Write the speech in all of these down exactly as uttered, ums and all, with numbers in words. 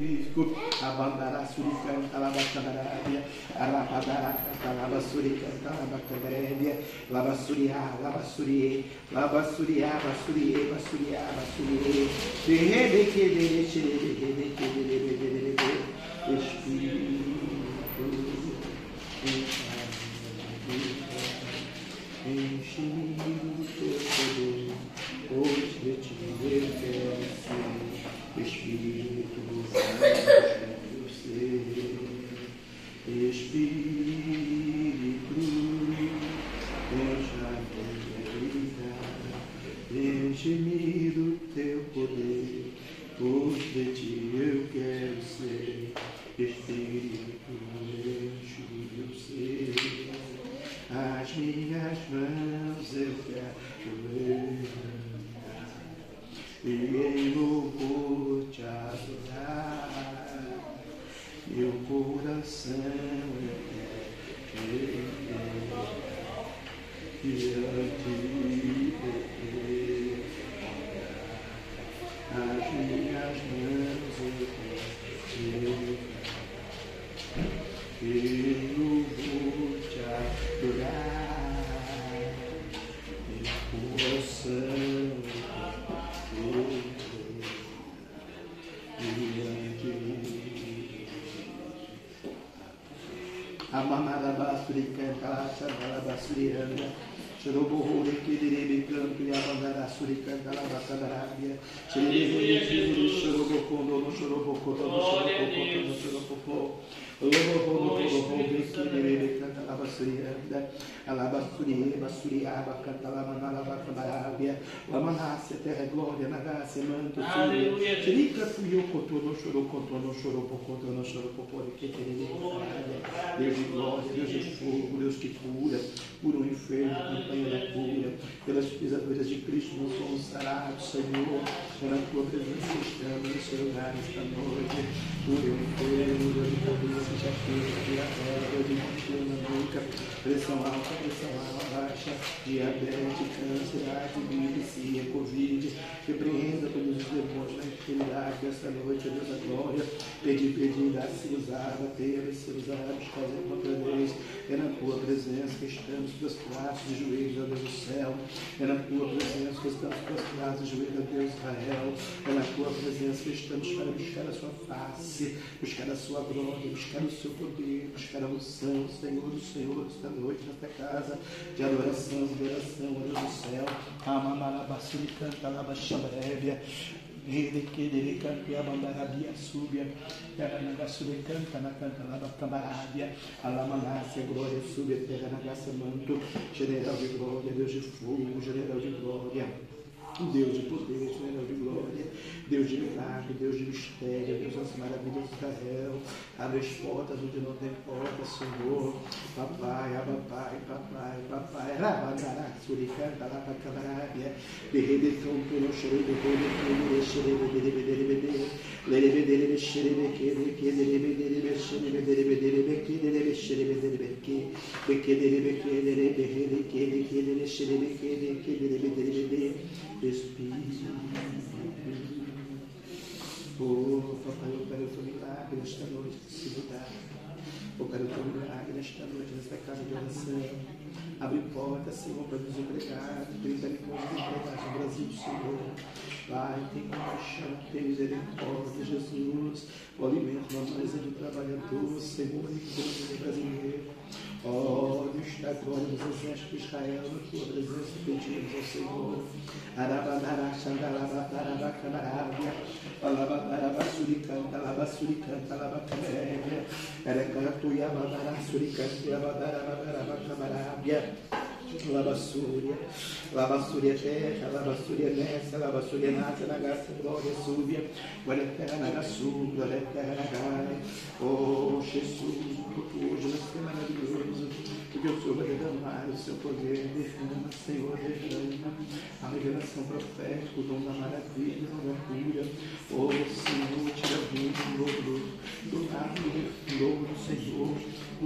Espírito, abandará suricanta, labacandarábia, alabadaraca, labassuricanta, labacandarábia, labassuriá, labassuriê, labassuriá, bassuriê, bassuriá, bassuriê, derrebequedere, xerebequedere, Espírito, enche-me do teu poder, pois de ti eu quero ser. Espírito Santo, eu ser. Espírito, enche a minha vida, enche-me do teu poder, pois de ti eu quero ser. Espírito, enche-me do ser. As minhas mãos eu quero levantar e em louvor te adorar. Meu coração eu quero diante de ti. As minhas mãos eu quero levantar e em louvor te adorar. Meu coração Amamarabasturicanta, Sandalabasturianda, Xeroborro, Kidiribi, Canto, Yabandara, Suricanta, Labacadarabia, Xeroborro, Xerobocondo, no Xerobocondo, no Xerobocondo, no Xerobocondo, Lobo, Kidiribi, Canta, Labasturianda, Alabasturia, Basturiaba, Canta, Lamanalabacadarabia, Lamanácia, Terra Glória, Nagácia, Manto, Xerica, Fuyocoto, no Xerocoto, no Xerobocoto, no Xerobocondo, Kidiribi, Deus de glória, Deus de fogo, Deus que cura, cura o enfermo, campanha da cura, pelas pisaduras de Cristo nós somos sarados, Senhor, pela tua presença estamos nesse lugar esta noite, cura o enfermo, Deus de cabeça, jaqueira, diarreia, Deus de mochila na nuca, pressão alta, pressão alta, baixa, diabetes, câncer, artrite, Covid, repreenda todos os demônios da enfermidade esta noite, Deus da glória, pedir, pedir, dar-se usada, ter-se usada, buscar contra Deus, é na tua presença que estamos prostrados de joelhos, ó Deus do céu, é na tua presença que estamos prostrados de joelhos, ó Deus Israel, é na tua presença que estamos para buscar a sua face, buscar a sua glória, buscar o seu poder, buscar a unção, Senhor do Senhor, esta noite, nesta casa de adoração, de oração, ó Deus do céu, Amamarabasuri canta, Labaxabrébia, Ele que ele canta e a bandarabia súbia, terra na gassura canta na canta lá da camarada, a lamanácia, glória súbia, terra na gaça manto, general de glória, Deus de fogo, general de glória. Deus de poder, general de glória, Deus de milagre, Deus de mistério, Deus das maravilhas de Israel, abre as portas onde não tem porta, Senhor, papai, papai, papai, papai, rabadará, suricanta, labacabarábia, berrebecão, pelo chorei, bebê, xerei, bebê, bebê, bebê, lerebedere, xerei, bequere, quedere, bedere, xerei, bedere, bedere, bequedere, xerei, bedere, beque, bequedere, bequedere, berrere, quedere, quedere, xerei, bequedere, quedere, bedere, bedere, Espírito, oh, papai, eu quero o teu milagre nesta noite, nesse lugar. Eu quero o teu milagre nesta noite, nesta casa de oração. Abre portas, Senhor, para os empregados, brinda com os empregados do Brasil, Senhor. Pai, tem compaixão, tem misericórdia, Jesus. O alimento na mesa do trabalhador, Senhor, e do brasileiro. Ó, Deus da glória dos exércitos de Israel, na tua presença pedimos ao Senhor. Arabadará, xandalabadará, canarábia, alabadará, suricanta, alabasuricanta, alabacaméria, erecatuiabadará, suricanta, alabadará, canarábia. Labassúria, Labassúria terra, Labassúria nessa, Labassúria nata, Nagaça, glória, súbia, glória terra, Nagassu, glória terra, Nagai. Oh, Jesus, hoje nós temos maravilhoso, porque o Senhor vai derramar o seu poder, derrama, Senhor, derrama a revelação profética, o dom da maravilha, o dom da cura. Oh, Senhor, tira a vida, louvor do lado, louvor do Senhor, o louvor do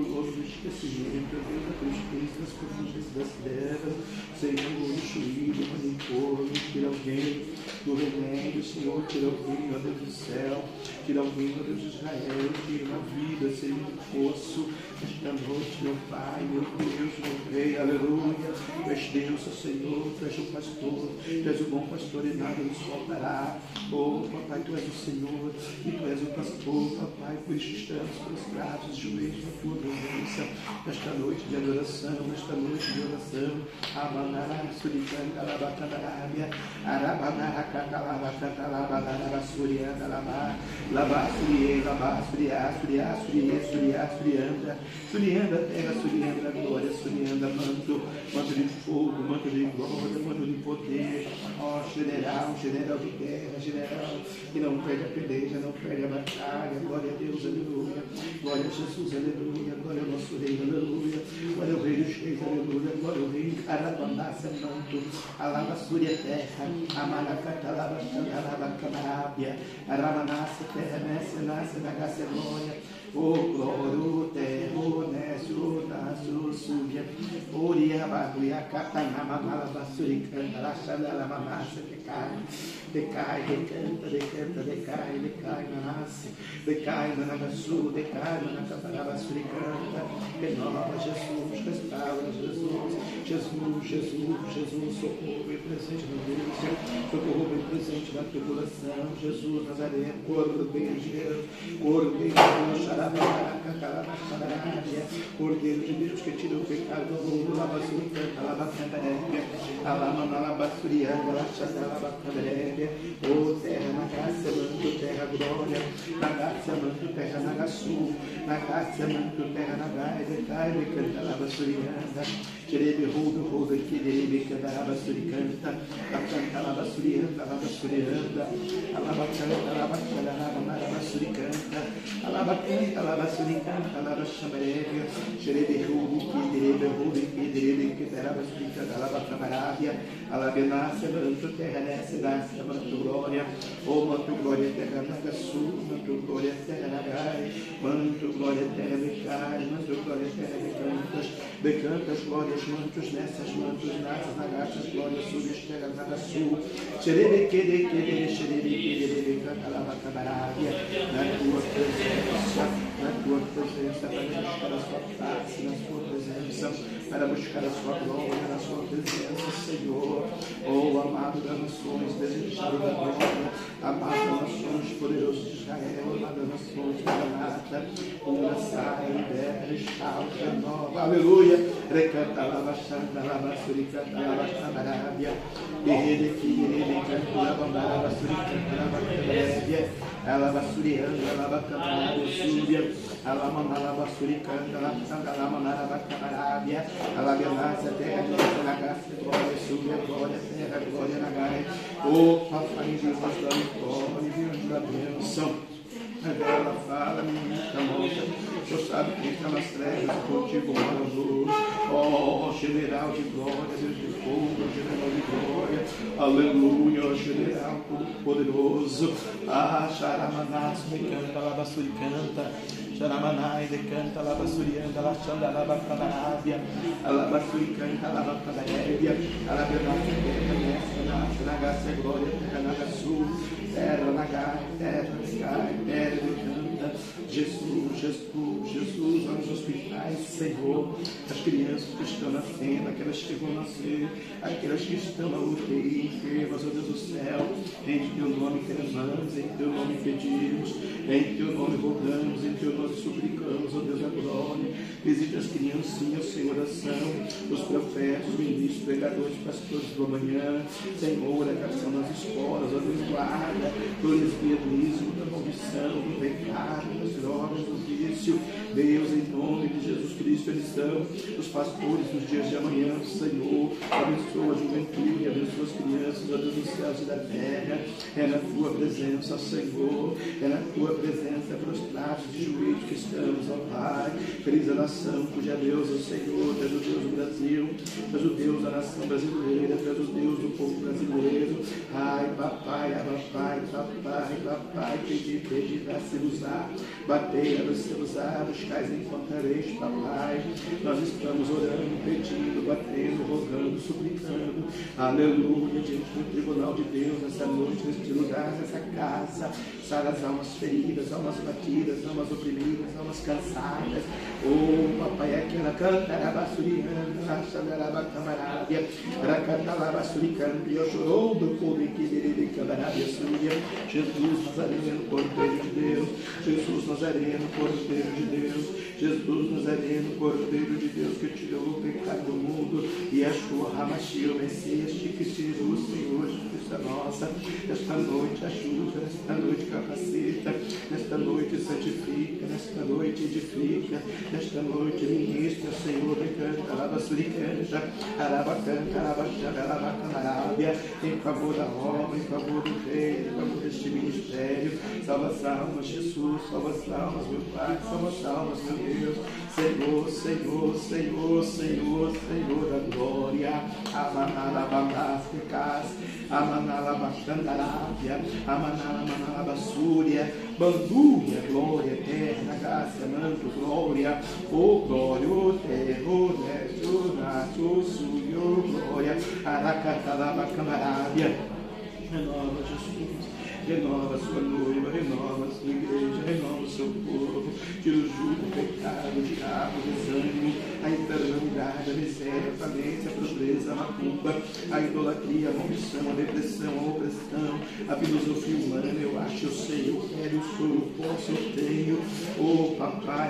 esquecimento, Deus da tristeza, das profundezas das trevas, Senhor, destruído, manipula, tira alguém do remédio, Senhor, tira alguém, ó Deus do céu, tira alguém, ó Deus de Israel, tira uma vida, Senhor, do poço, esta noite, meu Pai, meu Deus, meu Rei, aleluia, Tu és Deus, ó Senhor, Tu és o pastor, Tu és o bom pastor e nada nos faltará, oh, papai, Tu és o Senhor, e Tu és o pastor, papai, por isso estamos prostrados, joelhos na Tua presença, nesta noite de adoração, nesta noite de oração, Abanara, Suricanda, Labacandarábia, Arabanara, Cacalaba, Cantalaba, Surianda, Labá, Labá, Surie, Labá, Suriá, Suriá, Surie, Suriá, Surianda, Surianda, terra, Surianda, glória, Surianda, manto, manto de fogo, manto de glória, manto de poder, ó, general, general de guerra, general, que não perde a peleja, não perde a batalha, glória a Deus, aleluia, glória a Jesus, aleluia, glória ao nosso rei, aleluia, glória ao rei dos reis, aleluia, glória ao rei, Arabandaça, manto, alaba Súria, terra, Amaracata, alaba Xanda, alaba Canarábia, Aramanassa, terra, Nessa, Nasce, Nagaça, glória, o glória, terra, o Nécio, Nasso, Súbia, Uria, Baglia, Catanama, Malaba, Suricanta, Laxanda, Alamanassa, decai, decai, decanta, decanta, decai, decai, Manasse, decai, Managaçu, decai, Manacataraba, Suricanta, renova Jesus, restaura Jesus, Jesus, Jesus, Jesus, socorro bem presente na angústia, socorro bem presente na tribulação, Jesus, Nazaré, Cordeiro de Deus, Cordeiro de Deus, Xarabaraca, Calabaxarábia, Cordeiro de Deus que tira o pecado do mundo, Labassurica, Labacandarédia, Alamana, Labassuriana, Laxadarabacandrédia, ô terra, Nagácia, manto, terra, glória, Nagácia, manto, terra, Nagaçu, Nagácia, manto, terra, Nagai, decai, decanta, Labassuriana, Xerebe, Rudo, Rudo, Quirebe, Candaraba, Suricanta, Lacanta, Labassurianda, Labassurianda, Alabacanta, Labacanta, Labamaraba, Suricanta, Alabacanta, Labassuricanta, Labaxambrega, Xerebe, Rudo, Quirebe, Rudo, Quirebe, Candaraba, Suricanta, Labacamarabia, Alabenácia, Manto, Terra, Nessa, Nácia, Manto, Glória, O Manto, Glória, Terra, Nagaçu, Manto, Glória, Terra, Nagai, Manto, Glória, Terra, Becai, Manto, Glória, Terra, Becantas, Becantas, Glórias, Mantos, Nessas, Mantos, Nassas, Nagachas, Glórias, Súbias, Terra, Nagaçu, Xerebe, Quere, Quere, Xerebe, Quere, Cantalabacabarábia, na Tua presença, na Tua presença, para buscar a Sua face, na Sua presença, para buscar a Sua glória, na Sua presença, Senhor, oh, amado das nações, desejado da glória, amado das nações, poderoso de Israel, amado das nações, Maranata, uma sai, liberta, restaura, renova, aleluia, recanta, lava, xanda, lava, suricanta, lava, xandarábia, berrede, quirede, canto, lava, lava, suricanta, lava, candarábia, lava, surianda, lava, candarábia, súbia, alama, lava, suricanta, lava, xanda, lava, lava, candarábia, alava, nasce, terra, glória, na graça, glória, súbia, glória, terra, glória, na gaia, oh, papai, Deus da glória, Deus da bênção. Agora fala, menina, moça, o Senhor sabe que está nas trevas, contigo mora luz. Oh, general de glória, Deus de fogo, general de glória, aleluia, general poderoso. Ah, Xaramanás, decanta, Labassuri canta, Xaramanai, decanta, Labassurianda, Laxanda, Labacandarábia, Alabassuri canta, Labacandarábia, Alabenata, terra, nessa, Nagaça, glória, terra, Nagaçu, terra, Nagai, terra, Nagai, terra, decanta, Jesus, Jesus, Jesus, nos hospitais, Senhor, as crianças que estão nascendo, aquelas que vão nascer, aquelas que estão na U T I, enfermas, ó Deus do céu, em Teu nome clamamos, em Teu nome pedimos, em Teu nome rogamos, em Teu nome suplicamos, ó Deus da glória, visita as criancinhas sem oração, os profetas, os ministros, pregadores, pastores do amanhã, Senhor, a oração nas escolas, ó Deus, guarda, do lesbianismo, da maldição, do pecado, das drogas, do vício, Deus, em nome de Jesus Cristo, eles são os pastores dos dias de amanhã, Senhor, abençoa a juventude, abençoa as crianças, ó Deus dos céus e da terra, é na Tua presença, Senhor, é na Tua presença, prostrados de joelhos que estamos, ó Pai, feliz a nação, cuja Deus é o Senhor, Tu és o Deus do Brasil, Tu és o Deus da nação brasileira, Tu és o Deus do povo brasileiro, ai, papai, papai, papai, papai, pedi, pedi, dá-se-vos-á, batei, abre-se-vos-á, buscais, encontrareis, papai, Pai. Nós estamos orando, pedindo, batendo, rogando, suplicando, aleluia, diante do tribunal de Deus, nessa noite, neste lugar, nessa casa. Sara as almas feridas, almas batidas, almas oprimidas, almas cansadas. Oh, papai, aquela canta, arabassuriana, rachadarabacamarábia, racatalabassuricana, eu chorou do povo que dele camarábia suria. Jesus Nazareno, Cordeiro de Deus. Jesus Nazareno, Cordeiro de Deus. Jesus Nazareno, Cordeiro de Deus, que tirou o pecado do mundo. E achou a Hamashia, o Messias, que Jesus, Senhor, justiça nossa. Esta noite ajuda, esta noite capacita, nesta noite santifica, nesta noite edifica, nesta noite ministra, Senhor, canta, alabassuricanta, arabacanta, arabaxanga, arabacandarábia, em favor da obra, em favor do rei, em favor deste ministério. Salva as almas, Jesus, salva as almas, meu Pai, salva as almas, meu Deus. Senhor, Senhor, Senhor, Senhor, Senhor da glória. Amanalabandasticas, amanalabaxandarábia, amanalabassúria, bandúria, glória eterna, graça, manto, glória, oh glória, oh terror, neto, nato, suyo, glória, aracatalabacamarabia. Renova, Jesus. Renova a sua noiva, renova a sua igreja, renova o seu povo. Tira o jugo, o pecado, o diabo, o desânimo, a enfermidade, a miséria, a falência, a pobreza, a macumba, a idolatria, a maldição, a depressão, a opressão, a filosofia humana. Eu acho, eu sei, eu quero, eu sou, eu posso, eu tenho. Oh, papai,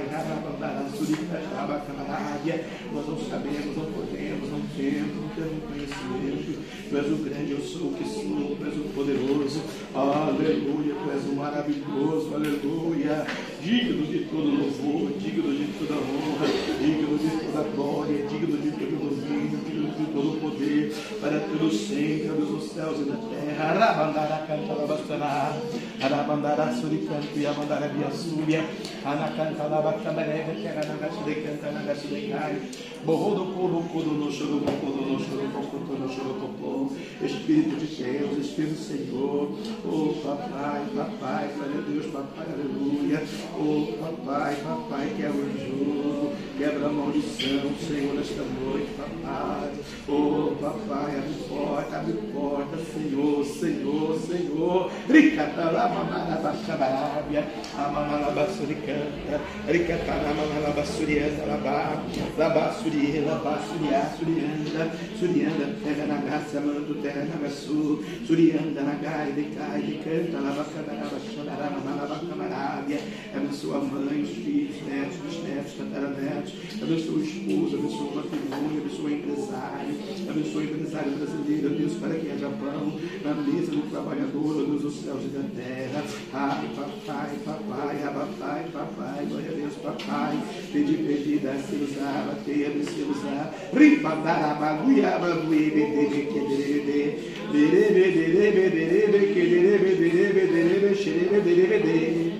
nós não sabemos, não podemos, não temos, não temos conhecimento. Tu és o grande, eu sou o que sou, tu és o poderoso. Aleluia, tu és o maravilhoso, aleluia, digno de todo louvor, digno de toda honra, digno de toda glória, digno de todo domínio, digno de todo poder, para todo sempre, Deus dos céus e da terra. Arabandara canta labastana, arabandara suricanto e abandara biassúria, anacanta labacamarega, que era nagaço de canta, nagaço de cai, borro do coro, coro no choro, coro no choro, coro no choro, coro, Espírito de Deus, Espírito do Senhor. Oh papai, papai, glória a Deus, papai, aleluia. Oh papai, papai, quebra o jogo, quebra a maldição, Senhor, nesta noite, papai. Oh papai, abre porta, abre porta, Senhor, Senhor, Senhor. Ricatalabamanabacabarabia, amanalabassuricanta, ricatalabamanabassurianda, labá, labassuria, labassuria, surianda, surianda, terra na graça, mando, terra na gaçu, surianda, na gai, decai, decanta, labacandaraba, xandaraba, malabacamarabia. Abençoa a mãe, os filhos, netos, bisnetos, tataranetos. Abençoa o esposo, abençoa o matrimônio, abençoa o empresário, abençoa o empresário brasileiro, Deus, para que haja pão na mesa do trabalhador, Deus dos céus e da terra. Ai, papai, papai, ah, papai, papai, glória a Deus, papai. Pedi, pedi, dá-se usar, bateia, dá-se usar. Ripadaraba, guiaba, guibe, dede, que dede, dede, dede, dede, que dede, dede, dede, xerebe, dede, dede.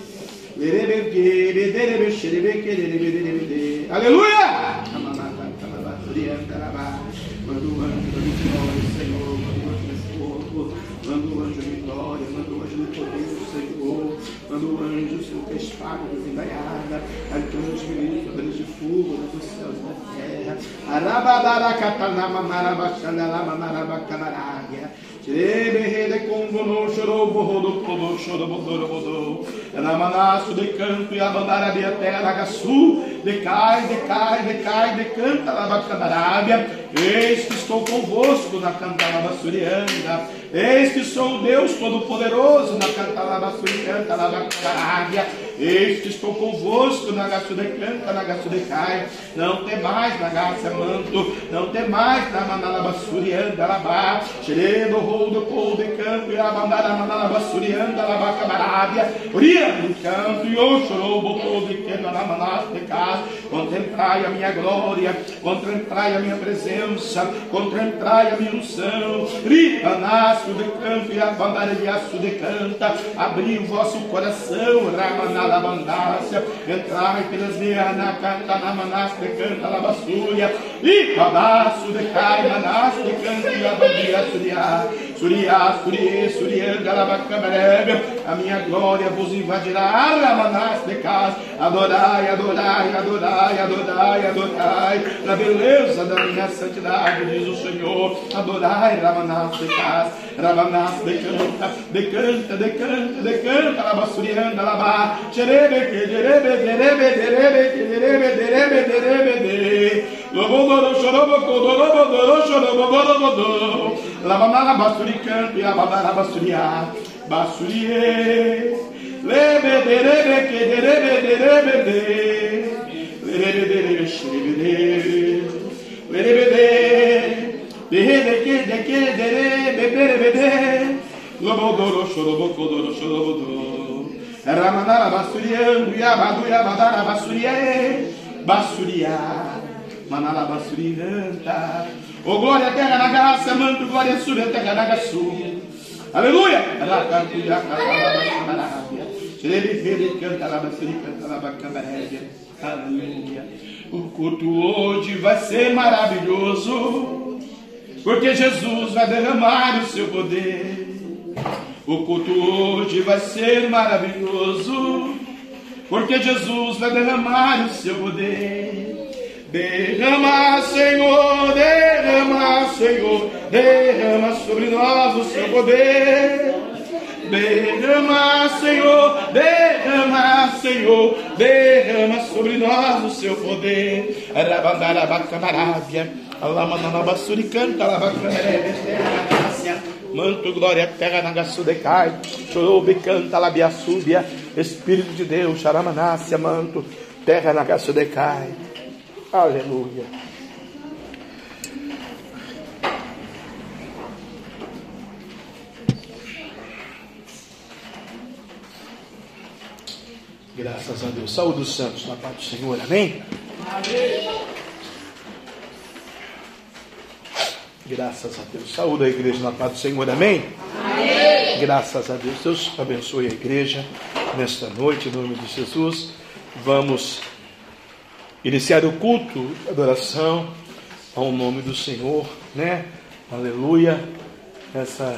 Aleluia! Manda o anjo da vitória, Senhor, manda o anjo de fogo, manda o anjo de vitória, manda o anjo de poder, Senhor, manda o anjo, Senhor, que a espada desembainhada, arcanjo de livros de fogo dos céus e da terra. Arabadaracatana, marabachandalama, marabacanarária. Tirebe congono chorobo rodo podo chorobo dorobo namanaço de canto e abandarabia terra gaçu decai decai decai decanta labacandarábia. Eis que estou convosco na cantalabasurianda, eis que sou o Deus todo-poderoso na cantalabasurianda labacandarábia. Eis que estou convosco na gaçu de canta na gaçu de cai. Não tem mais na gaça manto, não tem mais na manalabasurianda labá xerebo do povo de canto e a bandada manalabassurianda labacamarabia, ria do canto e o chorou o povo de canto na manas de casa. Contemprai a minha glória, contemprai a minha presença, contemprai a minha unção. Ripa nasce de canto e a bandada de aço de canta. Abri o vosso coração, ramanalabandácia. Entrai pelas veias na canta, na manas de canta, labassúria. Ripa nasce de cai, manas de canto e a bandia suria. Suria, surie, surianda, labacabarebe. A minha glória vos invadirá. Ramanás de casa. Adorai, adorai, adorai, adorai, adorai. Na beleza da minha santidade, diz o Senhor. Adorai, Ramanás de casa. Ramanás decanta, decanta, decanta, decanta. Labasurianda, labá. Xerebe, que derebe, derebe, derebe, derebe, derebe, derebe, derebe. Lobodoro, chorobo, codoro, bodoro, chorobo, bodoro, bodoro. Lavamara, basuricanto, e ababara, basuria. Basurie. Lebe, derebe, que derebe, derebe, derebe. Lerebe, derebe, xerebe, derebe. Lerebe, derebe. Derebe, que, de, que, derebe, derebe, derebe. Lobodoro, chorobo, codoro, chorobo, bodoro. Ramanara, basuriando, e abadu, e abadara, basurie. Basuria. Manala basurivanta. Oh, glória à terra na graça, manto, glória sube a terra na graça. Aleluia! Aleluia! O culto hoje vai ser maravilhoso, porque Jesus vai derramar o seu poder. O culto hoje vai ser maravilhoso, porque Jesus vai derramar o seu poder. Derrama, Senhor, derrama, Senhor, derrama sobre nós o seu poder. Derrama, Senhor, derrama, Senhor, derrama sobre nós o seu poder. Arabandarabacamarábia, alamananabasuricanta, alabacamarébia, manto, glória, terra, nagasudecai, chorobe, canta, labiaçúbia, Espírito de Deus, xaramanácia, manto, terra, nagasudecai. Aleluia. Graças a Deus. Saúde dos santos na paz do Senhor. Amém? Amém. Graças a Deus. Saúde a igreja na paz do Senhor. Amém? Amém. Graças a Deus. Deus abençoe a igreja nesta noite, em nome de Jesus. Vamos iniciar o culto de adoração ao nome do Senhor, né? Aleluia. Essa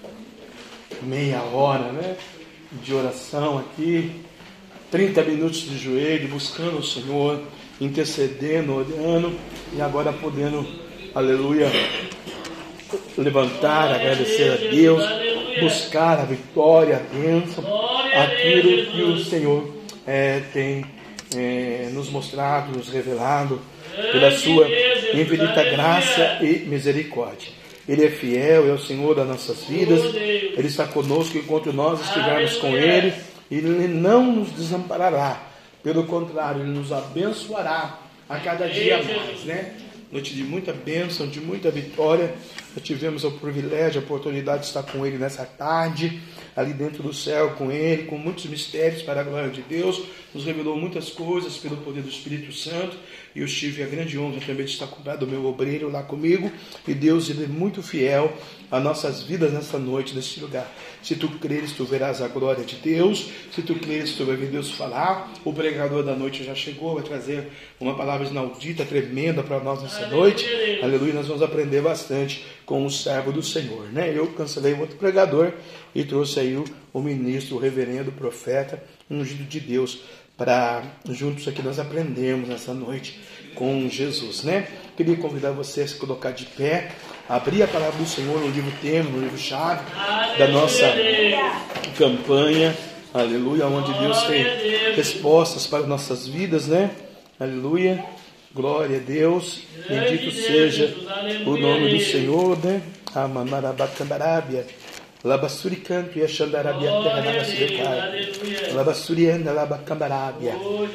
meia hora, né? De oração aqui, trinta minutos de joelho, buscando o Senhor, intercedendo, orando, e agora podendo, aleluia, levantar, agradecer a Deus, buscar a vitória, a bênção, aquilo que o Senhor é, tem É, nos mostrado, nos revelado pela sua infinita graça e misericórdia. Ele é fiel, é o Senhor das nossas vidas. Ele está conosco enquanto nós estivermos com Ele. Ele não nos desamparará, pelo contrário, Ele nos abençoará a cada dia mais, né? Noite de muita bênção, de muita vitória. Nós tivemos o privilégio, a oportunidade de estar com Ele nessa tarde, ali dentro do céu com Ele, com muitos mistérios para a glória de Deus. Nos revelou muitas coisas pelo poder do Espírito Santo. E eu tive a grande honra também de estar acompanhado do meu obreiro lá comigo. E Deus, Ele é muito fiel a nossas vidas nessa noite, neste lugar. Se tu creres, tu verás a glória de Deus. Se tu creres, tu vai ver Deus falar. O pregador da noite já chegou, vai trazer uma palavra inaudita, tremenda para nós nessa noite. Aleluia, nós vamos aprender bastante com o servo do Senhor, né? Eu cancelei um outro pregador e trouxe aí o, o ministro, o reverendo, o profeta, ungido de Deus, para juntos aqui nós aprendemos nessa noite com Jesus, né? Queria convidar você a se colocar de pé, abrir a palavra do Senhor no livro tema, no livro chave da nossa campanha, aleluia, onde Deus tem respostas para nossas vidas, né? Aleluia, glória a Deus, bendito seja o nome do Senhor, né? Amanarabatambarábia. Labasuricanto e a Xandarabia terra na Basurikai. Labasurianda Labacambarábia.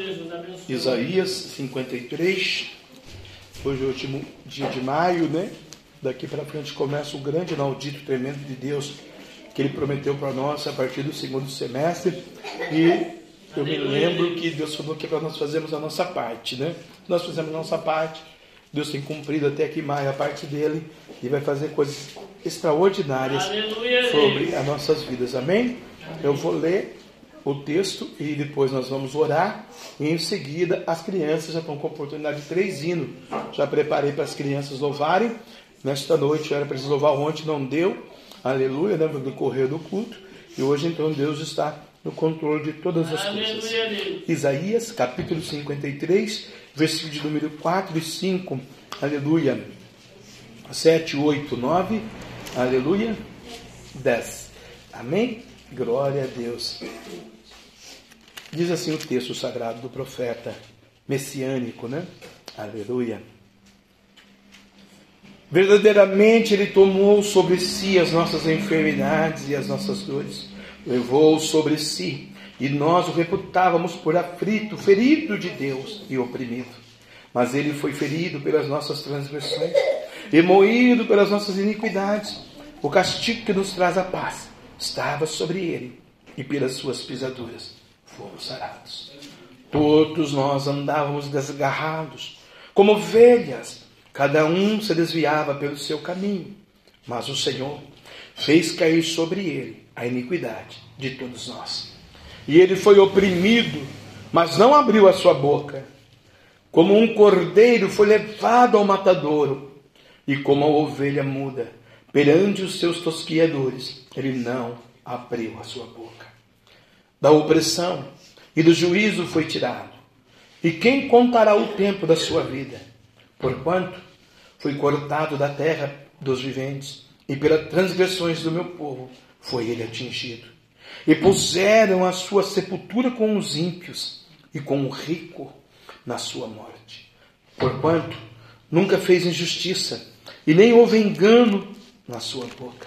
Isaías cinquenta e três. Hoje é o último dia de maio, né? Daqui para frente começa o grande inaudito tremendo de Deus que Ele prometeu para nós a partir do segundo semestre. E eu me lembro que Deus falou que é para nós fazermos a nossa parte, né? Nós fizemos a nossa parte. Deus tem cumprido até aqui maio a parte dele e vai fazer coisas extraordinárias sobre as nossas vidas, amém? Eu vou ler o texto e depois nós vamos orar e em seguida as crianças já estão com a oportunidade de três hinos, já preparei para as crianças louvarem nesta noite, era para eles louvar ontem, não deu, aleluia, né, no decorrer do culto. E hoje então Deus está no controle de todas as coisas. Isaías capítulo cinquenta e três, versículo de número quatro e cinco, aleluia, sete, oito, nove, aleluia, dez. Amém? Glória a Deus. Diz assim o texto sagrado do profeta messiânico, né? Aleluia. Verdadeiramente Ele tomou sobre si as nossas enfermidades e as nossas dores. Levou sobre si, e nós o reputávamos por aflito, ferido de Deus e oprimido. Mas Ele foi ferido pelas nossas transgressões e moído pelas nossas iniquidades. O castigo que nos traz a paz estava sobre Ele, e pelas suas pisaduras fomos sarados. Todos nós andávamos desgarrados, como ovelhas, cada um se desviava pelo seu caminho, mas o Senhor fez cair sobre Ele a iniquidade de todos nós. E Ele foi oprimido, mas não abriu a sua boca. Como um cordeiro foi levado ao matadouro, e como a ovelha muda perante os seus tosquiadores, Ele não abriu a sua boca. Da opressão e do juízo foi tirado. E quem contará o tempo da sua vida? Porquanto foi cortado da terra dos viventes, e pelas transgressões do meu povo foi ele atingido. E puseram a sua sepultura com os ímpios, e com o rico na sua morte. Porquanto nunca fez injustiça, e nem houve engano na sua boca.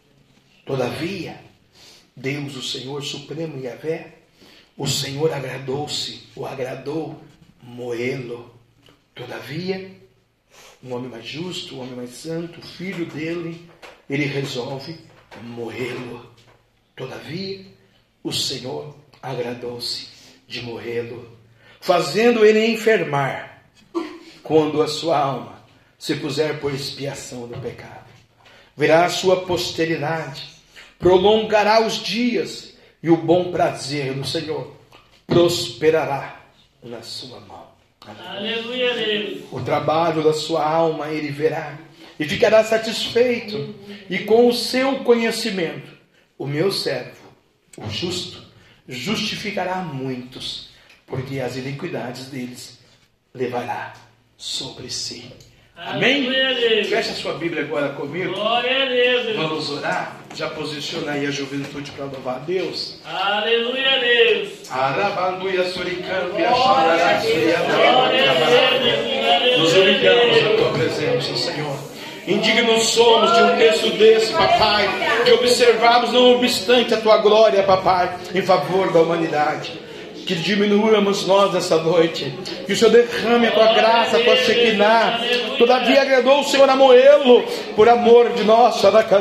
Todavia, Deus, o Senhor Supremo Yahvé, o Senhor agradou-se, o agradou moê-lo. Todavia, um homem mais justo, um homem mais santo, o filho dele, ele resolve morrê-lo. Todavia, o Senhor agradou-se de morrê-lo, fazendo ele enfermar, quando a sua alma se puser por expiação do pecado. Verá a sua posteridade, prolongará os dias, e o bom prazer do Senhor prosperará na sua mão. Aleluia. Aleluia. O trabalho da sua alma ele verá, e ficará satisfeito, e com o seu conhecimento, o meu servo, o justo, justificará muitos, porque as iniquidades deles levará sobre si. Amém? Fecha a sua Bíblia agora comigo. Glória a Deus. Vamos orar. Já posiciona aí a juventude para louvar a Deus. Aleluia a Deus. Arabanduia suricambia xandarassuia. Nos humilhamos na tua presença, Senhor. Indignos somos de um texto desse, papai, de observarmos, não obstante a tua glória, papai, em favor da humanidade. Que diminuamos nós essa noite, que o Senhor derrame a tua graça, a tua shekinah. Todavia agradou o Senhor a moê-lo, por amor de nós.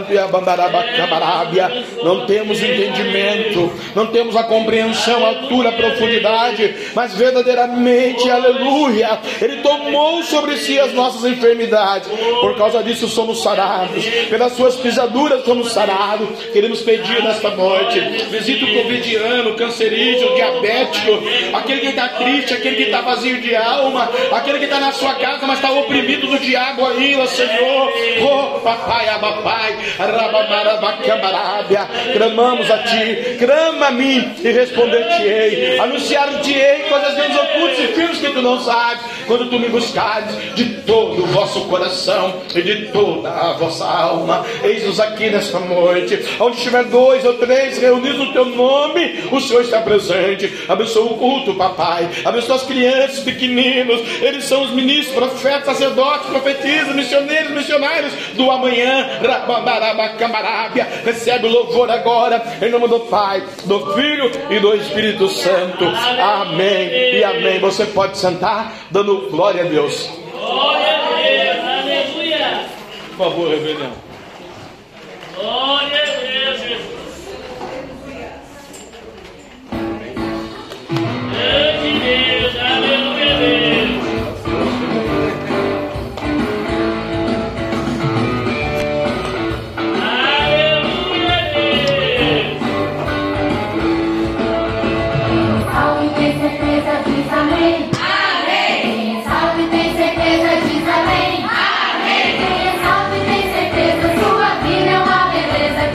Não temos entendimento, não temos a compreensão, a altura, a profundidade, mas verdadeiramente, aleluia, Ele tomou sobre si as nossas enfermidades. Por causa disso somos sarados, pelas suas pisaduras somos sarados. Queremos pedir nesta noite, visita o covidiano, o cancerígeno, o diabético, aquele que está triste, aquele que está vazio de alma, aquele que está na sua casa, mas está oprimido do diabo ainda, Senhor. Oh, papai, abapai, rabamarabacamarabia, clamamos a ti, clama a mim e responder-te-ei, anunciar-te-ei coisas grandes ocultas e firmes que tu não sabes, quando tu me buscares de todo o vosso coração e de toda a vossa alma. Eis-nos aqui nesta noite, onde estiver dois ou três reunidos no teu nome, o Senhor está presente. Abençoa o culto, papai. Abençoa as crianças, pequeninos. Eles são os ministros, profetas, sacerdotes, profetisas, missioneiros, missionários do amanhã. Recebe o louvor agora, em nome do Pai, do Filho e do Espírito Santo. Amém e amém. Você pode sentar, dando glória a Deus. Glória a Deus, aleluia. Por favor, reverendo. Glória a Deus, Jesus. Grande Deus, aleluia, Deus. Aleluia, Deus. Salve, tem certeza, diz amém. Amém. Salve, tem certeza, diz amém. Amém. Salve, tem certeza, sua vida é uma beleza.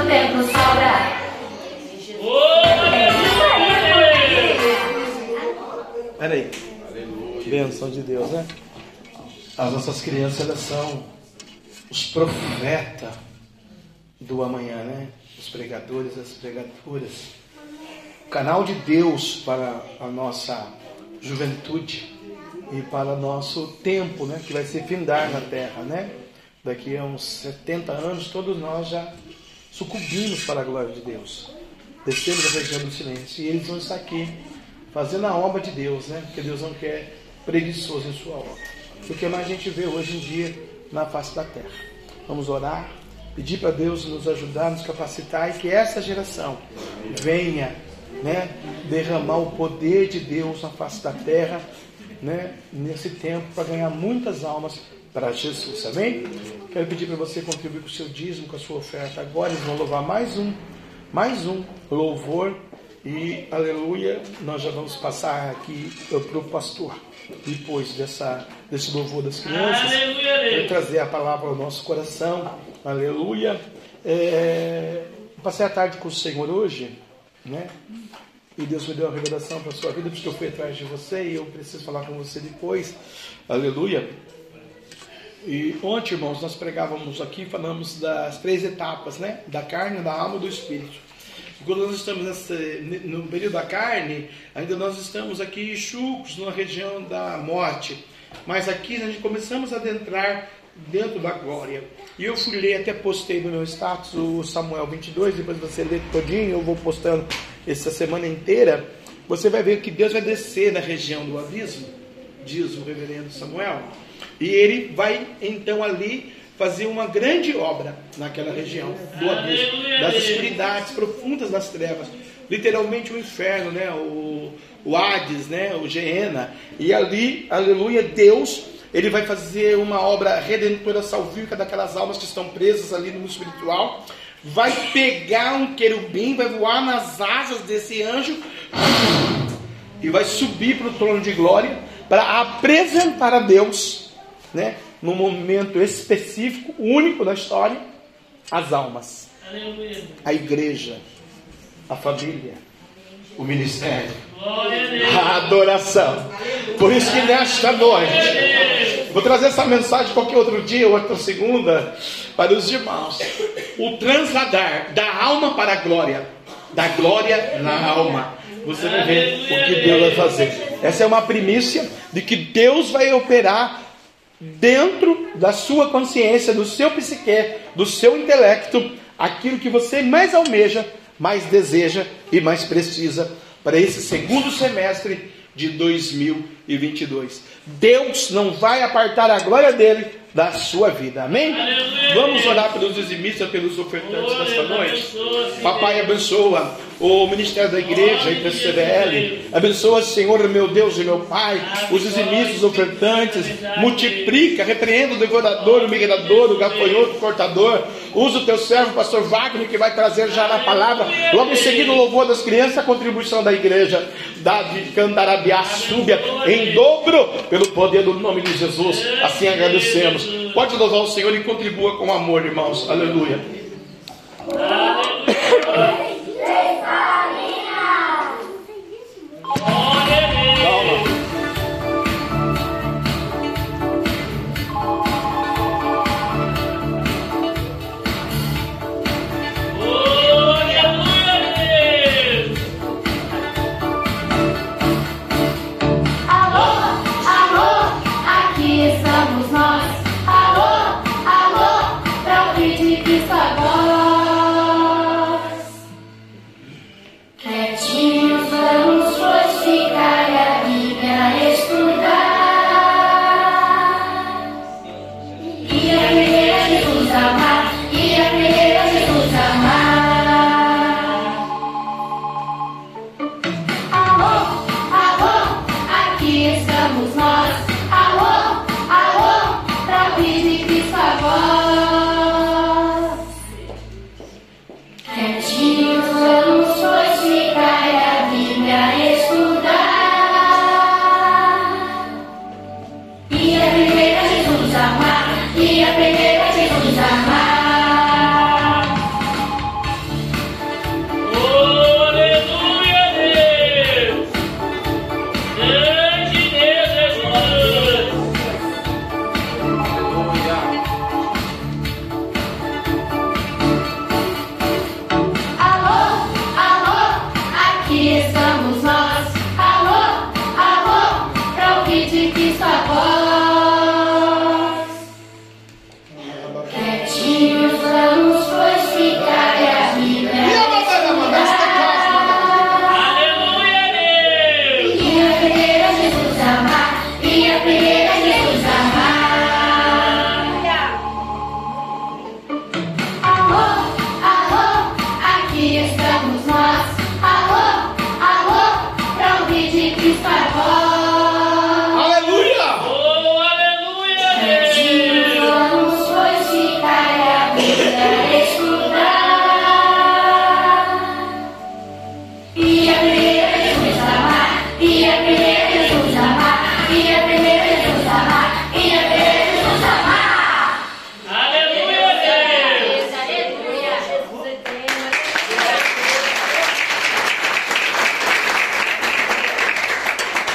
meu tempo sobra. Peraí. Bênção de Deus, né? As nossas crianças, elas são os profetas do amanhã, né? Os pregadores, as pregadoras. O canal de Deus para a nossa juventude e para o nosso tempo, né? Que vai se findar na terra, né? Daqui a uns setenta anos, todos nós já sucumbimos para a glória de Deus. Descemos da região do silêncio. E eles vão estar aqui fazendo a obra de Deus, né? Porque Deus não quer preguiçoso em sua obra. O que mais a gente vê hoje em dia na face da terra. Vamos orar, pedir para Deus nos ajudar, nos capacitar e que essa geração venha, né, derramar o poder de Deus na face da terra, né, nesse tempo, para ganhar muitas almas para Jesus, amém? Quero pedir para você contribuir com o seu dízimo, com a sua oferta. Agora eles vão louvar mais um, mais um louvor e, aleluia, nós já vamos passar aqui para o pastor. Depois dessa, desse louvor das crianças, quero trazer a palavra ao nosso coração, aleluia. É, passei a tarde com o Senhor hoje, né? E Deus me deu uma revelação para a sua vida, porque eu fui atrás de você e eu preciso falar com você depois, aleluia. E ontem, irmãos, nós pregávamos aqui, falamos das três etapas, né? Da carne, da alma e do espírito. Quando nós estamos nessa, no período da carne, ainda nós estamos aqui chucros, na região da morte. Mas aqui a gente começamos a adentrar dentro da glória. E eu fui ler, até postei no meu status o Samuel vinte e dois, depois você lê todinho, eu vou postando essa semana inteira. Você vai ver que Deus vai descer na região do abismo, diz o reverendo Samuel. E ele vai então ali fazer uma grande obra naquela região do abismo, das escuridades profundas das trevas, literalmente o inferno, né? o, o Hades, né? O Geena. E ali, aleluia, Deus, ele vai fazer uma obra redentora salvífica daquelas almas que estão presas ali no mundo espiritual, vai pegar um querubim, vai voar nas asas desse anjo e vai subir para o trono de glória para apresentar a Deus, né? Num momento específico, único da história, as almas, a igreja, a família, o ministério, a adoração. Por isso que nesta noite, vou trazer essa mensagem qualquer outro dia, outra segunda, para os irmãos. O transladar da alma para a glória, da glória na alma. Você vai ver o que Deus vai fazer. Essa é uma primícia de que Deus vai operar dentro da sua consciência, do seu psique, do seu intelecto, aquilo que você mais almeja, mais deseja e mais precisa para esse segundo semestre de dois mil e vinte e dois. Deus não vai apartar a glória dele da sua vida, amém? Aleluia. Vamos orar pelos dizimistas, pelos ofertantes nesta noite. Papai, abençoa o ministério da igreja e da C B L, abençoa, Senhor, meu Deus e meu Pai, os dizimistas, os ofertantes, multiplica, repreenda o devorador, o migrador, o gafanhoto, o cortador. Usa o teu servo, pastor Wagner, que vai trazer já na palavra, logo em seguida o louvor das crianças, a contribuição da igreja, Davi Cantarabiá, súbia, em dobro, pelo poder do nome de Jesus, assim agradecemos. Pode louvar o Senhor e contribua com amor, irmãos, aleluia.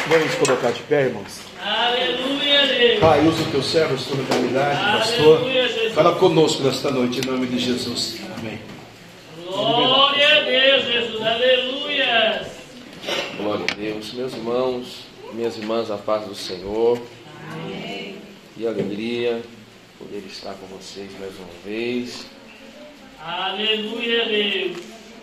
Vamos colocar de pé, irmãos. Aleluia, Deus. Pai, usa o teu servo, sua eternidade, pastor. Fala conosco nesta noite, em nome de Jesus. Amém. Glória a Deus, Jesus. Aleluia. Glória a Deus. Meus irmãos, minhas irmãs, a paz do Senhor. Amém. E alegria poder estar com vocês mais uma vez. Aleluia, Deus.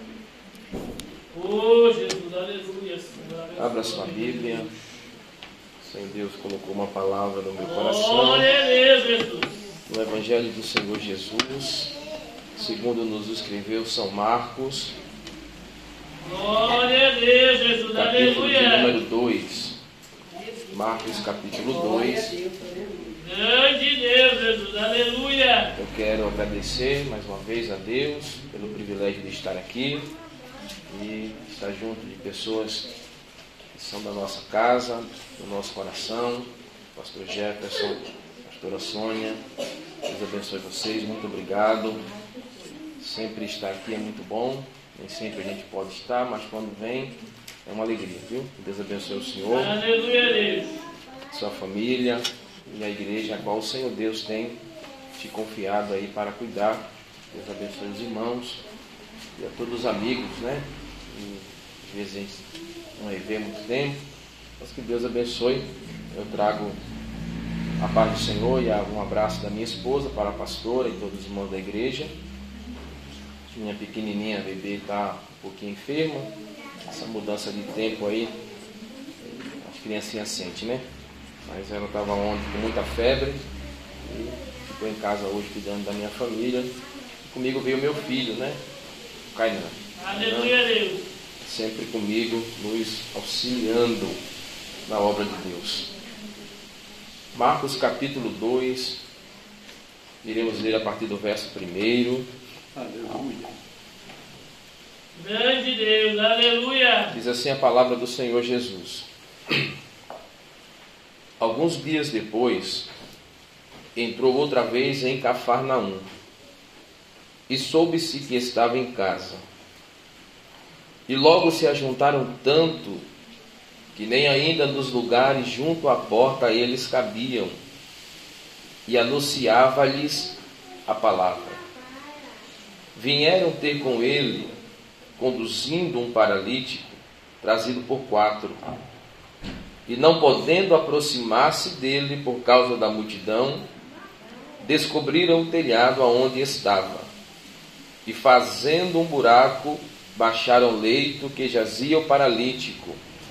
Oh, Jesus, aleluia, Senhor. Abra sua Bíblia. Senhor Deus colocou uma palavra no meu coração. Glória a Deus, Jesus. No Evangelho do Senhor Jesus, segundo nos escreveu São Marcos, glória a Deus, Jesus. capítulo de Aleluia. número dois. Marcos, capítulo dois. Grande Deus, Jesus. Aleluia. Eu quero agradecer mais uma vez a Deus pelo privilégio de estar aqui e estar junto de pessoas que são da nossa casa, do nosso coração. Pastor Jefferson, pastora Sônia, Deus abençoe vocês, muito obrigado. Sempre estar aqui é muito bom, nem sempre a gente pode estar, mas quando vem é uma alegria, viu? Deus abençoe o Senhor, Aleluia, Deus. sua família e a igreja a qual o Senhor Deus tem te confiado aí para cuidar. Deus abençoe os irmãos e a todos os amigos, né? E às vezes a gente não revê muito tempo, mas que Deus abençoe. Eu trago a paz do Senhor e um abraço da minha esposa para a pastora e todos os irmãos da igreja. Minha pequenininha, a bebê, está um pouquinho enferma. Essa mudança de tempo aí, as criancinhas sentem, né? Mas ela estava ontem com muita febre e ficou em casa hoje cuidando da minha família. E comigo veio meu filho, né? O Kainan. Aleluia, Deus. Sempre comigo, nos auxiliando na obra de Deus. Marcos capítulo dois, iremos ler a partir do verso primeiro. Aleluia. Grande Deus. Aleluia. Diz assim a palavra do Senhor Jesus. Alguns dias depois, entrou outra vez em Cafarnaum, e soube-se que estava em casa. E logo se ajuntaram tanto, que nem ainda nos lugares junto à porta eles cabiam, e anunciava-lhes a palavra. Vieram ter com ele, conduzindo um paralítico, trazido por quatro. E não podendo aproximar-se dele por causa da multidão, descobriram o telhado aonde estava. E fazendo um buraco, baixaram o leito que jazia o paralítico.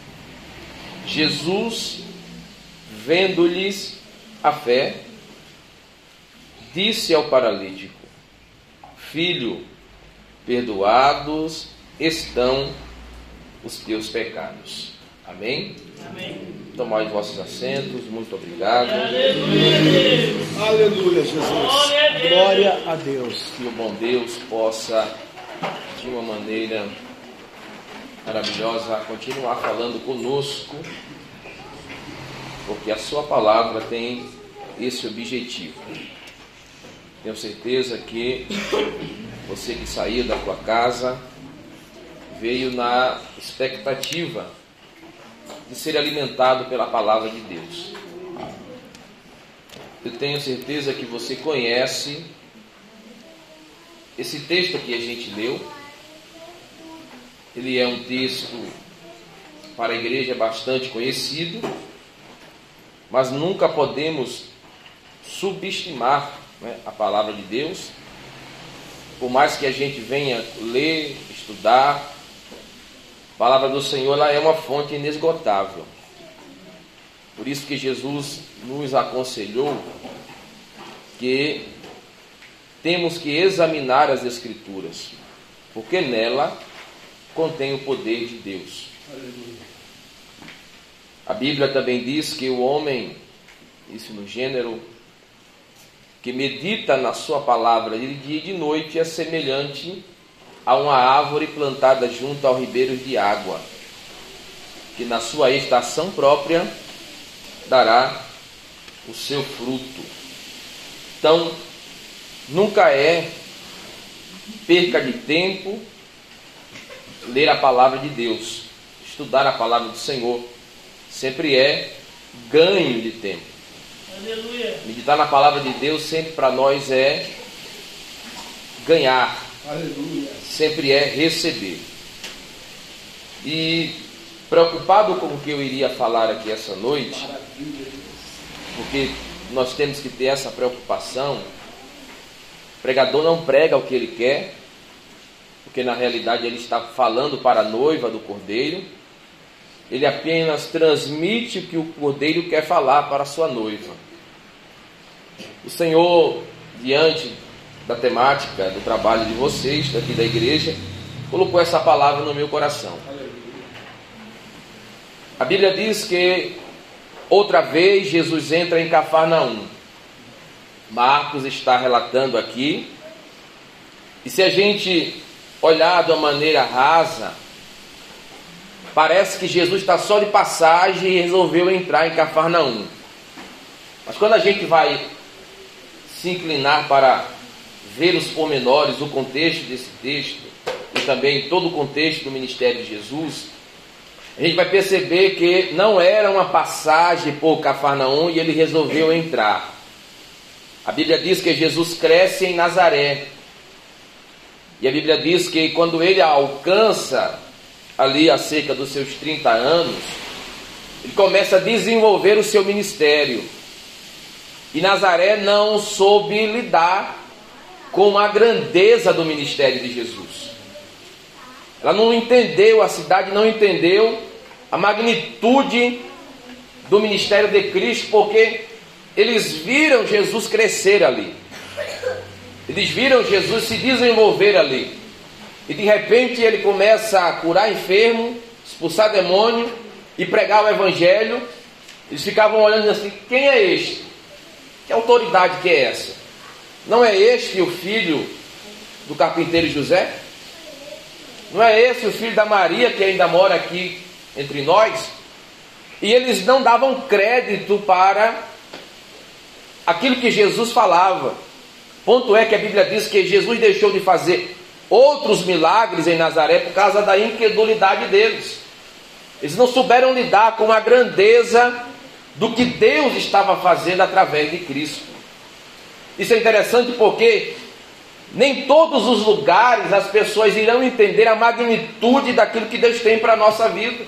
Jesus, vendo-lhes a fé, disse ao paralítico: Filho, perdoados estão os teus pecados. Amém? Amém. Tomai vossos assentos, muito obrigado. Aleluia, Deus. Aleluia, Jesus. Glória a Deus. Glória a Deus. Que o bom Deus possa, de uma maneira maravilhosa, continuar falando conosco, porque a sua palavra tem esse objetivo. Tenho certeza que você que saiu da tua casa veio na expectativa de ser alimentado pela palavra de Deus. Eu tenho certeza que você conhece esse texto que a gente leu. Ele é um texto para a igreja bastante conhecido, mas nunca podemos subestimar, né, a palavra de Deus. Por mais que a gente venha ler, estudar, a palavra do Senhor ela é uma fonte inesgotável. Por isso que Jesus nos aconselhou que temos que examinar as Escrituras, porque nela contém o poder de Deus. Aleluia. A Bíblia também diz que o homem, isso no gênero, que medita na sua palavra de dia e de noite é semelhante a uma árvore plantada junto ao ribeiro de água, que na sua estação própria dará o seu fruto. Então, nunca é perca de tempo ler a palavra de Deus, estudar a palavra do Senhor, sempre é ganho de tempo. Aleluia. Meditar na palavra de Deus sempre para nós é ganhar. Aleluia. Sempre é receber. E preocupado com o que eu iria falar aqui essa noite, porque nós temos que ter essa preocupação. O pregador não prega o que ele quer, porque na realidade ele está falando para a noiva do Cordeiro. Ele apenas transmite o que o Cordeiro quer falar para a sua noiva. O Senhor, diante da temática do trabalho de vocês, daqui da igreja, colocou essa palavra no meu coração. A Bíblia diz que outra vez Jesus entra em Cafarnaum. Marcos está relatando aqui. E se a gente olhar de uma maneira rasa, parece que Jesus está só de passagem e resolveu entrar em Cafarnaum. Mas quando a gente vai se inclinar para ver os pormenores, o contexto desse texto, e também todo o contexto do ministério de Jesus, a gente vai perceber que não era uma passagem por Cafarnaum e ele resolveu entrar. A Bíblia diz que Jesus cresce em Nazaré. E a Bíblia diz que quando ele alcança ali acerca dos seus trinta anos, ele começa a desenvolver o seu ministério. E Nazaré não soube lidar com a grandeza do ministério de Jesus. Ela não entendeu, a cidade não entendeu a magnitude do ministério de Cristo, porque eles viram Jesus crescer ali. Eles viram Jesus se desenvolver ali. E de repente ele começa a curar enfermo, expulsar demônio e pregar o evangelho. Eles ficavam olhando assim: quem é este? Que autoridade que é essa? Não é este o filho do carpinteiro José? Não é esse o filho da Maria que ainda mora aqui entre nós? E eles não davam crédito para aquilo que Jesus falava. Ponto é que a Bíblia diz que Jesus deixou de fazer outros milagres em Nazaré por causa da incredulidade deles. Eles não souberam lidar com a grandeza do que Deus estava fazendo através de Cristo. Isso é interessante porque nem todos os lugares as pessoas irão entender a magnitude daquilo que Deus tem para a nossa vida.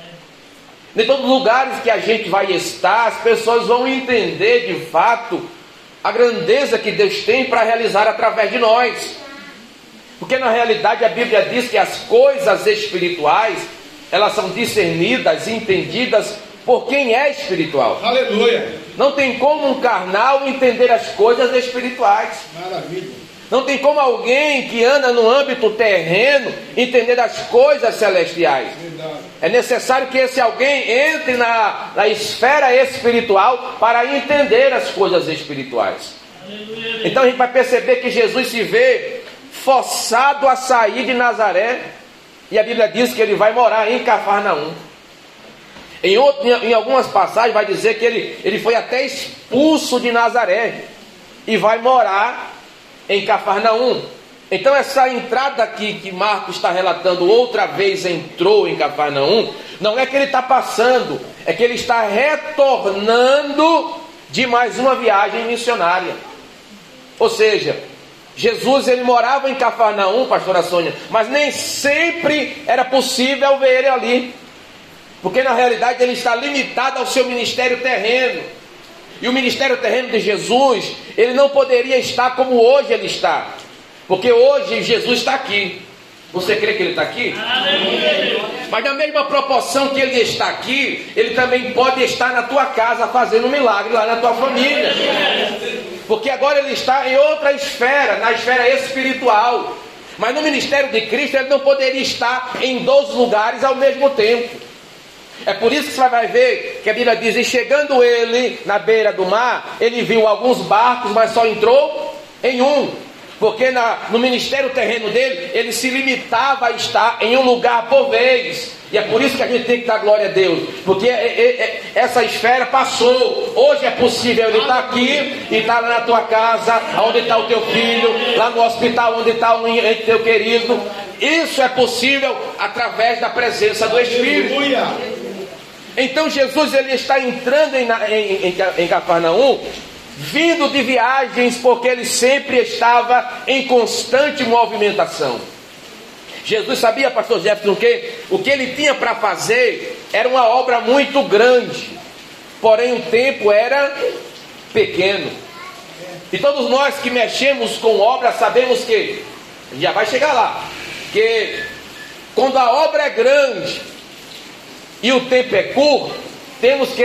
Nem todos os lugares que a gente vai estar, as pessoas vão entender de fato a grandeza que Deus tem para realizar através de nós. Porque na realidade a Bíblia diz que as coisas espirituais, elas são discernidas e entendidas por quem é espiritual. Aleluia. Não tem como um carnal entender as coisas espirituais. Maravilha. Não tem como alguém que anda no âmbito terreno entender as coisas celestiais. Verdade. É necessário que esse alguém entre na, na esfera espiritual para entender as coisas espirituais. Aleluia. Então a gente vai perceber que Jesus se vê forçado a sair de Nazaré. E a Bíblia diz que ele vai morar em Cafarnaum. Em, outro, em algumas passagens vai dizer que ele, ele foi até expulso de Nazaré e vai morar em Cafarnaum. Então essa entrada aqui que Marcos está relatando, outra vez entrou em Cafarnaum, não é que ele está passando, é que ele está retornando de mais uma viagem missionária. Ou seja, Jesus ele morava em Cafarnaum, pastora Sônia, mas nem sempre era possível ver ele ali, porque na realidade ele está limitado ao seu ministério terreno. E o ministério terreno de Jesus, ele não poderia estar como hoje ele está, porque hoje Jesus está aqui. Você crê que ele está aqui? Aleluia. Mas na mesma proporção que ele está aqui, ele também pode estar na tua casa fazendo um milagre lá na tua família. Porque agora ele está em outra esfera, na esfera espiritual. Mas no ministério de Cristo ele não poderia estar em dois lugares ao mesmo tempo. É por isso que você vai ver que a Bíblia diz: e chegando ele na beira do mar, ele viu alguns barcos, mas só entrou em um. Porque na, no ministério terreno dele, ele se limitava a estar em um lugar por vez. E é por isso que a gente tem que dar glória a Deus. Porque é, é, é, essa esfera passou. Hoje é possível ele estar aqui e estar lá na tua casa, onde está o teu filho, lá no hospital onde está o ente teu querido. Isso é possível através da presença do Espírito. Aleluia. Então Jesus ele está entrando em, em, em, em Cafarnaum, vindo de viagens, porque ele sempre estava em constante movimentação. Jesus sabia, pastor Jefferson, que o que ele tinha para fazer era uma obra muito grande, porém o tempo era pequeno. E todos nós que mexemos com obra sabemos que, já vai chegar lá, que quando a obra é grande e o tempo é curto, temos que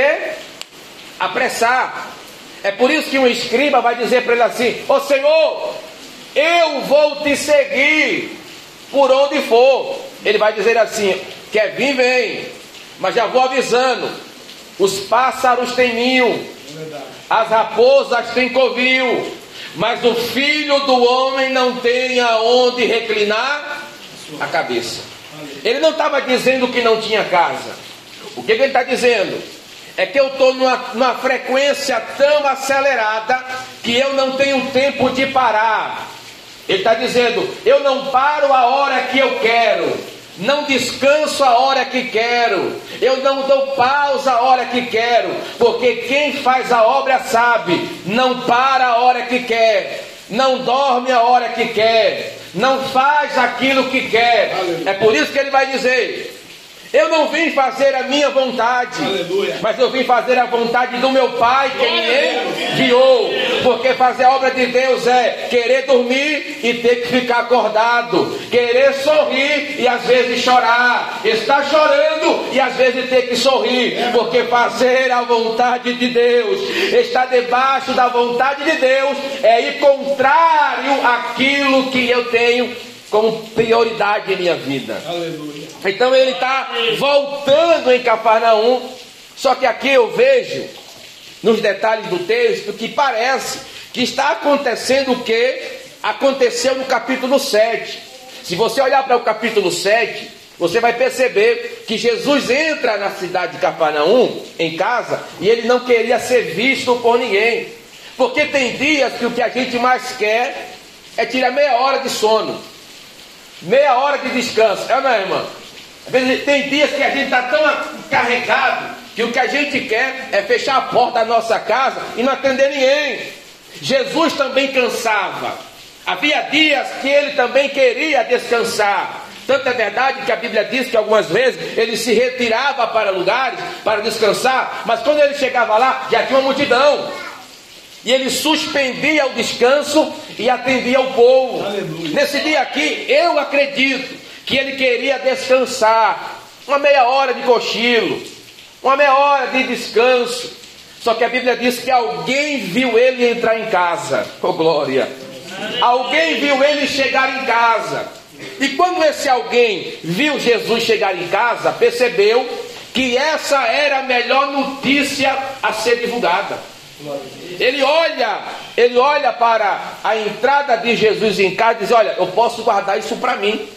apressar. É por isso que um escriba vai dizer para ele assim: ô Senhor, eu vou te seguir por onde for. Ele vai dizer assim: quer vir, vem, mas já vou avisando, os pássaros têm ninho, as raposas têm covil, mas o filho do homem não tem aonde reclinar a cabeça. Ele não estava dizendo que não tinha casa. O que, que ele está dizendo? É que eu estou numa, numa frequência tão acelerada que eu não tenho tempo de parar. Ele está dizendo: eu não paro a hora que eu quero, não descanso a hora que quero, eu não dou pausa a hora que quero, porque quem faz a obra sabe, não para a hora que quer, não dorme a hora que quer, não faz aquilo que quer. Aleluia. É por isso que ele vai dizer: eu não vim fazer a minha vontade, aleluia, mas eu vim fazer a vontade do meu Pai que me enviou. Porque fazer a obra de Deus é querer dormir e ter que ficar acordado, querer sorrir e às vezes chorar, estar chorando e às vezes ter que sorrir. Porque fazer a vontade de Deus, estar debaixo da vontade de Deus, é ir contrário àquilo que eu tenho como prioridade em minha vida. Aleluia. Então ele está voltando em Cafarnaum. Só que aqui eu vejo, nos detalhes do texto, que parece que está acontecendo o que aconteceu no capítulo sete. Se você olhar para o capítulo sete, você vai perceber que Jesus entra na cidade de Cafarnaum, em casa, e ele não queria ser visto por ninguém. Porque tem dias que o que a gente mais quer é tirar meia hora de sono, meia hora de descanso, é ou não é, irmão? Às vezes tem dias que a gente está tão carregado que o que a gente quer é fechar a porta da nossa casa e não atender ninguém. Jesus também cansava. Havia dias que ele também queria descansar. Tanto é verdade que a Bíblia diz que algumas vezes ele se retirava para lugares para descansar, mas quando ele chegava lá já tinha uma multidão. E ele suspendia o descanso e atendia o povo. Aleluia. Nesse dia aqui, eu acredito que ele queria descansar. Uma meia hora de cochilo, uma meia hora de descanso. Só que a Bíblia diz que alguém viu ele entrar em casa. Oh glória! Alguém viu ele chegar em casa. E quando esse alguém viu Jesus chegar em casa, percebeu que essa era a melhor notícia a ser divulgada. Ele olha, ele olha para a entrada de Jesus em casa e diz: olha, eu posso guardar isso para mim.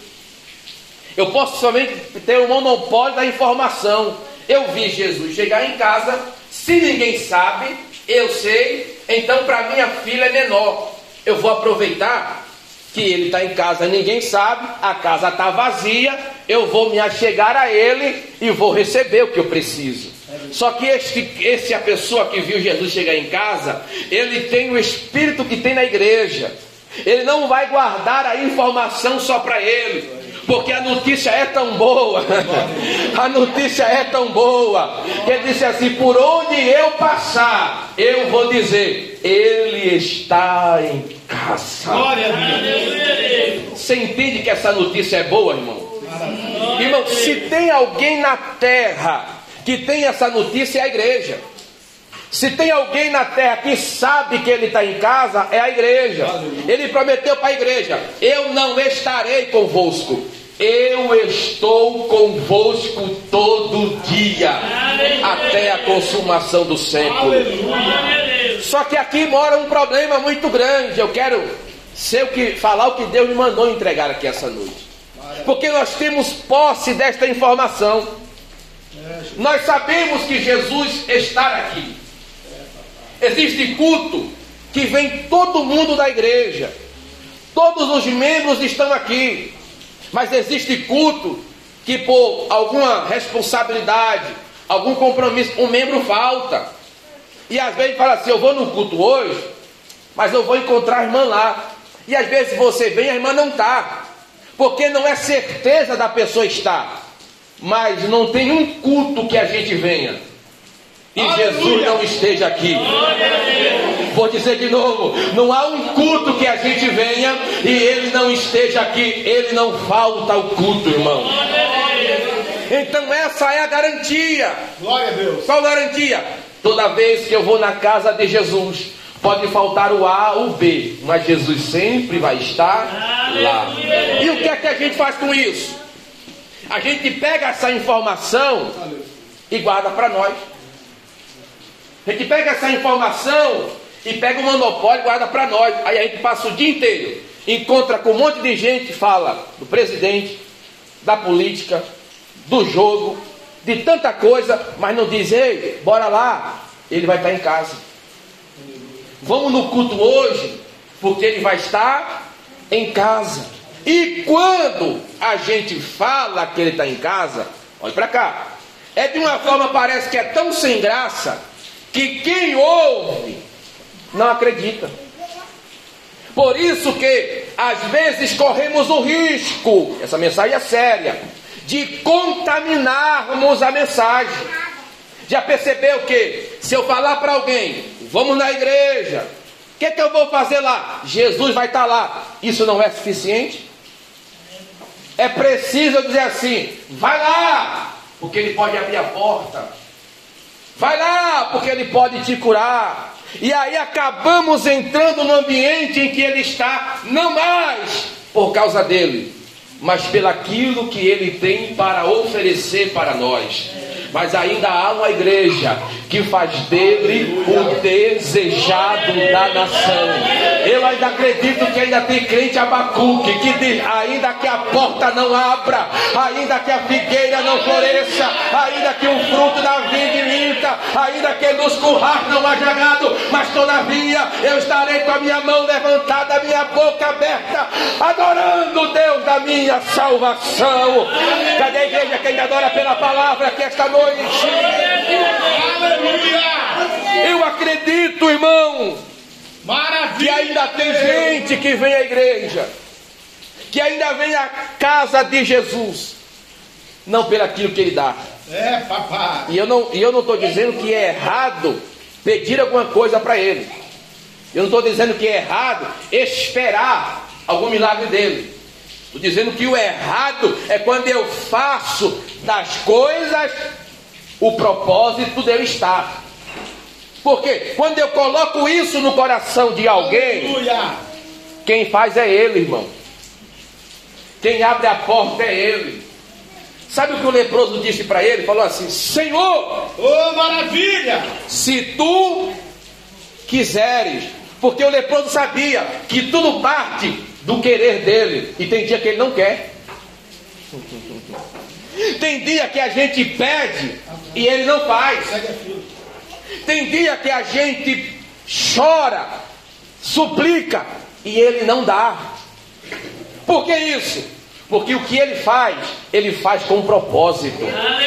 Eu posso somente ter o monopólio da informação. Eu vi Jesus chegar em casa, se ninguém sabe, eu sei, então para minha filha é menor. Eu vou aproveitar que ele está em casa, ninguém sabe, a casa está vazia, eu vou me achegar a ele e vou receber o que eu preciso. Só que este, esse a pessoa que viu Jesus chegar em casa, ele tem o espírito que tem na igreja. Ele não vai guardar a informação só para ele, porque a notícia é tão boa, a notícia é tão boa, que ele disse assim: por onde eu passar, eu vou dizer, ele está em casa. Glória a Deus. Você entende que essa notícia é boa, irmão? Irmão, se tem alguém na terra que tem essa notícia, é a igreja. Se tem alguém na terra que sabe que ele está em casa, é a igreja. Ele prometeu para a igreja: eu não estarei convosco, eu estou convosco todo dia, até a consumação do século. Só que aqui mora um problema muito grande. Eu quero ser o que, falar o que Deus me mandou entregar aqui essa noite, porque nós temos posse desta informação. Nós sabemos que Jesus está aqui. Existe culto que vem todo mundo da igreja, todos os membros estão aqui. Mas existe culto que por alguma responsabilidade, algum compromisso, um membro falta. E às vezes fala assim, eu vou no culto hoje, mas eu vou encontrar a irmã lá. E às vezes você vem e a irmã não está. Porque não é certeza da pessoa estar. Mas não tem um culto que a gente venha e Aleluia. Jesus não esteja aqui. Vou dizer de novo, não há um culto que a gente venha e ele não esteja aqui. Ele não falta o culto, irmão. Então essa é a garantia. Glória a Deus. Qual garantia? Toda vez que eu vou na casa de Jesus, pode faltar o A ou o B, mas Jesus sempre vai estar lá. E o que é que a gente faz com isso? A gente pega essa informação e guarda para nós. A gente pega essa informação e pega o monopólio e guarda para nós. Aí a gente passa o dia inteiro, encontra com um monte de gente, fala do presidente, da política, do jogo, de tanta coisa, mas não diz, ei, bora lá, ele vai estar em casa. Vamos no culto hoje, porque ele vai estar em casa. E quando a gente fala que ele está em casa, olha para cá, é de uma forma, parece que é tão sem graça, que quem ouve não acredita. Por isso que às vezes corremos o risco, essa mensagem é séria, de contaminarmos a mensagem. Já percebeu que se eu falar para alguém, vamos na igreja, o que, que eu vou fazer lá? Jesus vai estar lá. Isso não é suficiente? É preciso eu dizer assim, vai lá, porque ele pode abrir a porta. Vai lá, porque ele pode te curar. E aí acabamos entrando no ambiente em que ele está, não mais por causa dele, mas pelaquilo que ele tem para oferecer para nós. Mas ainda há uma igreja que faz dele o desejado da nação. Eu ainda acredito que ainda tem crente Abacuque que diz, ainda que a porta não abra, ainda que a figueira não floresça, ainda que o fruto da vide minta, ainda que nos currais não haja gado, mas todavia eu estarei com a minha mão levantada, a minha boca aberta, adorando o Deus da minha salvação. Cadê a igreja que ainda adora pela palavra que esta noite? Aleluia! Eu acredito, irmão, maravilha, que ainda tem gente que vem à igreja, que ainda vem à casa de Jesus, não pelo aquilo que ele dá. É, papai. E eu não e eu não estou dizendo que é errado pedir alguma coisa para ele. Eu não estou dizendo que é errado esperar algum milagre dele. Estou dizendo que o errado é quando eu faço das coisas o propósito de eu estar. Porque quando eu coloco isso no coração de alguém, aleluia, quem faz é ele, irmão. Quem abre a porta é ele. Sabe o que o leproso disse para ele? Falou assim, Senhor, oh maravilha, se tu quiseres. Porque o leproso sabia que tudo parte do querer dele. E tem dia que ele não quer. Tem dia que a gente pede e ele não faz. Tem dia que a gente chora, suplica e ele não dá. Por que isso? Porque o que ele faz, ele faz com propósito.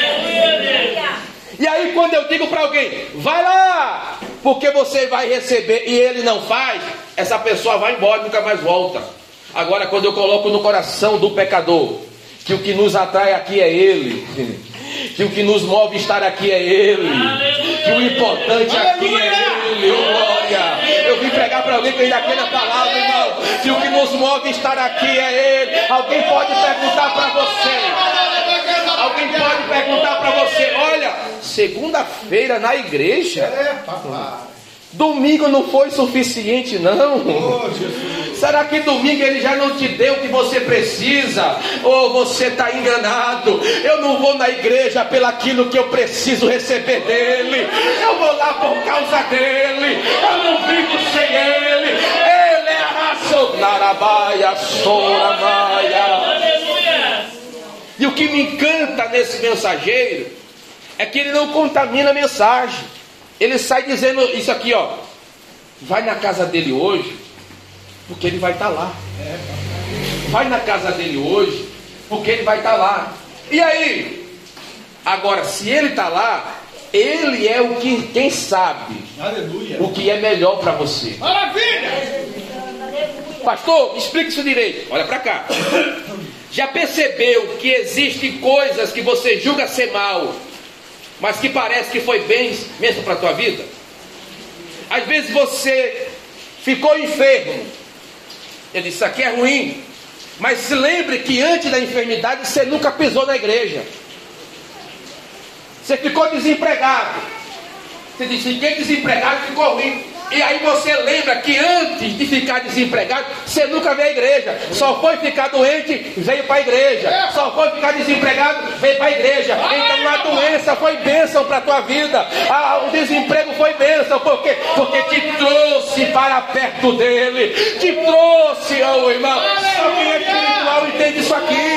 E aí quando eu digo para alguém, vai lá, porque você vai receber, e ele não faz, essa pessoa vai embora e nunca mais volta. Agora quando eu coloco no coração do pecador, que o que nos atrai aqui é ele, que o que nos move estar aqui é ele, que o importante aqui é ele, oh glória. Eu vim pregar para alguém que ainda quer a palavra, irmão, que o que nos move estar aqui é ele. Alguém pode perguntar para você, alguém pode perguntar para você, olha, segunda-feira na igreja, é, papai. Domingo não foi suficiente, não? Oh, será que domingo ele já não te deu o que você precisa? Ou você está enganado? Eu não vou na igreja pelo aquilo que eu preciso receber dele. Eu vou lá por causa dele. Eu não vivo sem ele. Ele é a raça. Narabaia, Soramaia. E o que me encanta nesse mensageiro é que ele não contamina a mensagem. Ele sai dizendo isso aqui, ó. Vai na casa dele hoje, porque ele vai estar lá. Vai na casa dele hoje, porque ele vai estar lá. E aí? Agora, se ele está lá, ele é o que, quem sabe, Aleluia. o que é melhor para você. Maravilha! Pastor, explique isso direito. Olha para cá. Já percebeu que existem coisas que você julga ser mal, mas que parece que foi bem mesmo para a tua vida? Às vezes você ficou enfermo. Ele disse, isso aqui é ruim. Mas se lembre que antes da enfermidade você nunca pisou na igreja. Você ficou desempregado. Você disse, fiquei desempregado, ficou ruim. E aí você lembra que antes de ficar desempregado, você nunca veio à igreja. Só foi ficar doente, veio para a igreja. Só foi ficar desempregado, veio para a igreja. Então a doença foi bênção para a tua vida. Ah, o desemprego foi bênção. Por quê? Porque te trouxe para perto dele. Te trouxe, oh irmão. Só quem é espiritual entende isso aqui.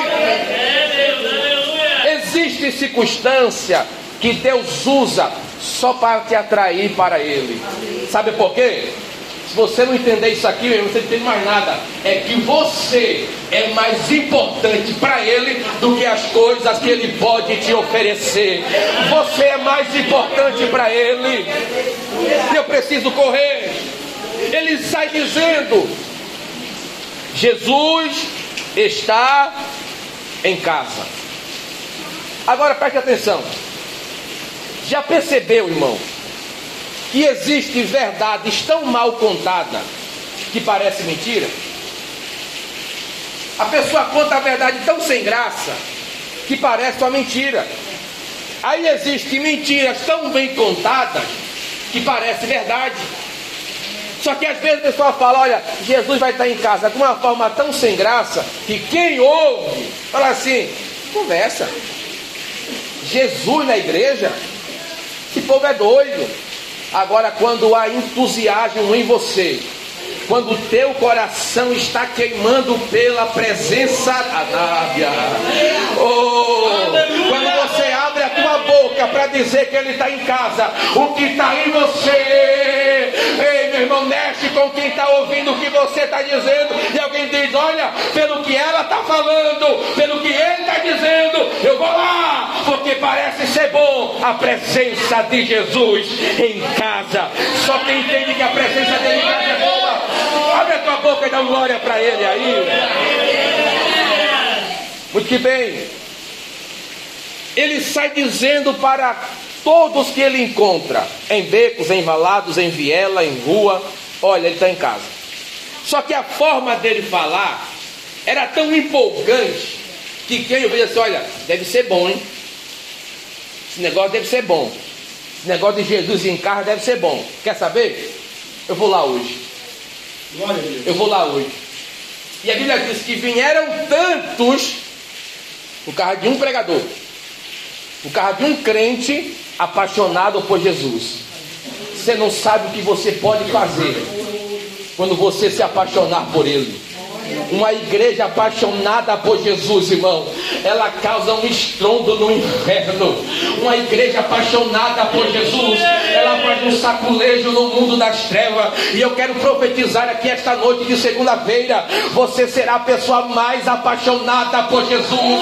Existe circunstância que Deus usa só para te atrair para Ele. Sabe por quê? Se você não entender isso aqui, você não entende mais nada. É que você é mais importante para Ele do que as coisas que Ele pode te oferecer. Você é mais importante para Ele. Eu preciso correr. Ele sai dizendo, Jesus está em casa. Agora preste atenção. Já percebeu, irmão, que existem verdades tão mal contadas que parece mentira? A pessoa conta a verdade tão sem graça que parece uma mentira. Aí existem mentiras tão bem contadas que parece verdade. Só que às vezes a pessoa fala, olha, Jesus vai estar em casa de uma forma tão sem graça que quem ouve fala assim, conversa. Jesus na igreja? Esse povo é doido. Agora, quando há entusiasmo em você, quando o teu coração está queimando pela presença da Nábia, oh, quando você abre a tua boca para dizer que Ele está em casa, o que está em você, ei meu irmão, mexe com quem está ouvindo o que você está dizendo, e alguém diz, olha, pelo que ela está falando, pelo que ele está dizendo, eu vou lá, porque parece ser bom a presença de Jesus em casa. Só quem entende que a presença dele em casa é boa, abre a tua boca e dá glória para Ele aí. Muito que bem. Ele sai dizendo para todos que ele encontra, em becos, em valados, em viela, em rua, olha, ele está em casa. Só que a forma dele falar era tão empolgante que quem ouvia assim, olha, deve ser bom, hein? Esse negócio deve ser bom. Esse negócio de Jesus em casa deve ser bom. Quer saber? Eu vou lá hoje. Glória a Deus. Eu vou lá hoje. E a Bíblia diz que vieram tantos por causa de um pregador, por causa de um crente apaixonado por Jesus. Você não sabe o que você pode fazer quando você se apaixonar por Ele. Uma igreja apaixonada por Jesus, irmão, ela causa um estrondo no inferno. Uma igreja apaixonada por Jesus, ela faz um saculejo no mundo das trevas. E eu quero profetizar aqui esta noite de segunda-feira, você será a pessoa mais apaixonada por Jesus.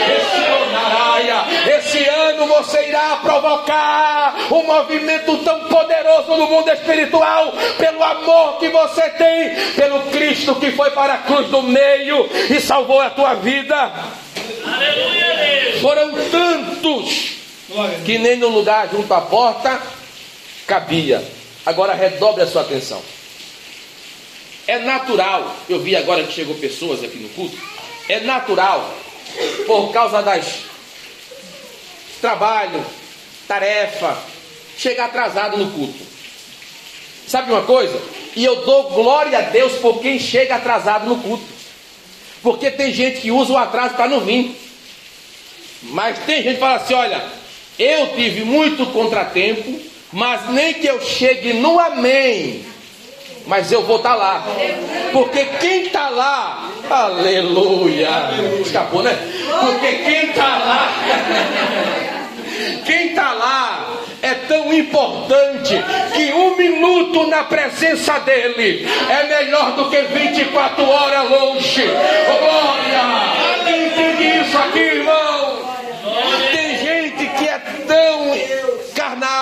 Esse, esse ano você irá provocar um movimento tão poderoso no mundo espiritual, pelo amor que você tem pelo Cristo que foi para a cruz do meio e salvou a tua vida. Aleluia. Foram tantos que nem no lugar junto à porta cabia. Agora redobre a sua atenção. É natural, eu vi agora que chegou pessoas aqui no culto, é natural, por causa das trabalho, tarefa, chegar atrasado no culto. Sabe uma coisa? E eu dou glória a Deus por quem chega atrasado no culto. Porque tem gente que usa o atraso para não vir. Mas tem gente que fala assim, olha, eu tive muito contratempo, mas nem que eu chegue no amém, mas eu vou estar lá. Porque quem está lá, aleluia, escapou, né? Porque quem está lá, quem está lá é tão importante que um minuto na presença dele é melhor do que vinte e quatro horas longe. Oh, glória! Quem entende isso aqui, irmão? Tem gente que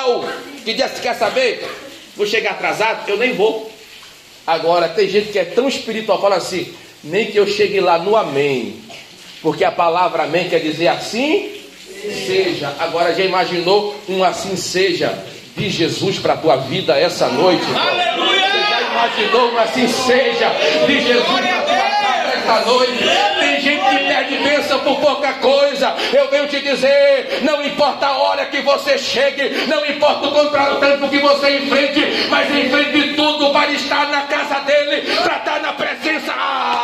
espiritual que diz: quer saber? Vou chegar atrasado, eu nem vou. Agora, tem gente que é tão espiritual, fala assim: nem que eu chegue lá no amém, porque a palavra amém quer dizer assim seja. Agora, já imaginou um assim seja de Jesus para a tua vida essa noite? Aleluia! Você já imaginou um assim seja de Jesus para a tua casa essa noite? Tem gente que perde bênção por pouca coisa. Eu venho te dizer: não importa a hora que você chegue, não importa o contratempo que você enfrente, mas enfrente tudo para estar na casa dele, para estar na presença.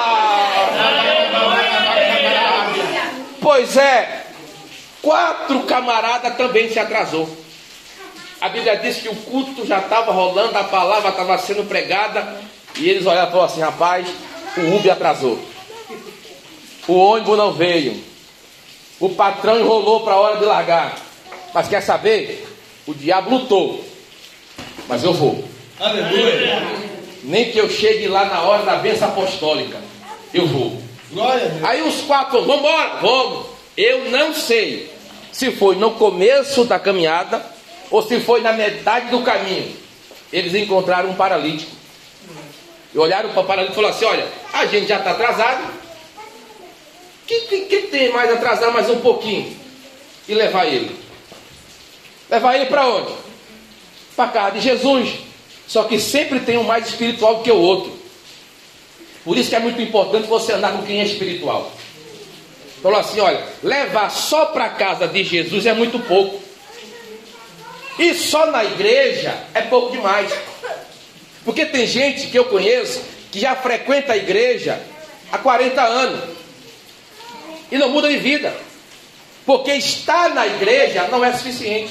Pois é, quatro camaradas também se atrasou. A Bíblia diz que o culto já estava rolando, a palavra estava sendo pregada, e eles olharam e falaram assim: rapaz, o Uber atrasou, o ônibus não veio, o patrão enrolou para a hora de largar. Mas quer saber? O diabo lutou, mas eu vou. Aleluia! Nem que eu chegue lá na hora da bênção apostólica, eu vou. Glória a Deus. Aí os quatro falaram: vamos embora, vamos. Eu não sei se foi no começo da caminhada ou se foi na metade do caminho. Eles encontraram um paralítico. E olharam para o paralítico e falaram assim: olha, a gente já está atrasado. O que, que, que tem mais atrasar mais um pouquinho? E levar ele. Levar ele para onde? Para a casa de Jesus. Só que sempre tem um mais espiritual do que o outro. Por isso que é muito importante você andar com quem é espiritual. Falou assim: olha, levar só para a casa de Jesus é muito pouco. E só na igreja é pouco demais. Porque tem gente que eu conheço que já frequenta a igreja há quarenta anos e não muda de vida. Porque estar na igreja não é suficiente.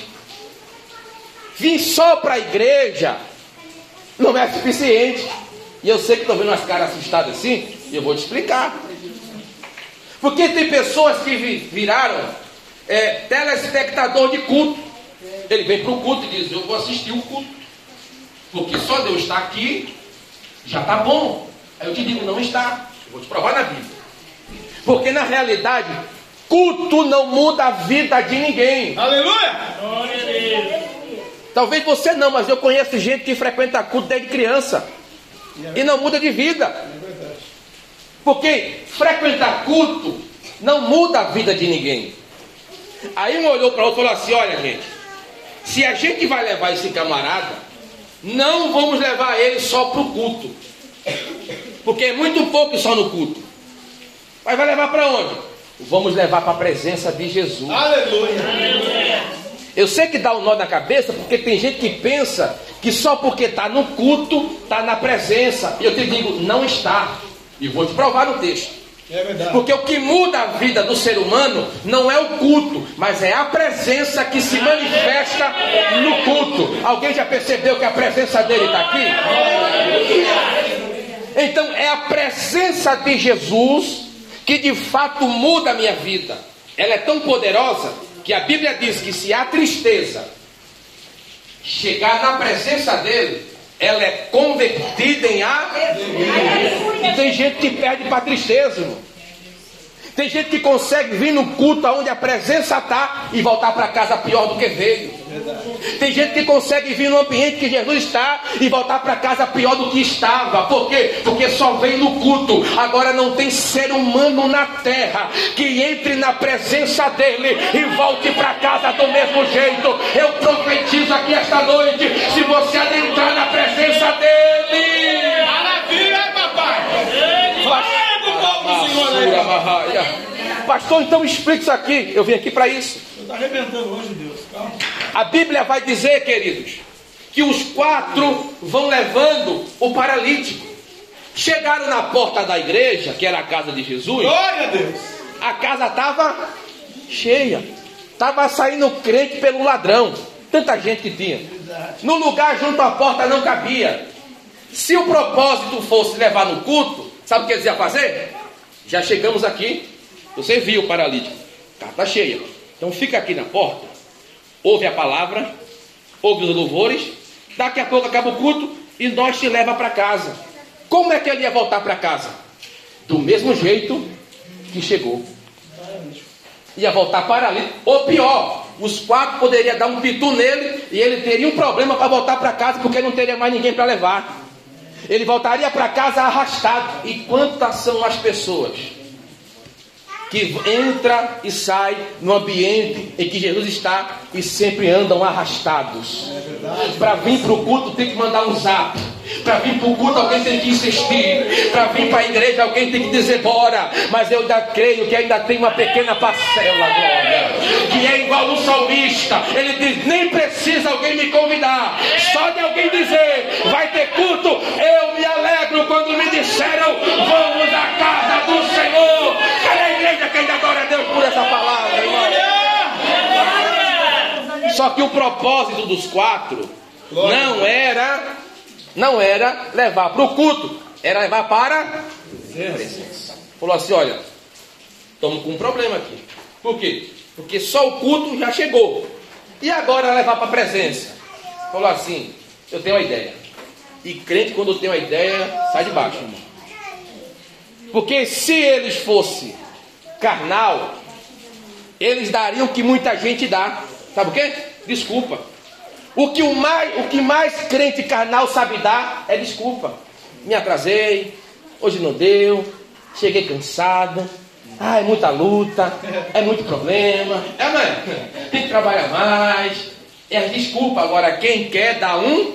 Vir só para a igreja não é suficiente. E eu sei que estou vendo umas caras assustadas assim, e eu vou te explicar. Porque tem pessoas que viraram é, telespectador de culto. Ele vem para o culto e diz: eu vou assistir o culto, porque só de eu estar aqui já está bom. Aí eu te digo: não está. Eu vou te provar na Bíblia. Porque na realidade, culto não muda a vida de ninguém. Aleluia! Glória a Deus. Talvez você não, mas eu conheço gente que frequenta culto desde criança e não muda de vida. Porque frequentar culto não muda a vida de ninguém. Aí um olhou para o outro e falou assim: olha, gente, se a gente vai levar esse camarada, não vamos levar ele só para o culto, porque é muito pouco só no culto. Mas vai levar para onde? Vamos levar para a presença de Jesus. Aleluia! Eu sei que dá um nó na cabeça, porque tem gente que pensa que só porque está no culto, está na presença. E eu te digo: não está. E vou te provar no texto. É verdade. Porque o que muda a vida do ser humano não é o culto, mas é a presença que se manifesta no culto. Alguém já percebeu que a presença dele está aqui? Então é a presença de Jesus que de fato muda a minha vida. Ela é tão poderosa que a Bíblia diz que se há tristeza chegar na presença dele, ela é convertida em alegria. E tem gente que perde para a tristeza, irmão. Tem gente que consegue vir no culto onde a presença está e voltar para casa pior do que veio. Tem gente que consegue vir no ambiente que Jesus está e voltar para casa pior do que estava. Por quê? Porque só vem no culto. Agora não tem ser humano na terra que entre na presença dele e volte para casa do mesmo jeito. Eu profetizo aqui esta noite: se você adentrar na presença dele, Maravilha, papai! Fala do povo do Senhor aí. Pastor, então explica isso aqui. Eu vim aqui para isso. Você está arrebentando hoje, Deus. Calma. A Bíblia vai dizer, queridos, que os quatro vão levando o paralítico. Chegaram na porta da igreja, que era a casa de Jesus. Glória a Deus! A casa estava cheia. Estava saindo crente pelo ladrão. Tanta gente que tinha. No lugar junto à porta não cabia. Se o propósito fosse levar no culto, sabe o que eles iam fazer? Já chegamos aqui. Você viu o paralítico. Casa está cheia. Então fica aqui na porta. Ouve a palavra. Ouve os louvores. Daqui a pouco acaba o culto e nós te leva para casa. Como é que ele ia voltar para casa? Do mesmo jeito que chegou. Ia voltar paralítico. Ou pior, os quatro poderiam dar um pitu nele e ele teria um problema para voltar para casa, porque não teria mais ninguém para levar. Ele voltaria para casa arrastado. E quantas são as pessoas que entra e sai no ambiente em que Jesus está e sempre andam arrastados? Para vir para o culto tem que mandar um zap. Para vir para o culto alguém tem que insistir. Para vir para a igreja alguém tem que dizer bora. Mas eu ainda creio que ainda tem uma pequena parcela, glória, que é igual no salmista. Ele diz, nem precisa alguém me convidar, só de alguém dizer, vai ter culto, eu me alegro quando me disseram, vamos à casa do Senhor. Cadê a igreja que ainda adora a Deus por essa palavra, irmão? Só que o propósito dos quatro não era Não era levar para o culto, era levar para a presença. Falou assim, olha, estamos com um problema aqui. Por quê? Porque só o culto já chegou. E agora levar para a presença? Falou assim, eu tenho uma ideia. E crente, quando tem uma ideia, sai de baixo, irmão. Porque se eles fossem carnal, eles dariam o que muita gente dá. Sabe o quê? Desculpa. O que, o, mais, o que mais crente carnal sabe dar é desculpa. Me atrasei, hoje não deu, cheguei cansado, ah, é muita luta, é muito problema, é, mãe, tem que trabalhar mais. É desculpa. Agora quem quer dá um.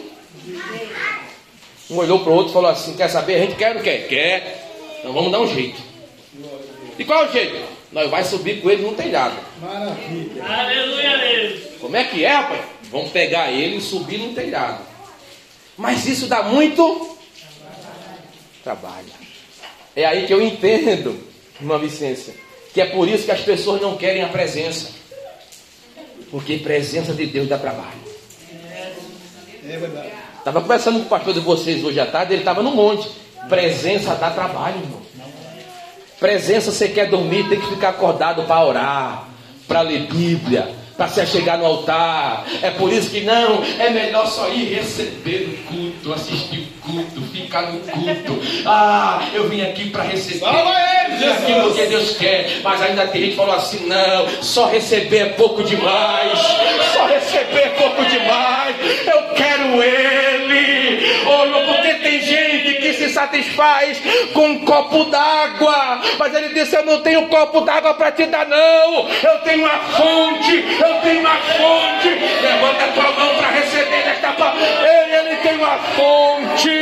Um olhou para o outro e falou assim, quer saber? A gente quer ou não quer? Quer. Então vamos dar um jeito. E qual é o jeito? Nós vamos subir com ele num telhado. Maravilha. Aleluia, Deus. Como é que é, rapaz? Vamos pegar ele e subir num telhado. Mas isso dá muito trabalho. É aí que eu entendo, irmã Vicência, que é por isso que as pessoas não querem a presença. Porque presença de Deus dá trabalho. É verdade. Estava conversando com o pastor de vocês hoje à tarde, ele estava no monte. Presença dá trabalho, irmão. Presença, você quer dormir, tem que ficar acordado para orar, para ler Bíblia, para se chegar no altar. É por isso que não, é melhor só ir receber o culto, assistir o culto, ficar no culto. Ah, eu vim aqui para receber aquilo que Deus quer. Mas ainda tem gente que falou assim, não, só receber é pouco demais, só receber é pouco demais, eu quero Ele. Olha, porque tem gente que se satisfaz com um copo d'água, mas ele disse, eu não tenho um copo d'água para te dar não, eu tenho uma fonte, eu tenho uma fonte. Levanta a tua mão para receber desta palavra. Ele, ele tem uma fonte.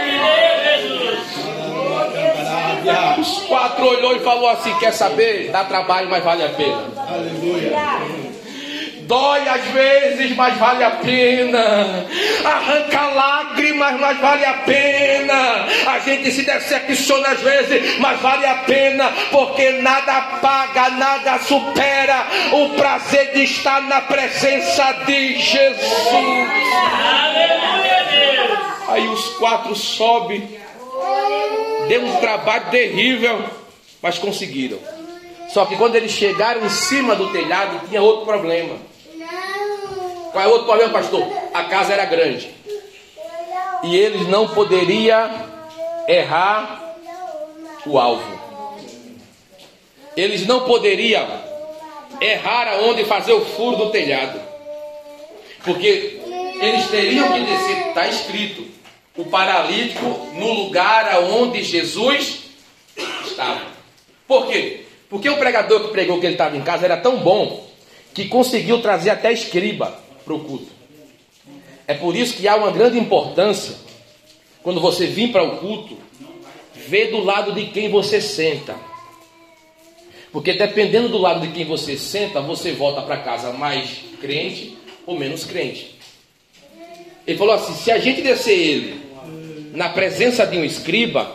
Os quatro olhou e falou assim, quer saber? Dá trabalho, mas vale a pena. Aleluia. Dói às vezes, mas vale a pena. Arranca lágrimas, mas vale a pena. A gente se decepciona às vezes, mas vale a pena. Porque nada paga, nada supera o prazer de estar na presença de Jesus. Aleluia, Deus. Aí os quatro sobem. Deu um trabalho terrível, mas conseguiram. Só que quando eles chegaram em cima do telhado, tinha outro problema. Qual é o outro problema, pastor? A casa era grande. E eles não poderiam errar o alvo. Eles não poderiam errar aonde fazer o furo do telhado. Porque eles teriam que descer, está escrito, o paralítico no lugar aonde Jesus estava. Por quê? Porque o pregador que pregou que ele estava em casa era tão bom que conseguiu trazer até escriba para o culto. É por isso que há uma grande importância, quando você vir para o culto, ver do lado de quem você senta. Porque dependendo do lado de quem você senta, você volta para casa mais crente ou menos crente. Ele falou assim, se a gente descer ele na presença de um escriba...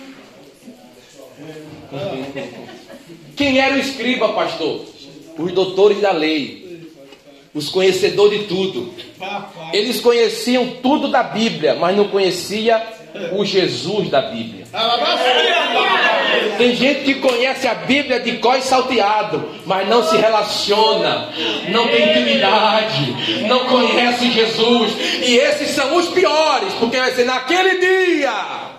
Quem era o escriba, pastor? Os doutores da lei, os conhecedores de tudo. Eles conheciam tudo da Bíblia, mas não conhecia o Jesus da Bíblia. Tem gente que conhece a Bíblia de cós salteado, mas não se relaciona, não tem intimidade, não conhece Jesus. E esses são os piores, porque vai ser naquele dia.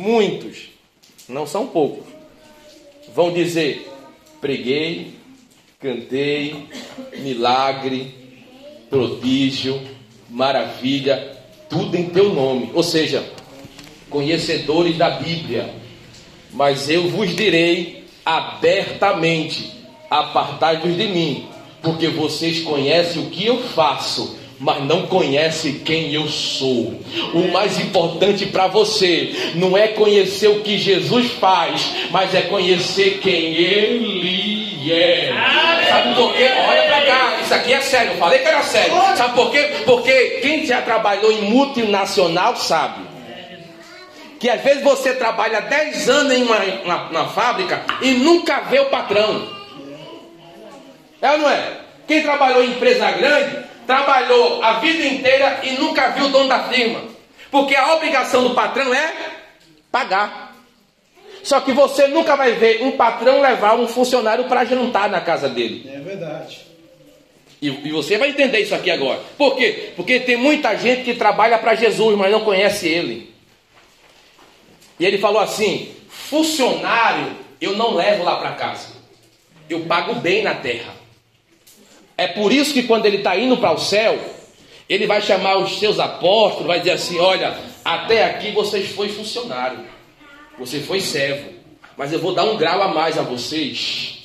Muitos, não são poucos, vão dizer, preguei, Cantei, milagre, prodígio, maravilha, tudo em teu nome. Ou seja, conhecedores da Bíblia. Mas eu vos direi abertamente: apartai-vos de mim, porque vocês conhecem o que eu faço, mas não conhecem quem eu sou. O mais importante para você não é conhecer o que Jesus faz, mas é conhecer quem Ele é. Sabe por quê? Olha para cá, isso aqui é sério, eu falei que era sério. Sabe por quê? Porque quem já trabalhou em multinacional sabe que às vezes você trabalha dez anos em uma, uma, uma fábrica e nunca vê o patrão. É ou não é? Quem trabalhou em empresa grande trabalhou a vida inteira e nunca viu o dono da firma. Porque a obrigação do patrão é pagar. Só que você nunca vai ver um patrão levar um funcionário para jantar na casa dele. É verdade. E, e você vai entender isso aqui agora. Por quê? Porque tem muita gente que trabalha para Jesus, mas não conhece Ele. E ele falou assim: funcionário eu não levo lá para casa, eu pago bem na terra. É por isso que quando ele está indo para o céu, ele vai chamar os seus apóstolos, vai dizer assim: olha, até aqui vocês foi funcionário, você foi servo, mas eu vou dar um grau a mais a vocês,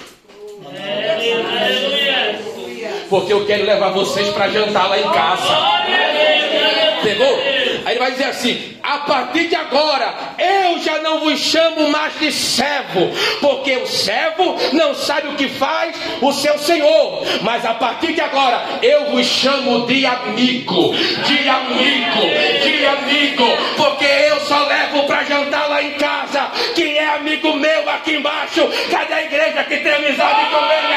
porque eu quero levar vocês para jantar lá em casa. Pegou? Aí ele vai dizer assim: a partir de agora eu já não vos chamo mais de servo, porque o servo não sabe o que faz o seu senhor, mas a partir de agora eu vos chamo de amigo, de amigo, de amigo, porque eu só levo para jantar lá em casa quem é amigo meu aqui embaixo. Cadê a igreja que tem amizade com ele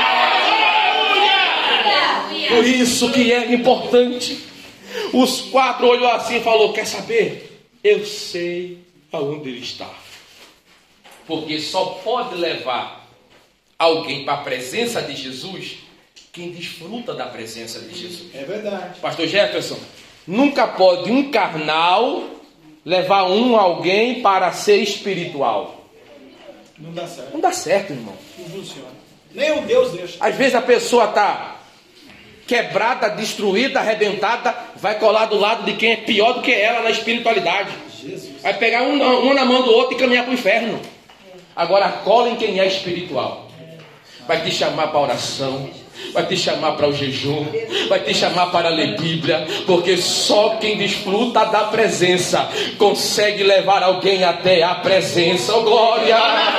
aqui? Por isso que é importante. Os quatro olhou assim e falou: quer saber? Eu sei aonde ele está. Porque só pode levar alguém para a presença de Jesus quem desfruta da presença de Jesus. É verdade. Pastor Jefferson, nunca pode um carnal levar um alguém para ser espiritual. Não dá certo. Não dá certo, irmão. Não funciona. Nem o Deus deixa. Às vezes a pessoa está quebrada, destruída, arrebentada, vai colar do lado de quem é pior do que ela na espiritualidade. Jesus. Vai pegar um, um na mão do outro e caminhar para o inferno. Agora cola em quem é espiritual. Vai te chamar para a oração, vai te chamar para o jejum, vai te chamar para ler Bíblia, porque só quem desfruta da presença consegue levar alguém até a presença. Oh, glória!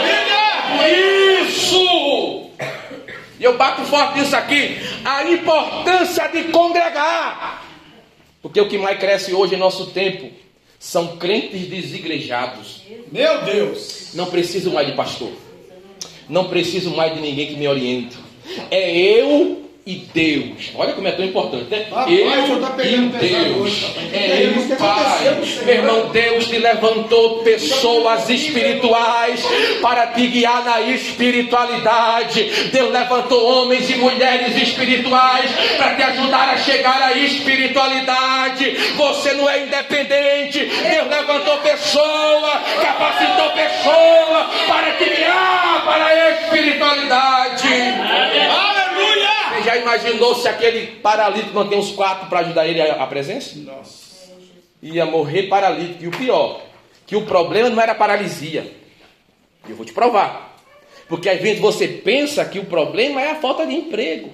Isso! E eu bato forte nisso aqui, a importância de congregar. Porque o que mais cresce hoje em nosso tempo são crentes desigrejados. Meu Deus! Não preciso mais de pastor, não preciso mais de ninguém que me oriente. É eu e Deus. Olha como é tão importante, né? Rapaz, eu tá e Deus. Hoje, É eu e Pai. Meu irmão, Deus te levantou pessoas espirituais para te guiar na espiritualidade. Deus levantou homens e mulheres espirituais para te ajudar a chegar à espiritualidade. Você não é independente. Deus levantou pessoa, capacitou pessoa para te guiar para a espiritualidade. Aleluia! Você já imaginou se aquele paralítico não tem uns quatro para ajudar ele à presença? Nossa. Ia morrer paralítico. E o pior, que o problema não era a paralisia. Eu vou te provar. Porque às vezes você pensa que o problema é a falta de emprego.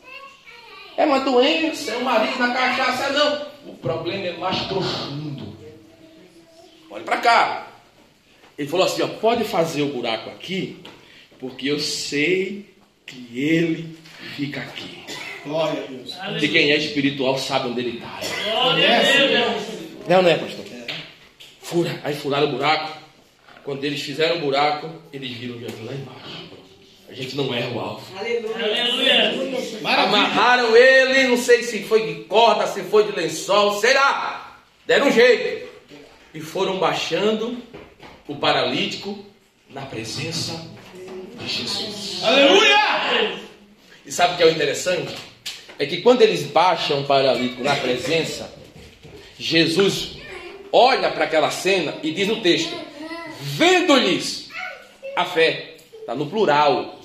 É uma doença, é um marido na cachaça. Não. O problema é mais profundo. Olha para cá. Ele falou assim, ó, pode fazer o buraco aqui, porque eu sei que ele fica aqui. Glória a Deus. De quem é espiritual sabe onde ele está. Glória a Deus. Não, não é, pastor? Fura. Aí furaram o buraco. Quando eles fizeram o buraco, eles viram Jesus lá embaixo. A gente não erra o alvo. Aleluia. Amarraram ele, não sei se foi de corda, se foi de lençol, será? Deram um jeito. E foram baixando o paralítico na presença de Jesus. Aleluia! E sabe o que é o interessante? É que quando eles baixam o paralítico na presença, Jesus olha para aquela cena e diz no texto, vendo-lhes a fé, está no plural,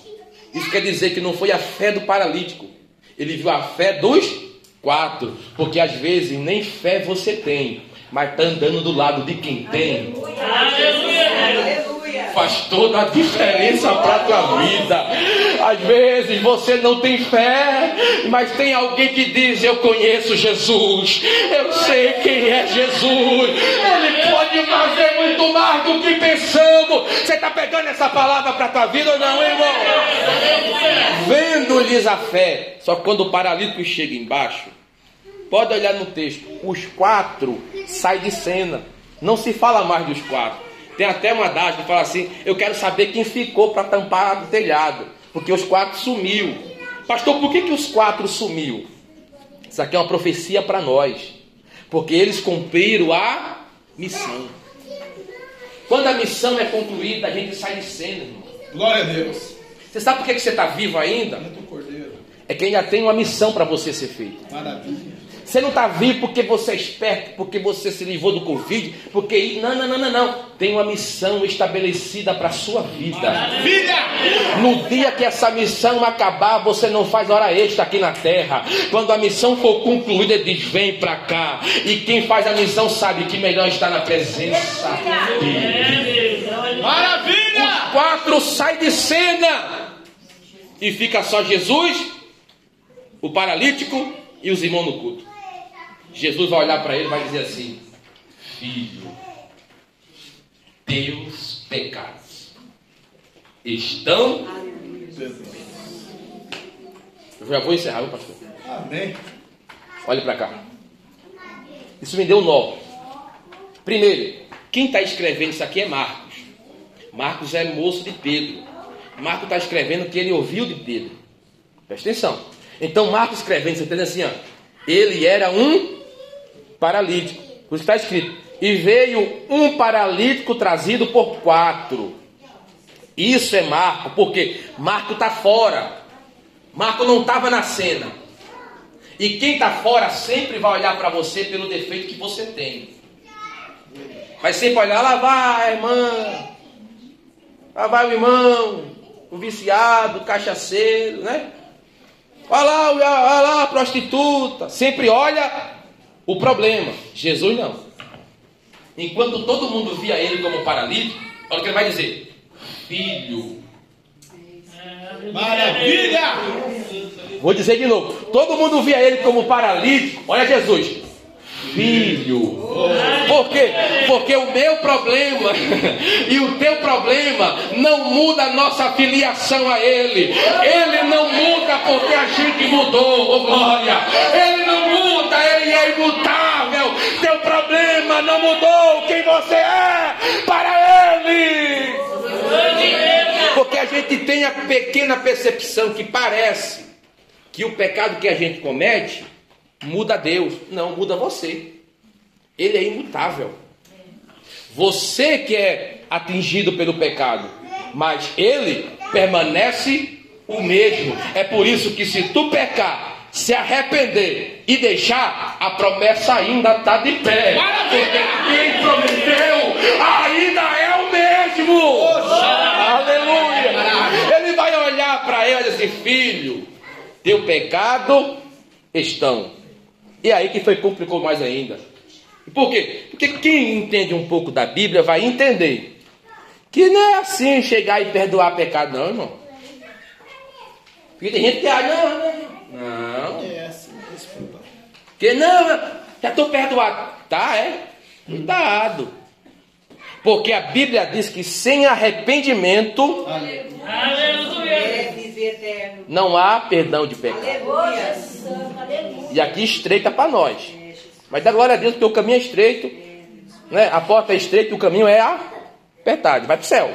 Isso quer dizer que não foi a fé do paralítico. Ele viu a fé dos quatro. Porque às vezes nem fé você tem, mas está andando do lado de quem tem. Aleluia. Faz toda a diferença para a tua vida. Às vezes você não tem fé, mas tem alguém que diz: eu conheço Jesus, eu sei quem é Jesus, Ele pode fazer muito mais do que pensamos. Você está pegando essa palavra para a tua vida ou não, irmão? Vendo-lhes a fé. Só que quando o paralítico chega embaixo, pode olhar no texto, os quatro saem de cena. Não se fala mais dos quatro. Tem até uma adagem que fala assim: eu quero saber quem ficou para tampar o telhado, porque os quatro sumiu. Pastor, por que, que os quatro sumiu? Isso aqui é uma profecia para nós, porque eles cumpriram a missão. Quando a missão é concluída, a gente sai de cena, irmão. Glória a Deus. Você sabe por que, que você está vivo ainda? Santo Cordeiro. É que ainda tem uma missão para você ser feita. Maravilha. Você não está vivo porque você é esperto, porque você se livrou do Covid, porque... Não, não, não, não, não. Tem uma missão estabelecida para a sua vida. Maravilha! No dia que essa missão acabar, você não faz hora extra aqui na terra. Quando a missão for concluída, ele diz: vem para cá. E quem faz a missão sabe que melhor está na presença dele. Maravilha! Os quatro saem de cena e fica só Jesus, o paralítico e os irmãos no culto. Jesus vai olhar para ele e vai dizer assim: filho, teus pecados estão... Eu já vou encerrar, meu pastor. Amém. Olhe para cá. Isso me deu um nó. Primeiro, quem está escrevendo isso aqui é Marcos. Marcos é moço de Pedro. Marcos está escrevendo que ele ouviu de Pedro. Presta atenção. Então Marcos escrevendo, você entende assim, ó, ele era um paralítico. Por isso está escrito: e veio um paralítico trazido por quatro. Isso é Marco, porque Marco está fora. Marco não estava na cena. E quem está fora sempre vai olhar para você pelo defeito que você tem. Vai sempre olhar: lá vai a irmã, lá vai o irmão, o viciado, o cachaceiro, né? Olha lá, olha lá a prostituta. Sempre olha o problema. Jesus não. Enquanto todo mundo via ele como paralítico, olha o que ele vai dizer: filho. Maravilha! Vou dizer de novo. Todo mundo via ele como paralítico. Olha Jesus: filho. Por quê? Porque o meu problema e o teu problema não muda a nossa filiação a ele. Ele não muda porque a gente mudou, oh glória. Ele não muda, ele é imutável. Teu problema não mudou quem você é para ele. Porque a gente tem a pequena percepção que parece que o pecado que a gente comete muda Deus. Não, muda você. Ele é imutável. Você que é atingido pelo pecado, mas ele permanece o mesmo. É por isso que se tu pecar, se arrepender e deixar, a promessa ainda está de pé. Porque quem prometeu ainda é o mesmo. Aleluia. Ele vai olhar para ele e dizer: filho, teu pecado estão. E aí que foi complicou mais ainda. Por quê? Porque quem entende um pouco da Bíblia vai entender que não é assim chegar e perdoar pecado, não, irmão. Porque tem gente que acha: não, não, não. É assim, desculpa. Que não, já estou perdoado. Tá, é? Cuidado. Porque a Bíblia diz que sem arrependimento não há perdão de pecado. E aqui estreita para nós. Mas dá glória a Deus porque o caminho é estreito, né? A porta é estreita e o caminho é apertado. Vai para o céu.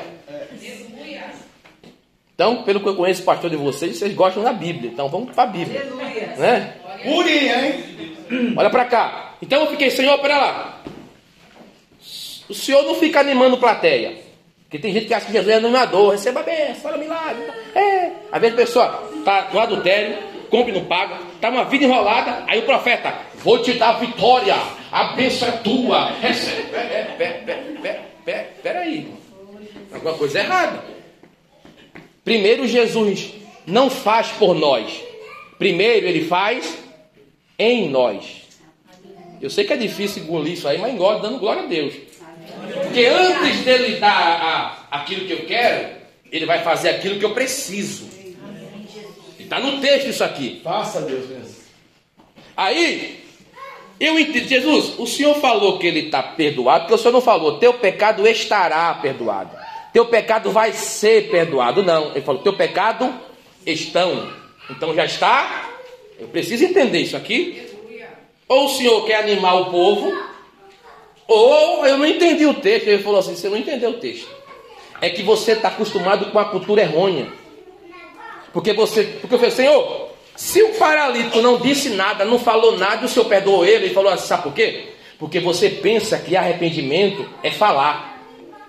Então, pelo que eu conheço, pastor de vocês, vocês gostam da Bíblia. Então vamos para a Bíblia, né? Purinha, hein? Olha para cá. Então eu fiquei: Senhor, pera lá. O Senhor não fica animando plateia. Porque tem gente que acha que Jesus é animador. Receba a bênção, fala milagre. É. Às vezes a pessoa está no adultério, compra e não paga, está uma vida enrolada. Aí o profeta: vou te dar vitória, a bênção é tua. Recebe. Pera, pera, pera, pera, pera, pera aí. Alguma coisa errada. Primeiro Jesus não faz por nós. Primeiro ele faz em nós. Eu sei que é difícil engolir isso aí, mas engole dando glória a Deus. Porque antes dele dar a, aquilo que eu quero, ele vai fazer aquilo que eu preciso. Está no texto isso aqui. Faça Deus mesmo. Aí, eu entendo. Jesus, o Senhor falou que ele está perdoado, porque o Senhor não falou, teu pecado estará perdoado. Teu pecado vai ser perdoado. Não, ele falou, teu pecado estão. Então já está. Eu preciso entender isso aqui. Ou o Senhor quer animar o povo, ou eu não entendi o texto. Ele falou assim, você não entendeu o texto. É que você está acostumado com a cultura errônea. Porque você, porque eu falei, Senhor, se o paralítico não disse nada, não falou nada, o Senhor perdoou ele, ele falou assim, sabe por quê? Porque você pensa que arrependimento é falar.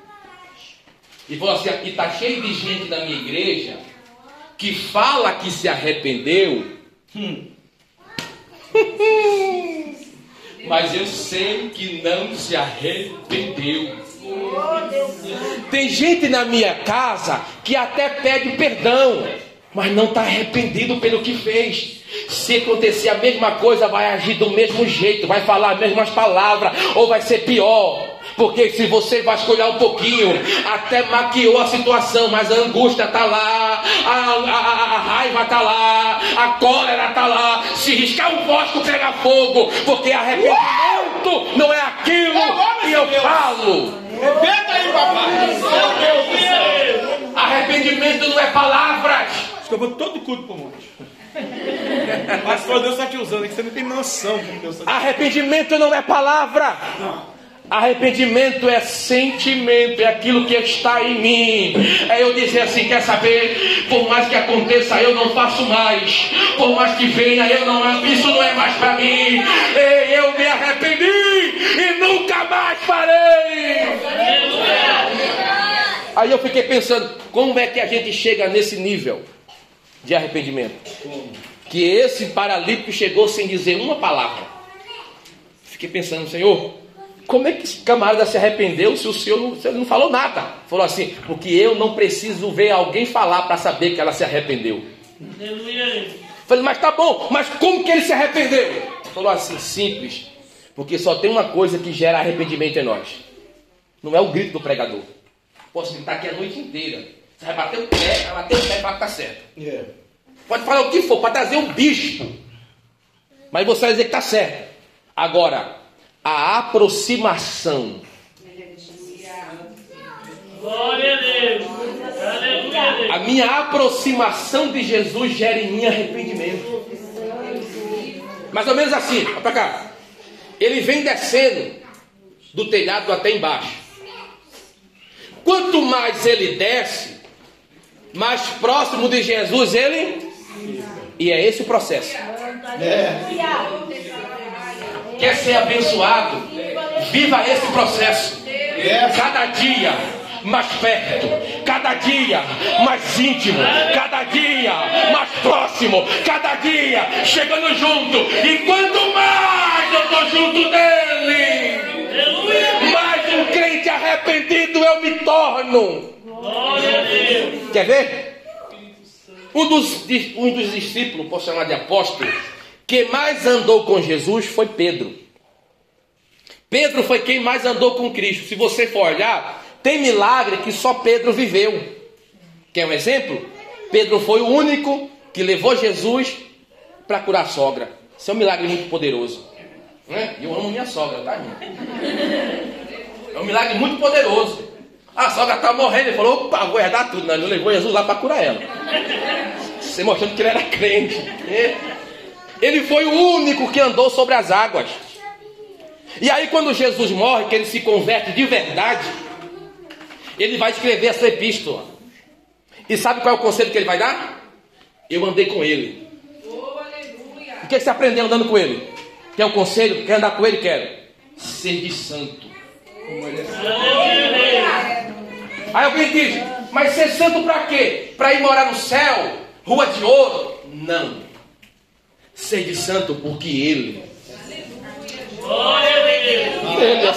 E falou assim, aqui está cheio de gente da minha igreja que fala que se arrependeu, hum. mas eu sei que não se arrependeu. Tem gente na minha casa que até pede perdão, mas não está arrependido pelo que fez. Se acontecer a mesma coisa, vai agir do mesmo jeito, vai falar as mesmas palavras, ou vai ser pior. Porque se você vasculhar um pouquinho, até maquiou a situação, mas a angústia está lá, a, a, a raiva está lá, a cólera está lá. Se riscar um fósforo, pega fogo, porque arrependimento não é aquilo que eu falo. Repita aí, papai. Arrependimento não é palavras. Acho que eu vou todo culto pro monte. Mas foi Deus está te usando, é que você não tem noção como Deus está te usando. Arrependimento não é palavra. Arrependimento é sentimento, é aquilo que está em mim. É eu dizer assim, quer saber? Por mais que aconteça, eu não faço mais. Por mais que venha, eu não, isso não é mais para mim. Eu me arrependi e nunca mais farei. Aí eu fiquei pensando, como é que a gente chega nesse nível de arrependimento? Que esse paralítico chegou sem dizer uma palavra. Fiquei pensando, Senhor, como é que esse camarada se arrependeu se o Senhor não, se ele não falou nada? Falou assim, porque eu não preciso ver alguém falar para saber que ela se arrependeu. Falei, mas tá bom, mas como que ele se arrependeu? Falou assim, simples, porque só tem uma coisa que gera arrependimento em nós. Não é o grito do pregador. Posso gritar aqui a noite inteira. Você vai bater o pé, vai bater o pé para estar certo. Yeah. Pode falar o que for, pode trazer um bicho, mas você vai dizer que está certo. Agora, a aproximação. Glória a Deus. Aleluia. A minha aproximação de Jesus gera em mim arrependimento. Mais ou menos assim, olha para cá. Ele vem descendo do telhado até embaixo. Quanto mais ele desce, mais próximo de Jesus ele. E é esse o processo. É. Quer ser abençoado? Viva esse processo. Cada dia mais perto, cada dia mais íntimo, cada dia mais próximo, cada dia chegando junto. E quanto mais eu estou junto dele, mais um crente arrependido eu me torno. Quer ver? Um dos, um dos discípulos, posso chamar de apóstolo, que mais andou com Jesus foi Pedro. Pedro foi quem mais andou com Cristo. Se você for olhar, tem milagre que só Pedro viveu. Quer um exemplo? Pedro foi o único que levou Jesus para curar a sogra. Isso é um milagre muito poderoso. Né? Eu amo minha sogra, tá, irmão? É um milagre muito poderoso. A sogra está morrendo. Ele falou, opa, vou herdar tudo. Não, ele levou Jesus lá para curar ela. Você mostrando que ele era crente. Ele foi o único que andou sobre as águas. E aí quando Jesus morre, que ele se converte de verdade, ele vai escrever essa epístola. E sabe qual é o conselho que ele vai dar? Eu andei com ele. O que você aprendeu andando com ele? Quer o conselho? Quer andar com ele? Quero. Ser de santo. Aí alguém diz, mas ser santo para quê? Para ir morar no céu? Rua de ouro? Não. Ser de santo porque ele... Ele é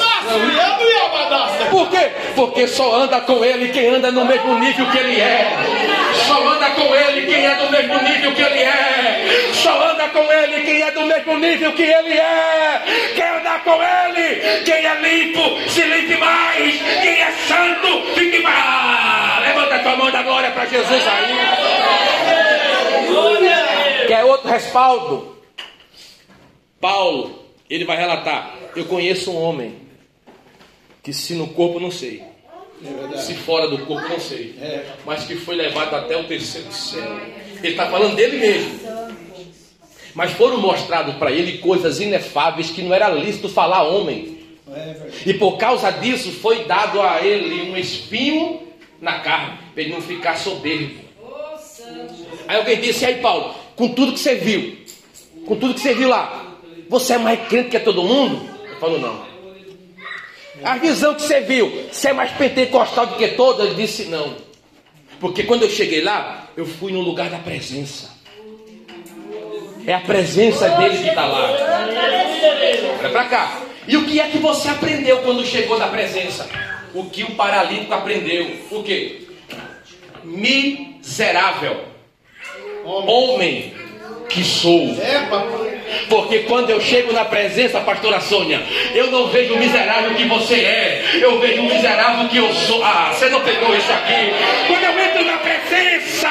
santo. Por quê? Porque só anda com ele quem anda no mesmo nível que ele é. Só anda com ele quem é do mesmo nível que ele é. Só anda com ele quem é do mesmo nível que ele é. Quem anda com ele, quem é limpo, se limpe mais. Quem é santo, fique mais. Levanta a tua mão da glória para Jesus aí. Quer outro respaldo? Paulo, ele vai relatar: eu conheço um homem que se no corpo não sei, se fora do corpo não sei, mas que foi levado até o terceiro céu. Ele está falando dele mesmo. Mas foram mostrados para ele coisas inefáveis que não era lícito falar a homem. E por causa disso foi dado a ele um espinho na carne, para ele não ficar soberbo. Aí alguém disse: aí Paulo, com tudo que você viu, com tudo que você viu lá, você é mais crente que todo mundo? Eu falo: não. A visão que você viu, você é mais pentecostal do que todos? Ele disse: não. Porque quando eu cheguei lá, eu fui no lugar da presença. É a presença dele que está lá. Olha para cá. E o que é que você aprendeu quando chegou na presença? O que o paralítico aprendeu? O quê? Miserável homem que sou. Porque quando eu chego na presença, pastora Sônia, eu não vejo o miserável que você é, eu vejo o miserável que eu sou. Ah, você não pegou isso aqui? Quando eu entro na presença,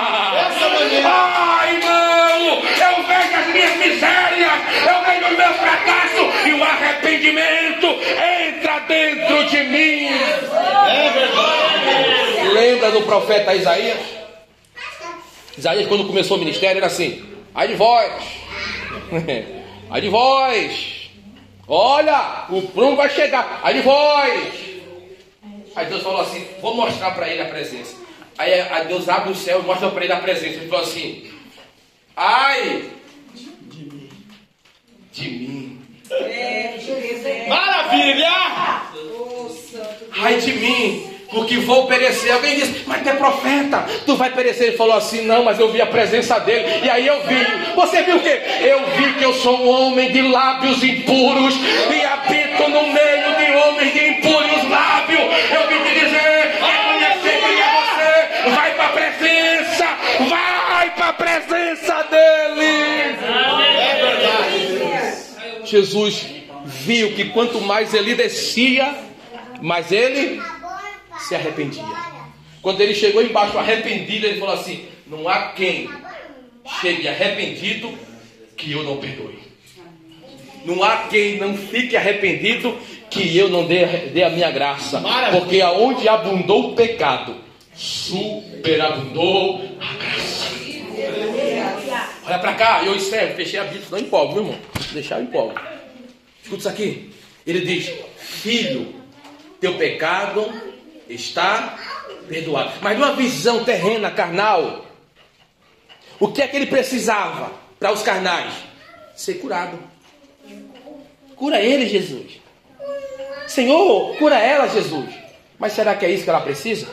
ah, irmão, eu vejo as minhas misérias, eu vejo os meus fracassos, e o arrependimento entra dentro de mim. É verdade. Lembra do profeta Isaías? Isaías, quando começou o ministério, era assim: ai de vós, ai de vós, olha, o prumo vai chegar, ai de vós. Aí Deus falou assim: vou mostrar para ele a presença. Aí, aí Deus abre o céu e mostra para ele a presença. Ele falou assim: ai de mim, de mim. Maravilha! Ai de mim, porque vou perecer. Alguém disse: mas tu é profeta, tu vai perecer. Ele falou assim: não, mas eu vi a presença dele. E aí eu vi. Você viu o quê? Eu vi que eu sou um homem de lábios impuros e habito no meio de homens de impuros lábios. Eu vim te dizer: reconhecer quem é você. Vai para a presença, vai para a presença dele. É verdade. Jesus viu que quanto mais ele descia, mais ele se arrependia. Quando ele chegou embaixo arrependido, ele falou assim: não há quem chegue arrependido que eu não perdoe. Não há quem não fique arrependido que eu não dê, dê a minha graça. Porque aonde abundou o pecado, superabundou a graça. Olha pra cá, eu encerro, fechei a Bíblia, não empolgo, meu irmão. Deixar eu empolgo. Escuta isso aqui. Ele diz: filho, teu pecado está perdoado. Mas numa visão terrena, carnal, o que é que ele precisava para os carnais? Ser curado. Cura ele, Jesus. Senhor, cura ela, Jesus. Mas será que é isso que ela precisa?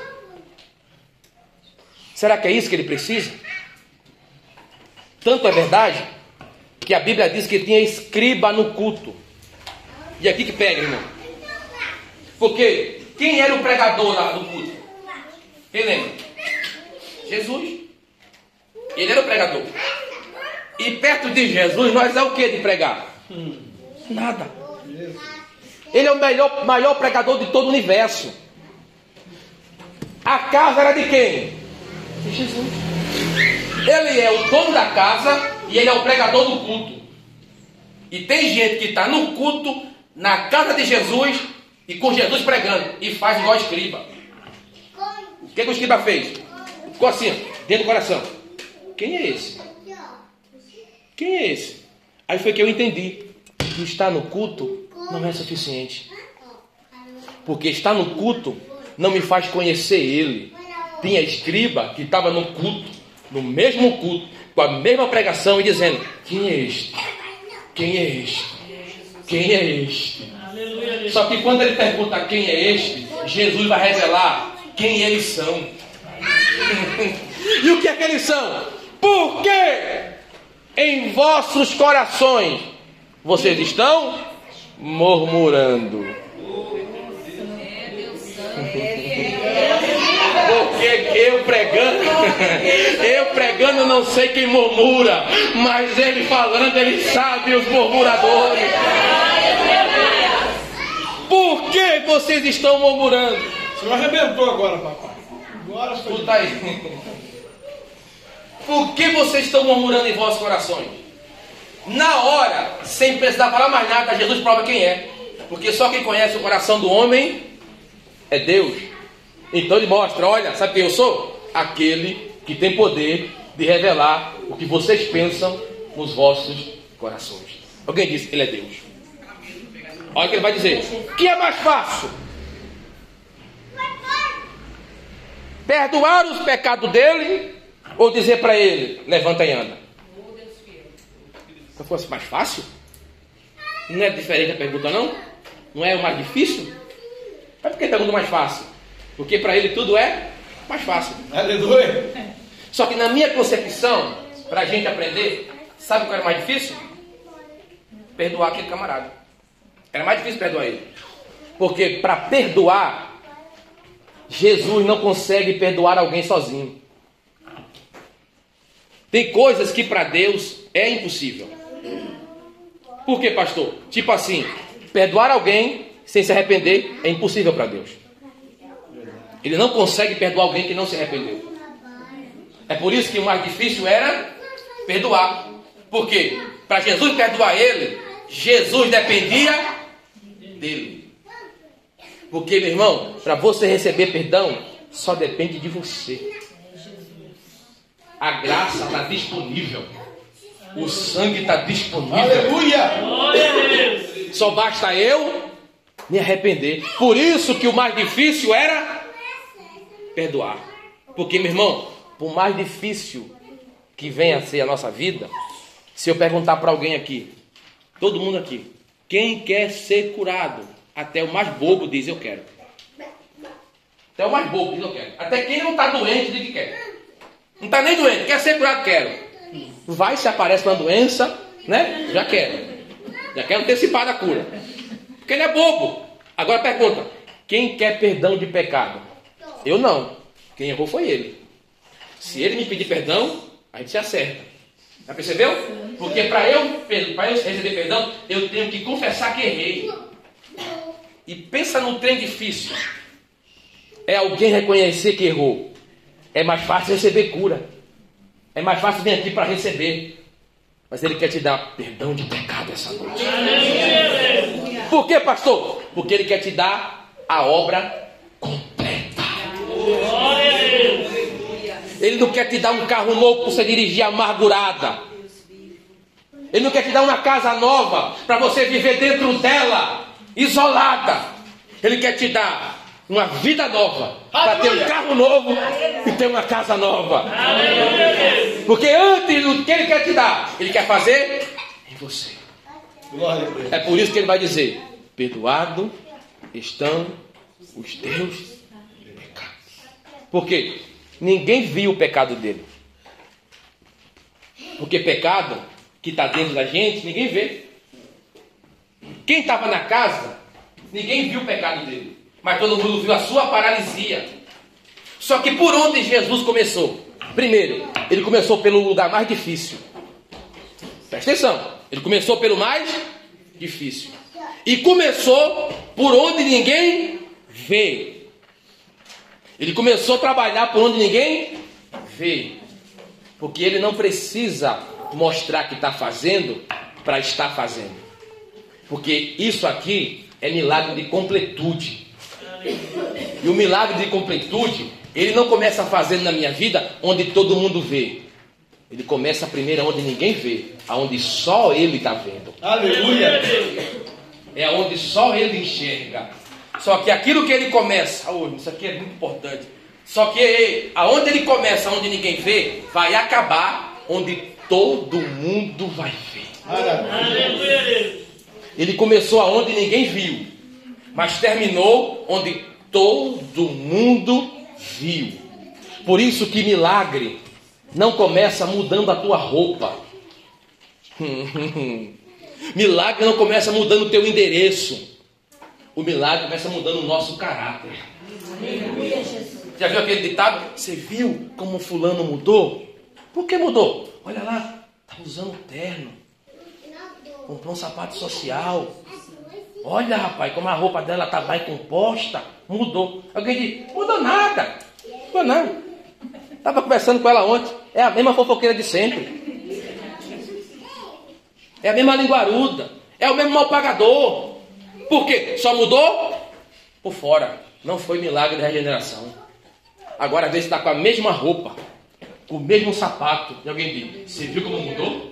Será que é isso que ele precisa? Tanto é verdade que a Bíblia diz que tinha escriba no culto. E aqui que pega, irmão. Porque quem era o pregador lá do culto? Quem lembra? Jesus. Ele era o pregador. E perto de Jesus, nós é o que de pregar? Nada. Ele é o melhor, maior pregador de todo o universo. A casa era de quem? De Jesus. Ele é o dono da casa e ele é o pregador do culto. E tem gente que está no culto, na casa de Jesus, e com Jesus pregando, e faz igual escriba. O que, que o escriba fez? Ficou assim, dentro do coração: quem é esse? Quem é esse? Aí foi que eu entendi que estar no culto não é suficiente. Porque estar no culto não me faz conhecer ele. Tinha escriba que estava no culto, no mesmo culto, com a mesma pregação, e dizendo: quem é este? Quem é este? Quem é este? Só que quando ele pergunta quem é este, Jesus vai revelar quem eles são. E o que é que eles são? Porque em vossos corações vocês estão murmurando. Porque Eu pregando, eu pregando, eu não sei quem murmura, mas ele falando, ele sabe os murmuradores. Por que vocês estão murmurando? O senhor arrebentou agora, papai. Agora foi. Escuta aí. Por que vocês estão murmurando em vossos corações? Na hora, sem precisar falar mais nada, Jesus prova quem é. Porque só quem conhece o coração do homem é Deus. Então ele mostra, olha, sabe quem eu sou? Aquele que tem poder de revelar o que vocês pensam nos vossos corações. Alguém disse que ele é Deus. Olha o que ele vai dizer. O que é mais fácil? Perdoar os pecados dele ou dizer para ele, levanta e anda? Se fosse mais fácil? Não é diferente a pergunta, não? Não é o mais difícil? Mas por que pergunta mais fácil? Porque para ele tudo é mais fácil. Aleluia. Só que na minha concepção, para a gente aprender, sabe o que era mais difícil? Perdoar aquele camarada. Era mais difícil perdoar ele. Porque para perdoar, Jesus não consegue perdoar alguém sozinho. Tem coisas que para Deus é impossível. Por quê, pastor? Tipo assim, perdoar alguém sem se arrepender é impossível para Deus. Ele não consegue perdoar alguém que não se arrependeu. É por isso que o mais difícil era perdoar. Por quê? Para Jesus perdoar ele, Jesus dependia dele. Porque, meu irmão, para você receber perdão, só depende de você. A graça está disponível. O sangue está disponível. Aleluia. Glória a Deus. Só basta eu me arrepender. Por isso que o mais difícil era perdoar. Porque, meu irmão, por mais difícil que venha a ser a nossa vida, se eu perguntar para alguém aqui, todo mundo aqui, quem quer ser curado? Até o mais bobo diz, eu quero. Até o mais bobo diz, eu quero. Até quem não está doente diz que quer. Não está nem doente, quer ser curado, quero. Vai, se aparece uma doença, né? Já quero. Já quero antecipar a cura. Porque ele é bobo. Agora pergunta, quem quer perdão de pecado? Eu não. Quem errou foi ele. Se ele me pedir perdão, a gente se acerta. Já percebeu? Porque para eu, para eu receber perdão, eu tenho que confessar que errei. E pensa num trem difícil. É alguém reconhecer que errou. É mais fácil receber cura. É mais fácil vir aqui para receber. Mas ele quer te dar perdão de pecado essa noite. Por que, pastor? Porque ele quer te dar a obra completa. Glória a Deus. Ele não quer te dar um carro novo para você dirigir amargurada. Ele não quer te dar uma casa nova para você viver dentro dela, isolada. Ele quer te dar uma vida nova para ter um carro novo e ter uma casa nova. Porque antes do que ele quer te dar, ele quer fazer em você. É por isso que ele vai dizer: perdoado estão os teus pecados. Por quê? Ninguém viu o pecado dele. Porque pecado que está dentro da gente, ninguém vê. Quem estava na casa, ninguém viu o pecado dele. Mas todo mundo viu a sua paralisia. Só que por onde Jesus começou? Primeiro, ele começou pelo lugar mais difícil. Presta atenção. Ele começou pelo mais difícil. E começou por onde ninguém vê. Ele começou a trabalhar por onde ninguém vê. Porque ele não precisa mostrar que está fazendo para estar fazendo. Porque isso aqui é milagre de completude. E o milagre de completude, ele não começa fazendo na minha vida onde todo mundo vê. Ele começa primeiro onde ninguém vê, aonde só ele está vendo. Aleluia. É onde só ele enxerga. Só que aquilo que ele começa, oh, isso aqui é muito importante. Só que aonde ele começa, onde ninguém vê, vai acabar onde todo mundo vai ver. Aleluia. Ele começou aonde ninguém viu, mas terminou onde todo mundo viu. Por isso que milagre não começa mudando a tua roupa. Milagre não começa mudando o teu endereço. O milagre começa mudando o nosso caráter. Já viu aquele ditado? Você viu como fulano mudou? Por que mudou? Olha lá, tá usando terno. Comprou um sapato social. Olha, rapaz, como a roupa dela tá bem composta. Mudou. Alguém diz, mudou nada. Mudou nada. Estava conversando com ela ontem. É a mesma fofoqueira de sempre. É a mesma linguaruda. É o mesmo mal pagador. Por quê? Só mudou por fora. Não foi milagre de regeneração. Agora, às vezes, está com a mesma roupa, com o mesmo sapato. E alguém diz, você viu como mudou?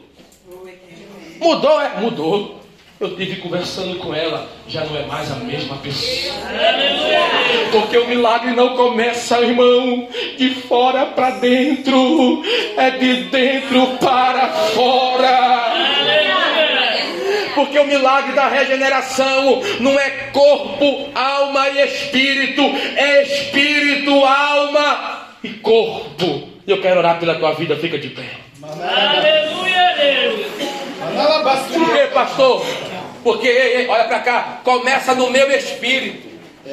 Mudou, é? Mudou. Eu tive conversando com ela, já não é mais a mesma pessoa. Porque o milagre não começa, irmão, de fora para dentro. É de dentro para fora. Porque o milagre da regeneração não é corpo, alma e espírito. É espírito, alma e corpo. Eu quero orar pela tua vida, fica de pé. Aleluia, Deus. Por quê, pastor? Porque, olha para cá, começa no meu espírito.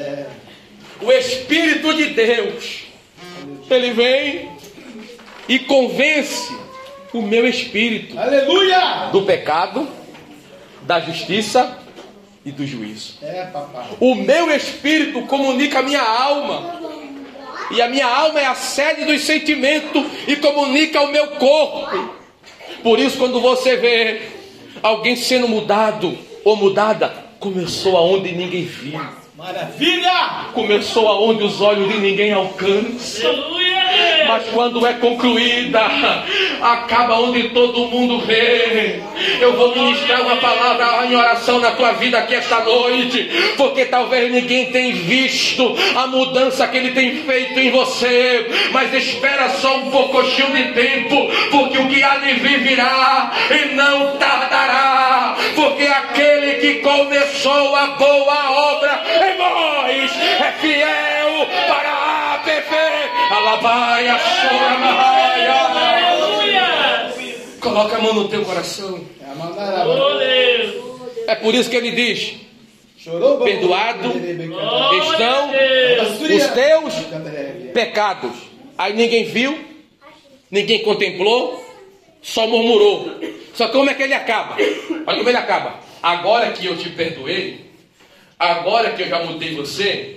O Espírito de Deus, ele vem e convence o meu espírito. Aleluia! Do pecado, da justiça e do juízo. É, papai. O meu espírito comunica a minha alma. E a minha alma é a sede dos sentimentos e comunica o meu corpo. Por isso, quando você vê alguém sendo mudado ou mudada, começou aonde ninguém viu. Maravilha! Começou aonde os olhos de ninguém alcançam. Aleluia, Mas quando é concluída, acaba onde todo mundo vê. Eu vou ministrar uma palavra em oração na tua vida aqui esta noite, porque talvez ninguém tenha visto a mudança que Ele tem feito em você. Mas espera só um pouquinho de tempo, porque o que há de vir virá e não tardará. Porque aquele que começou a boa obra em vós é fiel para aperfeiçoar. Alabaia, chora, marraia. aleluia. Coloca a mão no teu coração. Oh, Deus. É por isso que ele diz: Chorou, perdoado Glória estão a Deus. os teus pecados. Aí ninguém viu, ninguém contemplou, só murmurou. Só que como é que ele acaba? Olha como ele acaba. Agora que eu te perdoei, agora que eu já mudei você,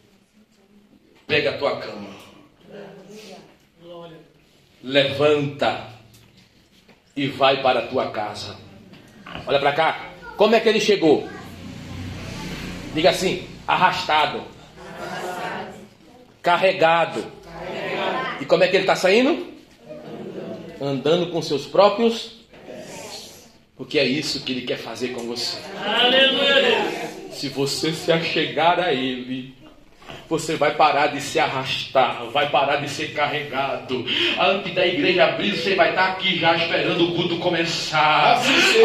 pega a tua cama, levanta e vai para a tua casa. Olha para cá. Como é que ele chegou? Diga assim: arrastado, arrastado. Carregado. Carregado. E como é que ele está saindo? Andando com seus próprios pés. Porque é isso que ele quer fazer com você. Aleluia. Se você se achegar a ele, você vai parar de se arrastar, vai parar de ser carregado. Antes da igreja abrir, você vai estar aqui já esperando o culto começar.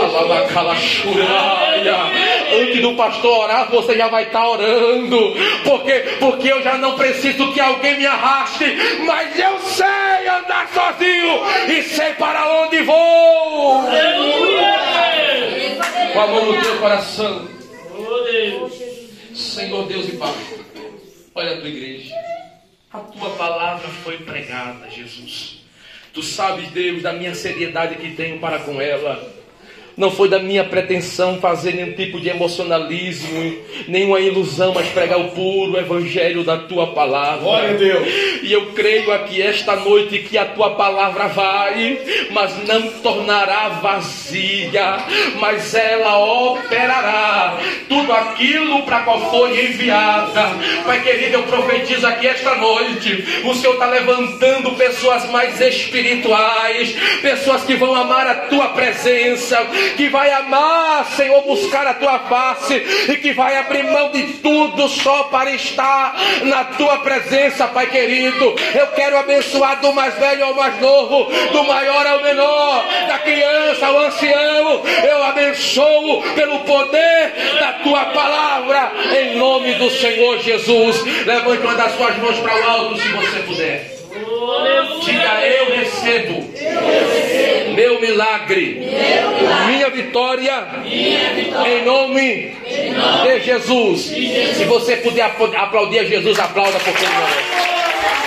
Antes do pastor orar, você já vai estar orando. Porque, porque eu já não preciso que alguém me arraste, mas eu sei andar sozinho e sei para onde vou. Aleluia. Com a mão no teu coração. Oh, Deus. Senhor Deus e Pai, olha a tua igreja. A tua palavra foi pregada, Jesus. Tu sabes, Deus, da minha seriedade que tenho para com ela. Não foi da minha pretensão fazer nenhum tipo de emocionalismo, nenhuma ilusão, mas pregar o puro evangelho da tua palavra. Glória a Deus. E eu creio aqui esta noite que a tua palavra vai, mas não tornará vazia, mas ela operará tudo aquilo para qual foi enviada. Pai querido, eu profetizo aqui esta noite, o Senhor está levantando pessoas mais espirituais, pessoas que vão amar a tua presença, que vai amar, Senhor, buscar a tua face, e que vai abrir mão de tudo só para estar na tua presença, Pai querido. Eu quero abençoar do mais velho ao mais novo, do maior ao menor, da criança ao ancião. Eu abençoo pelo poder da tua palavra, em nome do Senhor Jesus. Levante uma das suas mãos para o alto, se você puder. Diga: eu recebo, eu recebo meu, milagre, meu milagre, minha vitória, minha vitória, em nome, em nome de Jesus. Jesus. Se você puder aplaudir a Jesus, aplauda, porque ele merece.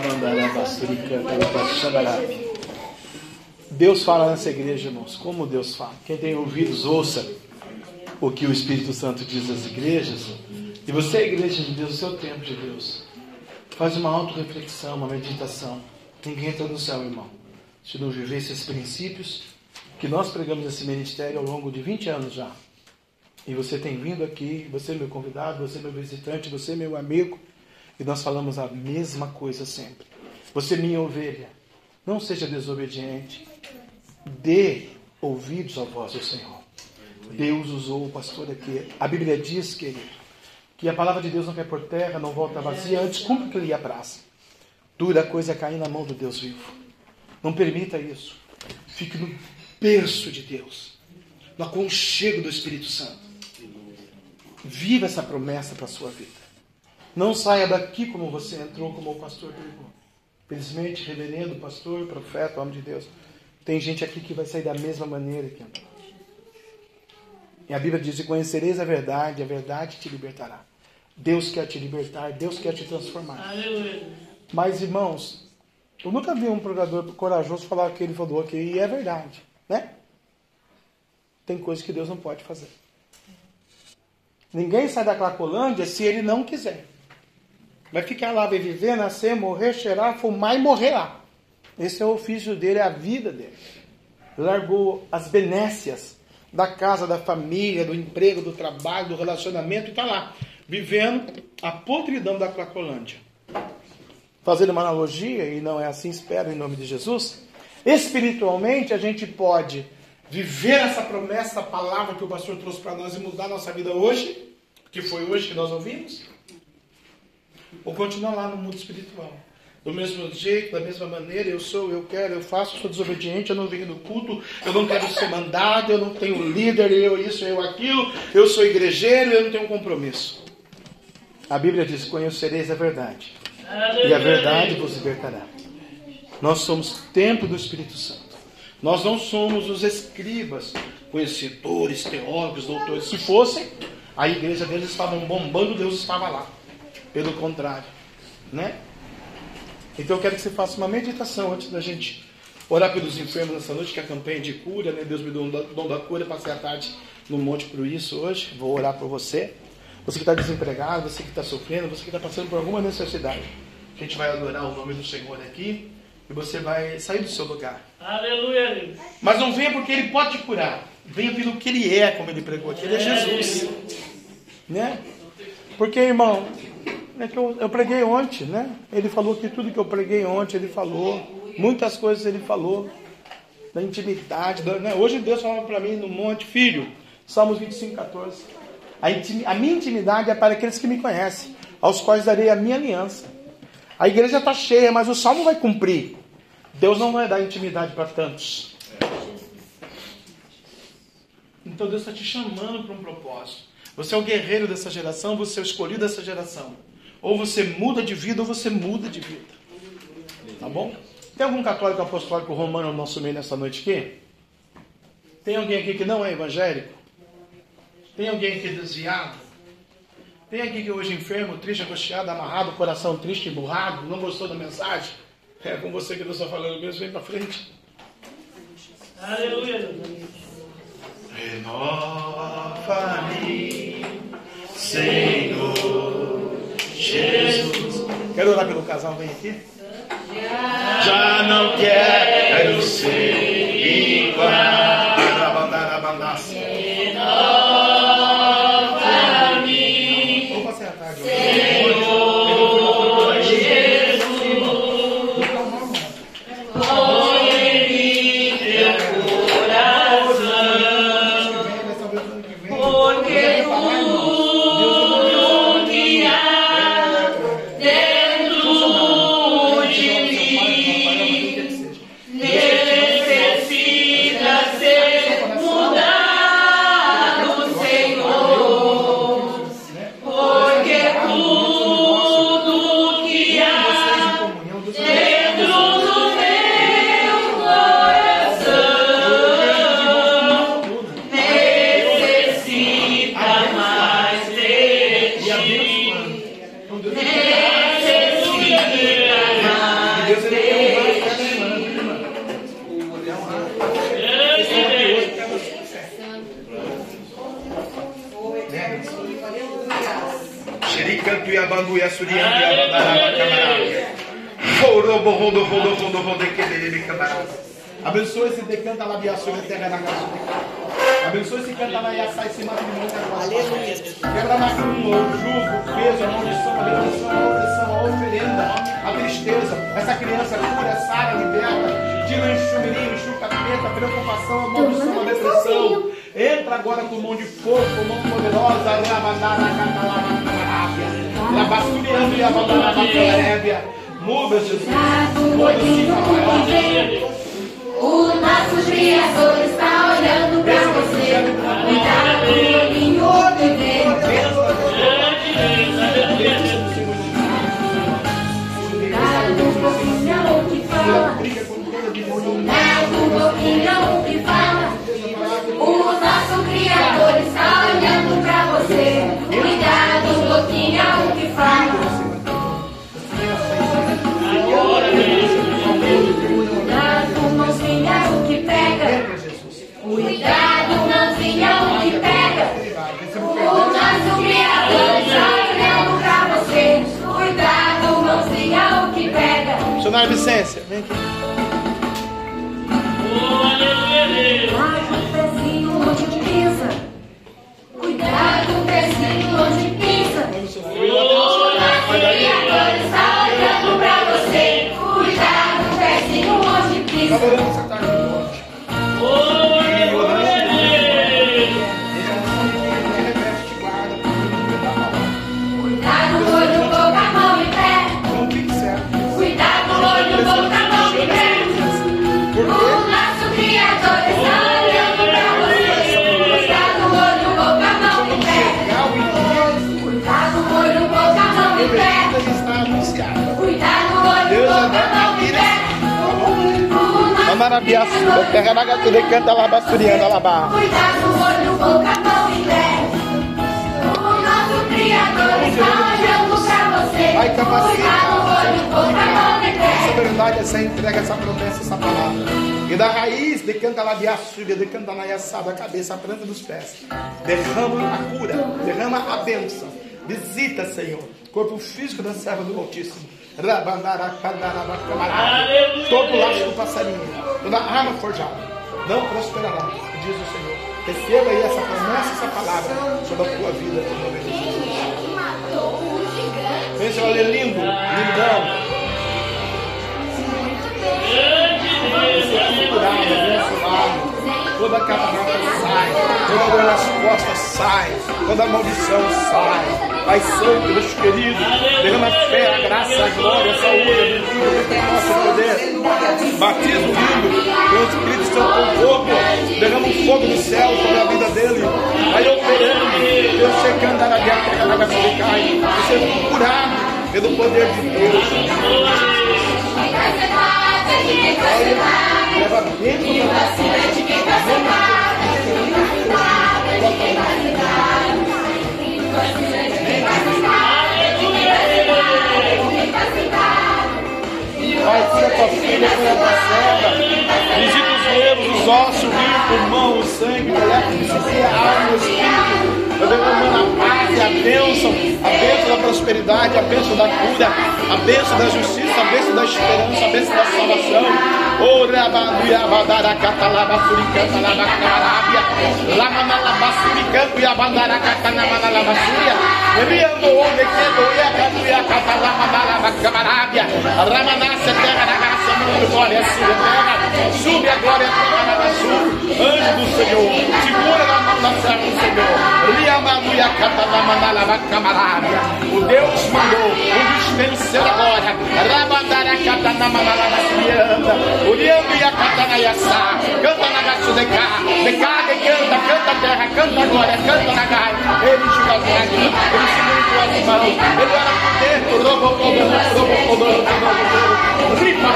Deus fala nessa igreja, irmãos. Como Deus fala? Quem tem ouvidos, ouça o que o Espírito Santo diz às igrejas. E você, a igreja de Deus, o seu tempo de Deus, faz uma auto-reflexão, uma meditação. Ninguém entra no céu, irmão, se não viver esses princípios que nós pregamos nesse ministério ao longo de vinte anos já. E você tem vindo aqui, você é meu convidado, você é meu visitante, você é meu amigo, e nós falamos a mesma coisa sempre. Você, minha ovelha, não seja desobediente, dê ouvidos à voz do Senhor. Deus usou o pastor aqui. A Bíblia diz, querido, que a palavra de Deus não cai por terra, não volta vazia, antes cumpre o que lhe apraza. Dura coisa é cair na mão do Deus vivo. Não permita isso. Fique no berço de Deus, no aconchego do Espírito Santo. Viva essa promessa para a sua vida. Não saia daqui como você entrou, como o pastor pregou. Felizmente, reverendo, pastor, profeta, homem de Deus, tem gente aqui que vai sair da mesma maneira que entrou. E a Bíblia diz: e conhecereis a verdade, a verdade te libertará. Deus quer te libertar, Deus quer te transformar. Aleluia. Mas, irmãos, eu nunca vi um pregador corajoso falar o que ele falou aqui, e é verdade, né? Tem coisas que Deus não pode fazer. Ninguém sai da Cracolândia se ele não quiser. Vai ficar lá, vai viver, nascer, morrer, cheirar, fumar e morrer lá. Esse é o ofício dele, é a vida dele. Largou as benécias da casa, da família, do emprego, do trabalho, do relacionamento, e está lá, vivendo a podridão da Cracolândia. Fazendo uma analogia, e não é assim, espero, em nome de Jesus, espiritualmente a gente pode viver essa promessa, essa palavra que o pastor trouxe para nós e mudar a nossa vida hoje, que foi hoje que nós ouvimos, ou continuar lá no mundo espiritual. Do mesmo jeito, da mesma maneira, eu sou, eu quero, eu faço, eu sou desobediente, eu não venho no culto, eu não quero ser mandado, eu não tenho líder, eu isso, eu aquilo, eu sou igrejeiro, eu não tenho compromisso. A Bíblia diz: conhecereis a verdade, e a verdade vos libertará. Nós somos templo do Espírito Santo. Nós não somos os escribas, conhecedores, teólogos, doutores. Se fossem, a igreja deles estavam bombando, Deus estava lá. Pelo contrário, né? Então eu quero que você faça uma meditação antes da gente orar pelos enfermos nessa noite, que é a campanha de cura, né? Deus me deu um dom da cura, passei a tarde no monte por isso hoje. Vou orar por você. Você que está desempregado, você que está sofrendo, você que está passando por alguma necessidade. A gente vai adorar o nome do Senhor aqui e você vai sair do seu lugar. Aleluia, Deus. Mas não venha porque Ele pode te curar. Venha pelo que Ele é, como Ele pregou aqui. Ele é Jesus. Né? Porque, irmão, é que eu, eu preguei ontem, né? Ele falou que tudo que eu preguei ontem, Ele falou. Muitas coisas Ele falou. Da intimidade. Da, né? Hoje Deus falava para mim no monte: filho, Salmos vinte e cinco, catorze. A, intimi, a minha intimidade é para aqueles que me conhecem, aos quais darei a minha aliança. A igreja está cheia, mas o Salmo vai cumprir. Deus não vai dar intimidade para tantos. Então Deus está te chamando para um propósito. Você é o guerreiro dessa geração, você é o escolhido dessa geração. Ou você muda de vida, ou você muda de vida. Tá bom? Tem algum católico apostólico romano no nosso meio nessa noite aqui? Tem alguém aqui que não é evangélico? Tem alguém aqui desviado? Tem alguém que hoje enfermo, triste, angustiado, amarrado, coração triste, emburrado, não gostou da mensagem? É com você que Deus está falando mesmo, vem para frente. Aleluia. Renova-me, Senhor Jesus. Quero orar pelo casal, vem aqui. Já não quero ser igual. Renova-me, vou passar a tarde. Senhor Jesus, põe em mim teu coração, porque tudo que há dentro de mim necessita ser mudado, Senhor, porque tudo que há dentro do meu coração necessita mais de ti, necessita mais Deus ele quer honrar cada irmã, irmã. Ele quer honrar. Xericanto e abandu e assurianto e abandaraba camarada. Forobo, rodo, rodo, rodo, rodo, que camarada. Abençoa esse decanta lá de açúcar, terra na casa de cá. Abençoa esse canta lá e assar esse matrimônio. Aleluia. Quebra na cruz, o jugo, o peso, a maldição, a redenção, a opressão, a oferenda, a tristeza. Essa criança cura, sara, liberta. Tira o enxumirinho, enxuga o capeta, a preocupação, a maldição, a depressão. Entra agora com mão de fogo, com mão poderosa. Rabandara, catalaba, camarabia. Labasturiando e abandonando a camarabia. Muda, Jesus. Muda, sim, papai. O nosso Criador está olhando para você. Cuidado em outro Deus. Cuidado um pouquinho o que fala. Cuidado um pouquinho o que fala. O nosso Criador está olhando para você. Cuidado um pouquinho o que fala. Cuidado, mãozinha, o que pega. O nosso Criador está olhando pra você. Cuidado, mãozinha, o que pega. Missionário Vicência, vem aqui. Cuidado, pezinho, onde pisa. Cuidado, pezinho, onde pisa. O nosso Criador está olhando pra você. Cuidado, pezinho, onde pisa. Maravilha, terra na gata de canta lá, basturiana lá, barra. Cuidado, olho, boca, mão e pé. O nosso Criador está olhando pra você. Vai capacitar. Cuidado, olho, boca, mão e pé. Essa verdade, essa entrega, essa promessa, essa palavra. E da raiz, de canta lá de açúcar, de canta lá e assada, a cabeça, a planta dos pés. Derrama a cura, derrama a bênção. Visita, Senhor, corpo físico da serva do Altíssimo. Todo laço do passarinho, toda arma forjada não prosperará, diz o Senhor. Receba aí essa promessa, essa palavra sobre a tua vida, em nome de Jesus. Vem, Senhor, ele é lindo, lindão. Você é curado, abençoado. Toda catarata sai, toda dor nas costas sai, toda maldição sai. Pai Santo, Deus querido, derrama a fé, a graça, a glória, a saúde, a vida, o nosso poder. Batismo lindo, Deus Espírito Santo com fogo, derrama um fogo do céu sobre a vida dele. Vai operando, Deus secando a terra, a água se cai, você curado pelo poder de Deus. Leva bem Pai, cura tua filha, cura tua serva. Visita os nervos, os ossos, o rio, o pulmão, o sangue, o elétrico, a alma, o espírito. Eu derramando a paz e a bênção, a bênção da prosperidade, a bênção da cura, a bênção da justiça, a bênção da esperança, a bênção da salvação. Oh, Rabaduia, Badara, Catalaba, Suricanta, Labacarábia, Lamanalaba, Suricanto, Yabandara, Catanamana, Labassuria, Riando, Omequendo, Iacaduia, Catalama, Labacarábia, Ramanácia, Terra, Nagaça, Mundo, Glória, Sua Terra, sube a glória, Terra, da Sul, anjo do Senhor, segura na mão da serva do Senhor, Riamaduia, Catalama, Labacarábia, o Deus mandou, o dispensa da glória, Rabandara, Catanama, Labassuria, Uriando e a canta Yassá, canta na gato de cá, de cá, de canta, canta a terra, canta a glória, canta na gai, ele enxuga as lágrimas, ele segura em tuas mãos, ele ora por dentro, robo, robo, robo, robo, robo, ripa,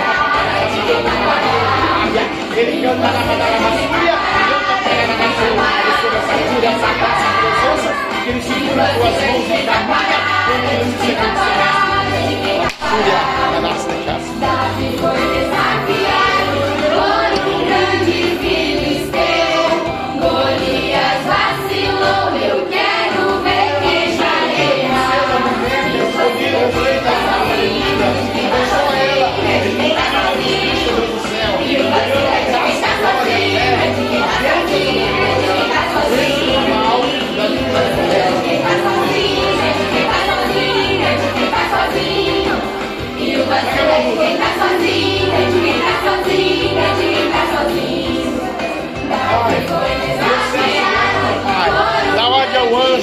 ele canta na madara macia, canta a terra na gato, ele segura essa cura, essa graça, essa presença, ele segura as tuas mãos e caminha, ele se segura, Súria, a nasce de casa.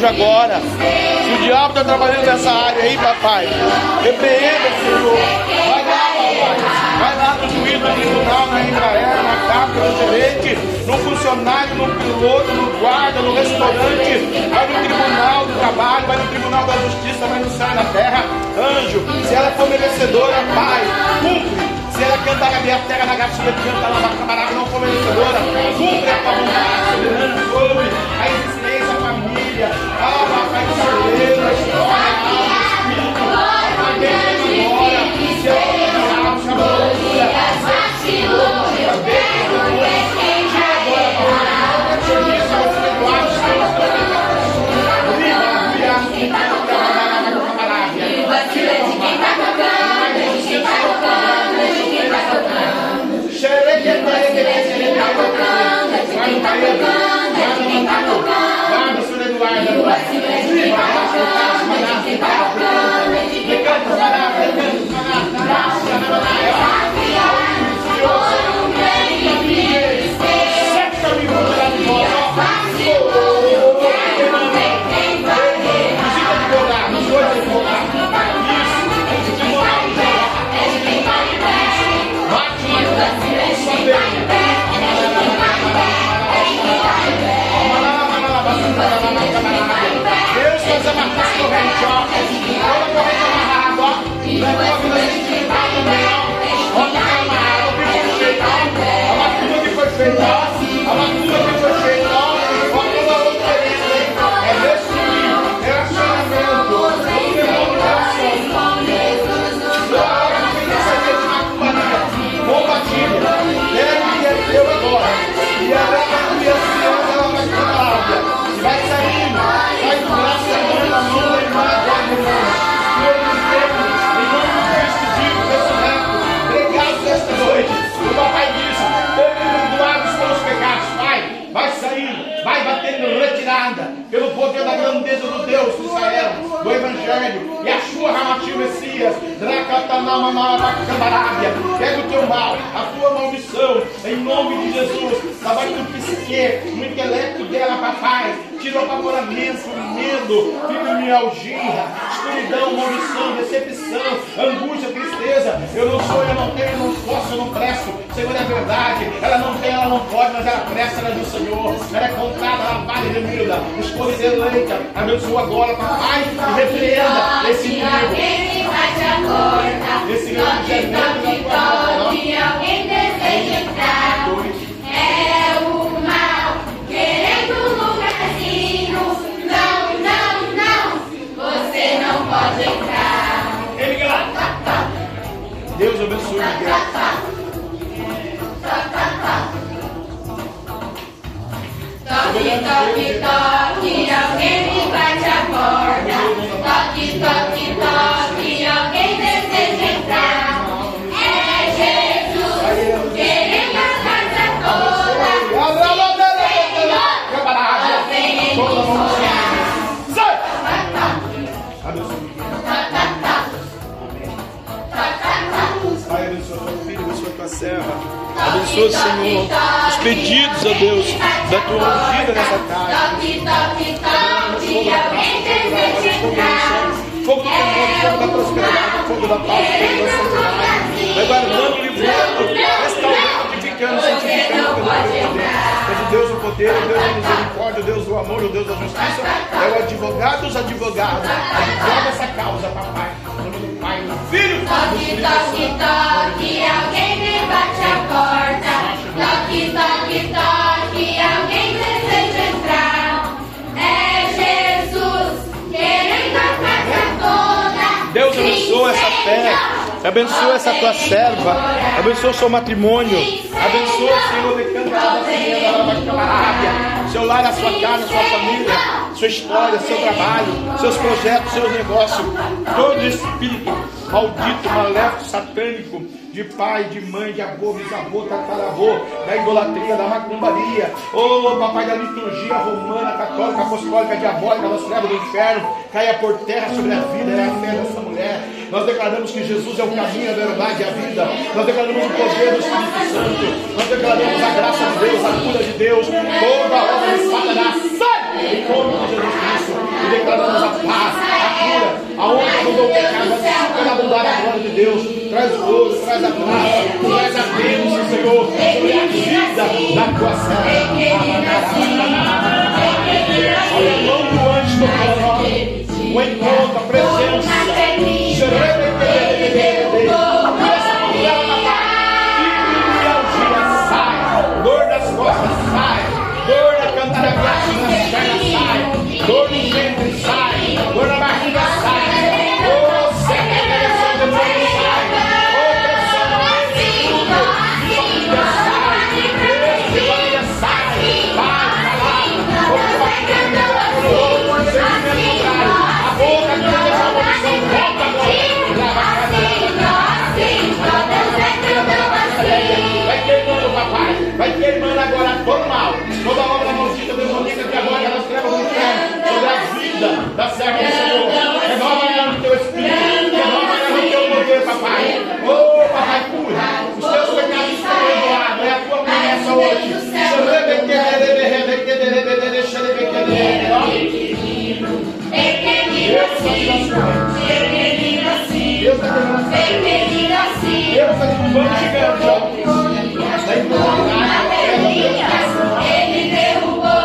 hoje agora. Se o diabo está trabalhando nessa área aí, papai, repreenda, Senhor. Vai lá, papai. Vai lá no juiz, no tribunal, na Embraer, na capa, no gerente, no funcionário, no piloto, no guarda, no restaurante. Vai no tribunal do trabalho, vai no tribunal da justiça, vai no céu e na terra. Anjo, se ela for merecedora, Pai, cumpre. Se ela cantar a minha terra na gatinha, canta lá na camarada, não for merecedora, cumpre a tua vontade soberana sobre a existência, a família, a papai do celeiro, a história, a alma, o espírito, a bem agora, se ela for diabo, se ela for loucura, se ela for bem, tira agora, papai, por isso, eu sou Eduardo, estamos no pecado. Viva, viva, viva, camarada, tira a vontade. Deus faz amarrar essa corrente, ó. Toda corrente amarrada, ó. Leva a vida sentimental também, ó. Ó, tá amarrada, o que foi feito, ó. A macumba que foi feita, ó. A macumba que foi feita, ó. Ó, toda outra vez, hein. É destruir, relacionamento, todo demônio relação. Agora não tem que saber de macumbaria. Combatilha. Leve é teu agora. E a aleluia, Senhor, ela vai cantar. Vai saindo, vai do braço da mão, da mão da irmã, agora, irmão. Senhor dos tempos, em nome do Cristo vivo, ressurreto, obrigado nesta noite. O papai disse: perdoados pelos pecados, vai, vai saindo, vai batendo retirada, pelo poder da grandeza do Deus de Israel, do Evangelho, e a sua Ramatil Messias, pega o teu mal, a tua maldição, em nome de Jesus, trabalha no psique, no intelecto dela, papai. Tira o apavoramento, o medo, fibromialgia, escuridão, maldição, decepção, angústia, tristeza. Eu não sou, eu não tenho, eu não posso, eu não presto. Senhor, é verdade. Ela não tem, ela não pode, mas ela presta, ela é do Senhor. Ela é contada, ela vale remida. Escolha eleita. Abençoa agora, papai, e repreenda esse inimigo. Esse grande gemendo da tua vida. Que alguém deseja entrar. É o mal querendo um lugarzinho. Não, não, não. Você não pode entrar. Deus abençoe, Deus. Toque, toque, toque, alguém me bate a porta. Toque, toque, toque, alguém deseja entrar. É Jesus, querendo a casa toda. Senhor, ela vem iniciar. Sai! Pai, abençoa tua filha, abençoa tua serva. Abençoa, Senhor, os pedidos, ó Deus, da tua ungida nessa casa. Fogo do temor, fogo da prosperidade, fogo da paz, fogo da santidade. Vai guardando, livrando, restaurando, edificando, santificando pelo teu poder. É de Deus o poder, o Deus da misericórdia, o Deus do amor, o Deus da justiça. É o advogado dos advogados. Advoga essa causa, papai. Em nome do Pai, do Filho e do Toque, Espírito toque, toque, alguém me bate a porta. Toque, toque, toque, alguém deseja entrar. É Jesus, querendo a casa toda. Deus abençoa essa fé, abençoa essa tua serva, abençoa o seu matrimônio, abençoa, Senhor, seu lar, a sua casa, a sua família, sua história, seu trabalho, seus projetos, seus negócios, todo espírito maldito, maléfico, satânico, de pai, de mãe, de avô, bisavô, tataravô, da idolatria, da macumbaria, oh papai, da liturgia romana, católica, apostólica, diabólica, das trevas do inferno, caia por terra sobre a vida e a fé dessa mulher. Nós declaramos que Jesus é o caminho, a verdade e a vida. Nós declaramos o poder do Espírito Santo. Nós declaramos a graça de Deus, a cura de Deus, toda a obra de Satanás sai em nome de Jesus Cristo. declaramos a paz, a cura, aonde mudou o pecado, a supernabundar a glória de Deus, traz o ouro, traz a graça, traz a bênção, Senhor, sobre a vida da tua serva. Olha, longo antes do coro, o encontro, a presença, dor das costas sai, dor da cantarabia nas pernas sai, dor no ventre sai, dor na barriga sai, oh, seca a direção do mundo sai, oh, pressão no ventre, família sai, família sai, vai, palavra, oh, família, oh, sentimento contrário, a boca que não deixa a posição, volta agora, lava a casa, vai queimando, papai, vai queimando agora todo mal, toda obra maldita, demoníaca que agora nós trevas no inferno, sobre a vida da serva do Senhor. Renova ela no teu espírito, renova ela no teu poder, papai. Oh, papai, cura. Os teus pecados estão perdoados, é a tua promessa hoje. Deus está derrubando um gigante, ó. Ele derrubou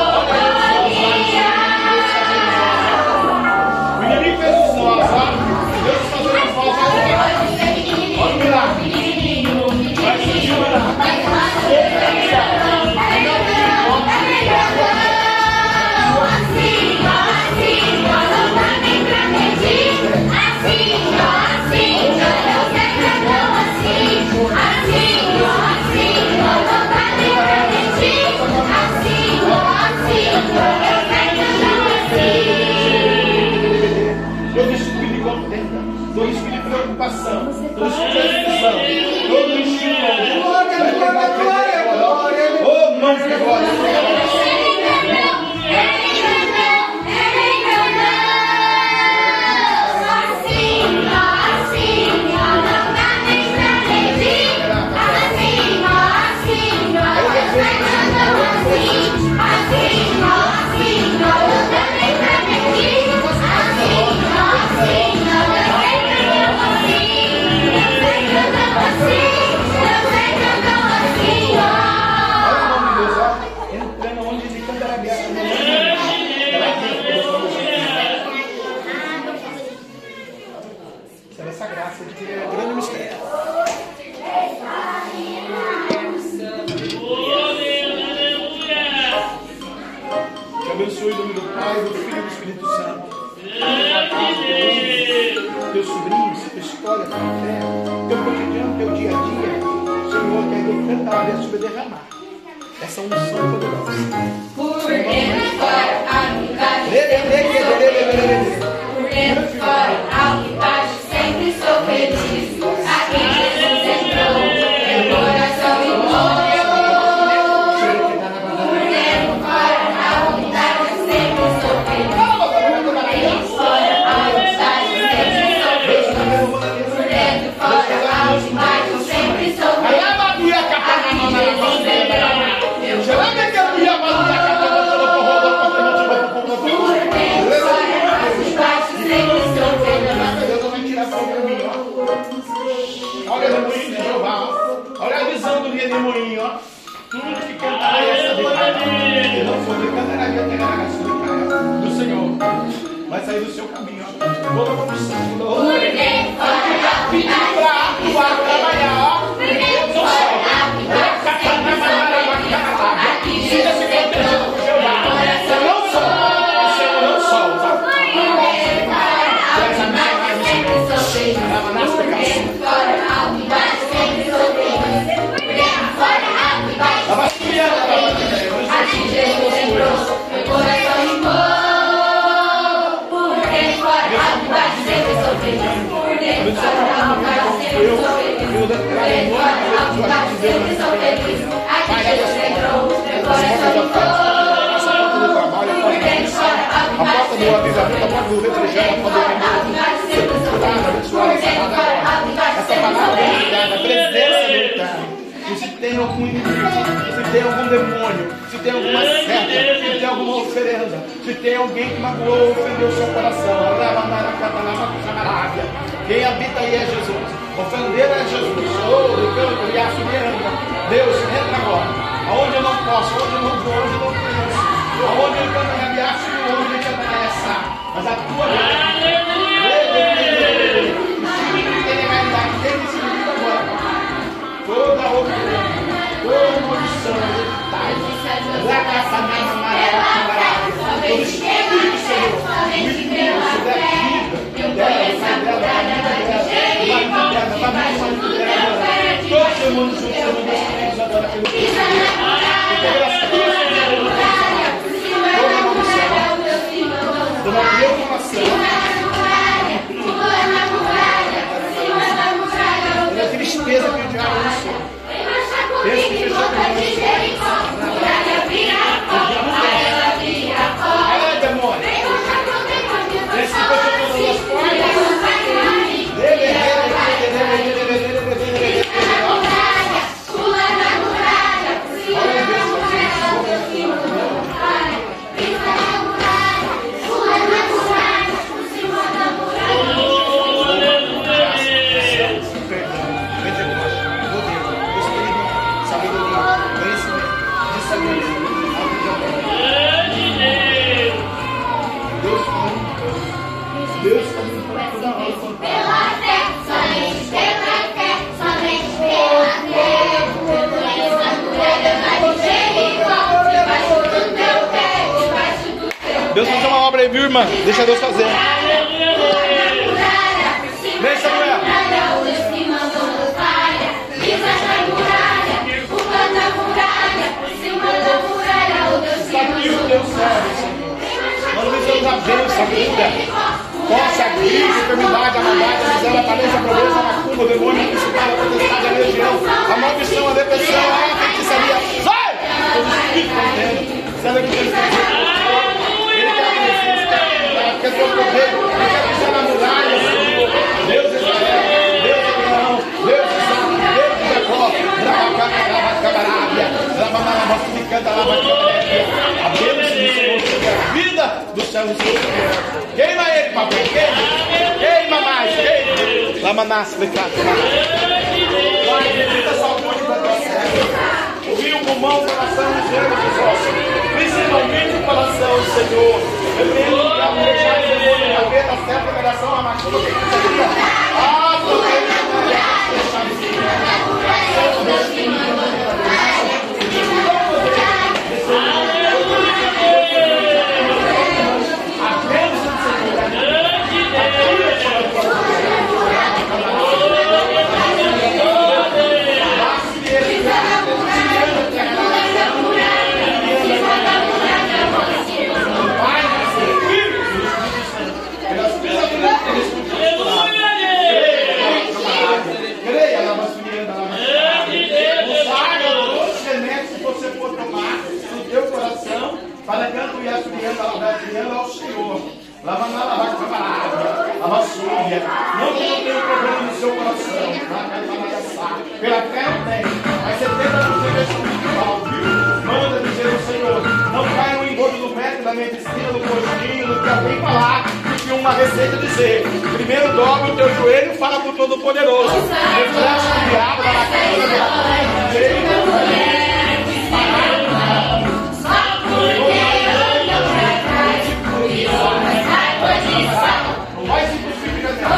o inimigo fez os nós, ó. Deus fazendo as nós agora. Olha o milagre. Vai surgir o milagre. Todo espírito de contenda, todo espírito de preocupação, todo espírito de decisão, todo espírito de glória, glória, glória, glória, oh, mãos de glória, abençoe o nome do Pai, do Filho e do Espírito Santo. Teus sobrinhos, tua história, tua fé, teu cotidiano, teu dia a dia. Senhor, quer decretar e sobre derramar essa unção poderosa. Por dentro e fora, alto e baixo, por dentro e fora, alto e baixo, sempre sou feliz. Aqui Jesus entrou, meu coração implorou. Olha o moinho de Jeová, olha a visão do dia de moinho, ó. Tudo que cantar essa vitória, eu não sou de cantar a minha terra do Senhor, vai sair do seu caminho, ó. Toda a condição, toda a pedindo para atuar, trabalhar, ó. Deus do céu, siga se protegendo por Jeová. Você não solta, o Senhor não solta. Traz a minha mais lava nas pecações. Aqui Jesus entrou, meu coração rimou. Por dentro, fora, alto e baixo, sempre sou feliz. Por dentro, fora, alto e baixo, sempre sou feliz. Por dentro, fora, alto e baixo, sempre sou feliz. Aqui Jesus entrou, meu coração rimou. Por dentro, fora, alto e baixo, sempre sou feliz. Por dentro, fora, alto e baixo, sempre sou feliz. Por dentro, fora, alto e baixo, sempre sou feliz. Se tem algum inimigo, se tem algum demônio, se tem alguma seta, se tem leva uma oferenda. Se tem alguém que magoou, ofendeu o seu coração, quem habita aí é Jesus. Ofender é Jesus. Oh, canto, e assumiranda. Deus, entra agora. Aonde eu não posso, aonde eu não vou, aonde eu não penso. Aonde eu canto na minha ação, aonde eu canto na essa. Mas a tua toda oferenda, toda maldição, todo espírito, Senhor, o inimigo, sobre a vida dela, dela, da vida dela, da vida dela, da família dela, todo mundo junto, todo mundo espírito agora pelo Senhor. Toda maldição, toda meu coração. A tristeza que o diabo lançou. Esse que fechou com ai, demônio. Esse que fechou todas as portas. Deus faz uma obra aí, viu, irmã? Deixa Deus fazer. Vem, Samuel. Sabe o Deus serve, Senhor. Nós visamos a bênção, a cura. Possa a crise, a enfermidade, a maldade, a miséria, a falência, a pobreza, a macumba, o demônio, a principal, a potestade, a legião, a maldição, a depressão, a feitiçaria. Sai! Todo espírito contendo. Sabe o que Deus quer dizer? Ele quer a presença, quer ter o poder, ele quer pisar na muralha, Senhor. Deus é Israel, Deus é Abraão, Deus é Isaac, Deus é Jacó. A bênção do Senhor sobre a vida do céu e do Senhor. Queima ele, papai, queima. Queima mais, queima. Lama nasce, pecado. Pai, bendita saúde da tua serva. O rio, o pulmão, o coração, os nervos, os ossos. Principalmente o coração, Senhor. Eu tenho que dar um deixar de demônio na cabeça, a certa operação, a macumba, que seria. Ah, meu Deus, para canto e assobiando ao Senhor. Lava na lava camarada, lava suja. Não que não tenha problema no seu coração. Pela fé não tem, mas setenta por cento é espiritual, viu? Manda dizer ao Senhor. Não cai no engodo do método, da medicina, do postinho, do que alguém falar, do que uma receita dizer. Primeiro dobra o teu joelho e fala com o Todo-Poderoso. Reflete o diabo da macumba, da macumba. Mais impossível de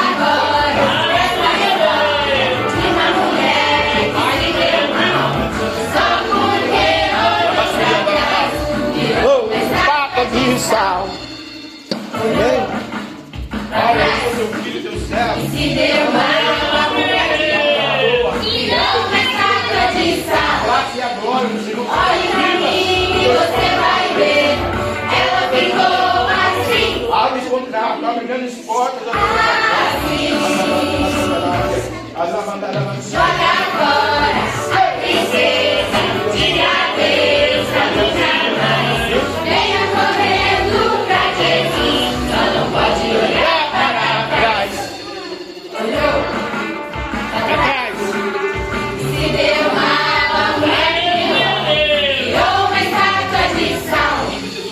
Papa de sal. Amém? Olha aí o seu filho, teu servo. Se deu uma e não mais nada de sal. Graça e a glória do Senhor. Olhe pra mim e você vai ver. Ela ficou assim. Abre esse contrato, tá brigando as portas. Joga agora a princesa, diga adeus pra nunca mais. Venha correndo pra Jesus, só não pode olhar para trás. Olhou? Pra trás. Se deu uma mulher, virou uma estátua de sal.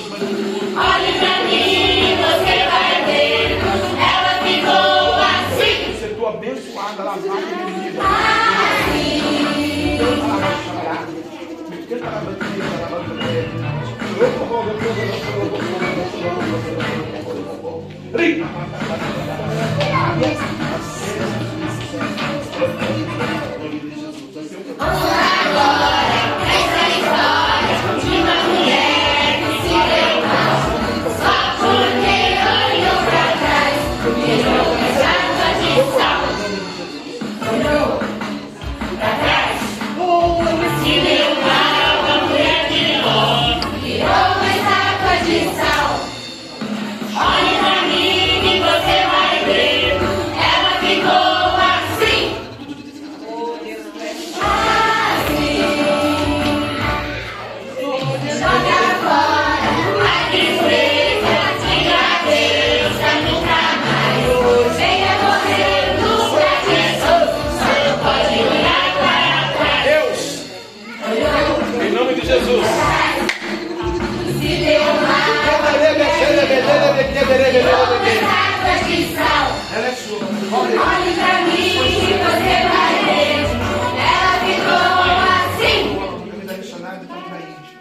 abençoada, lavada e bendita. Ela é sua. Olhe pra mim e você vai ver. Ela ficou assim. Eu me dá missionário, então pra índio.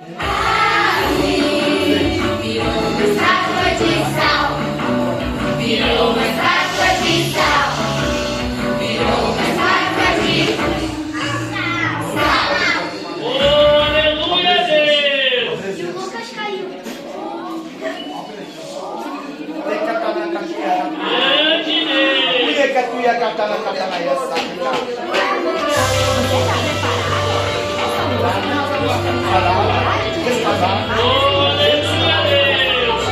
Assim. Virou uma estátua de sal. Virou uma estátua de sal. Virou uma estátua de sal. Oh, aleluia, Deus. E o Lucas caiu. Grande Deus. Oh, aleluia, Deus.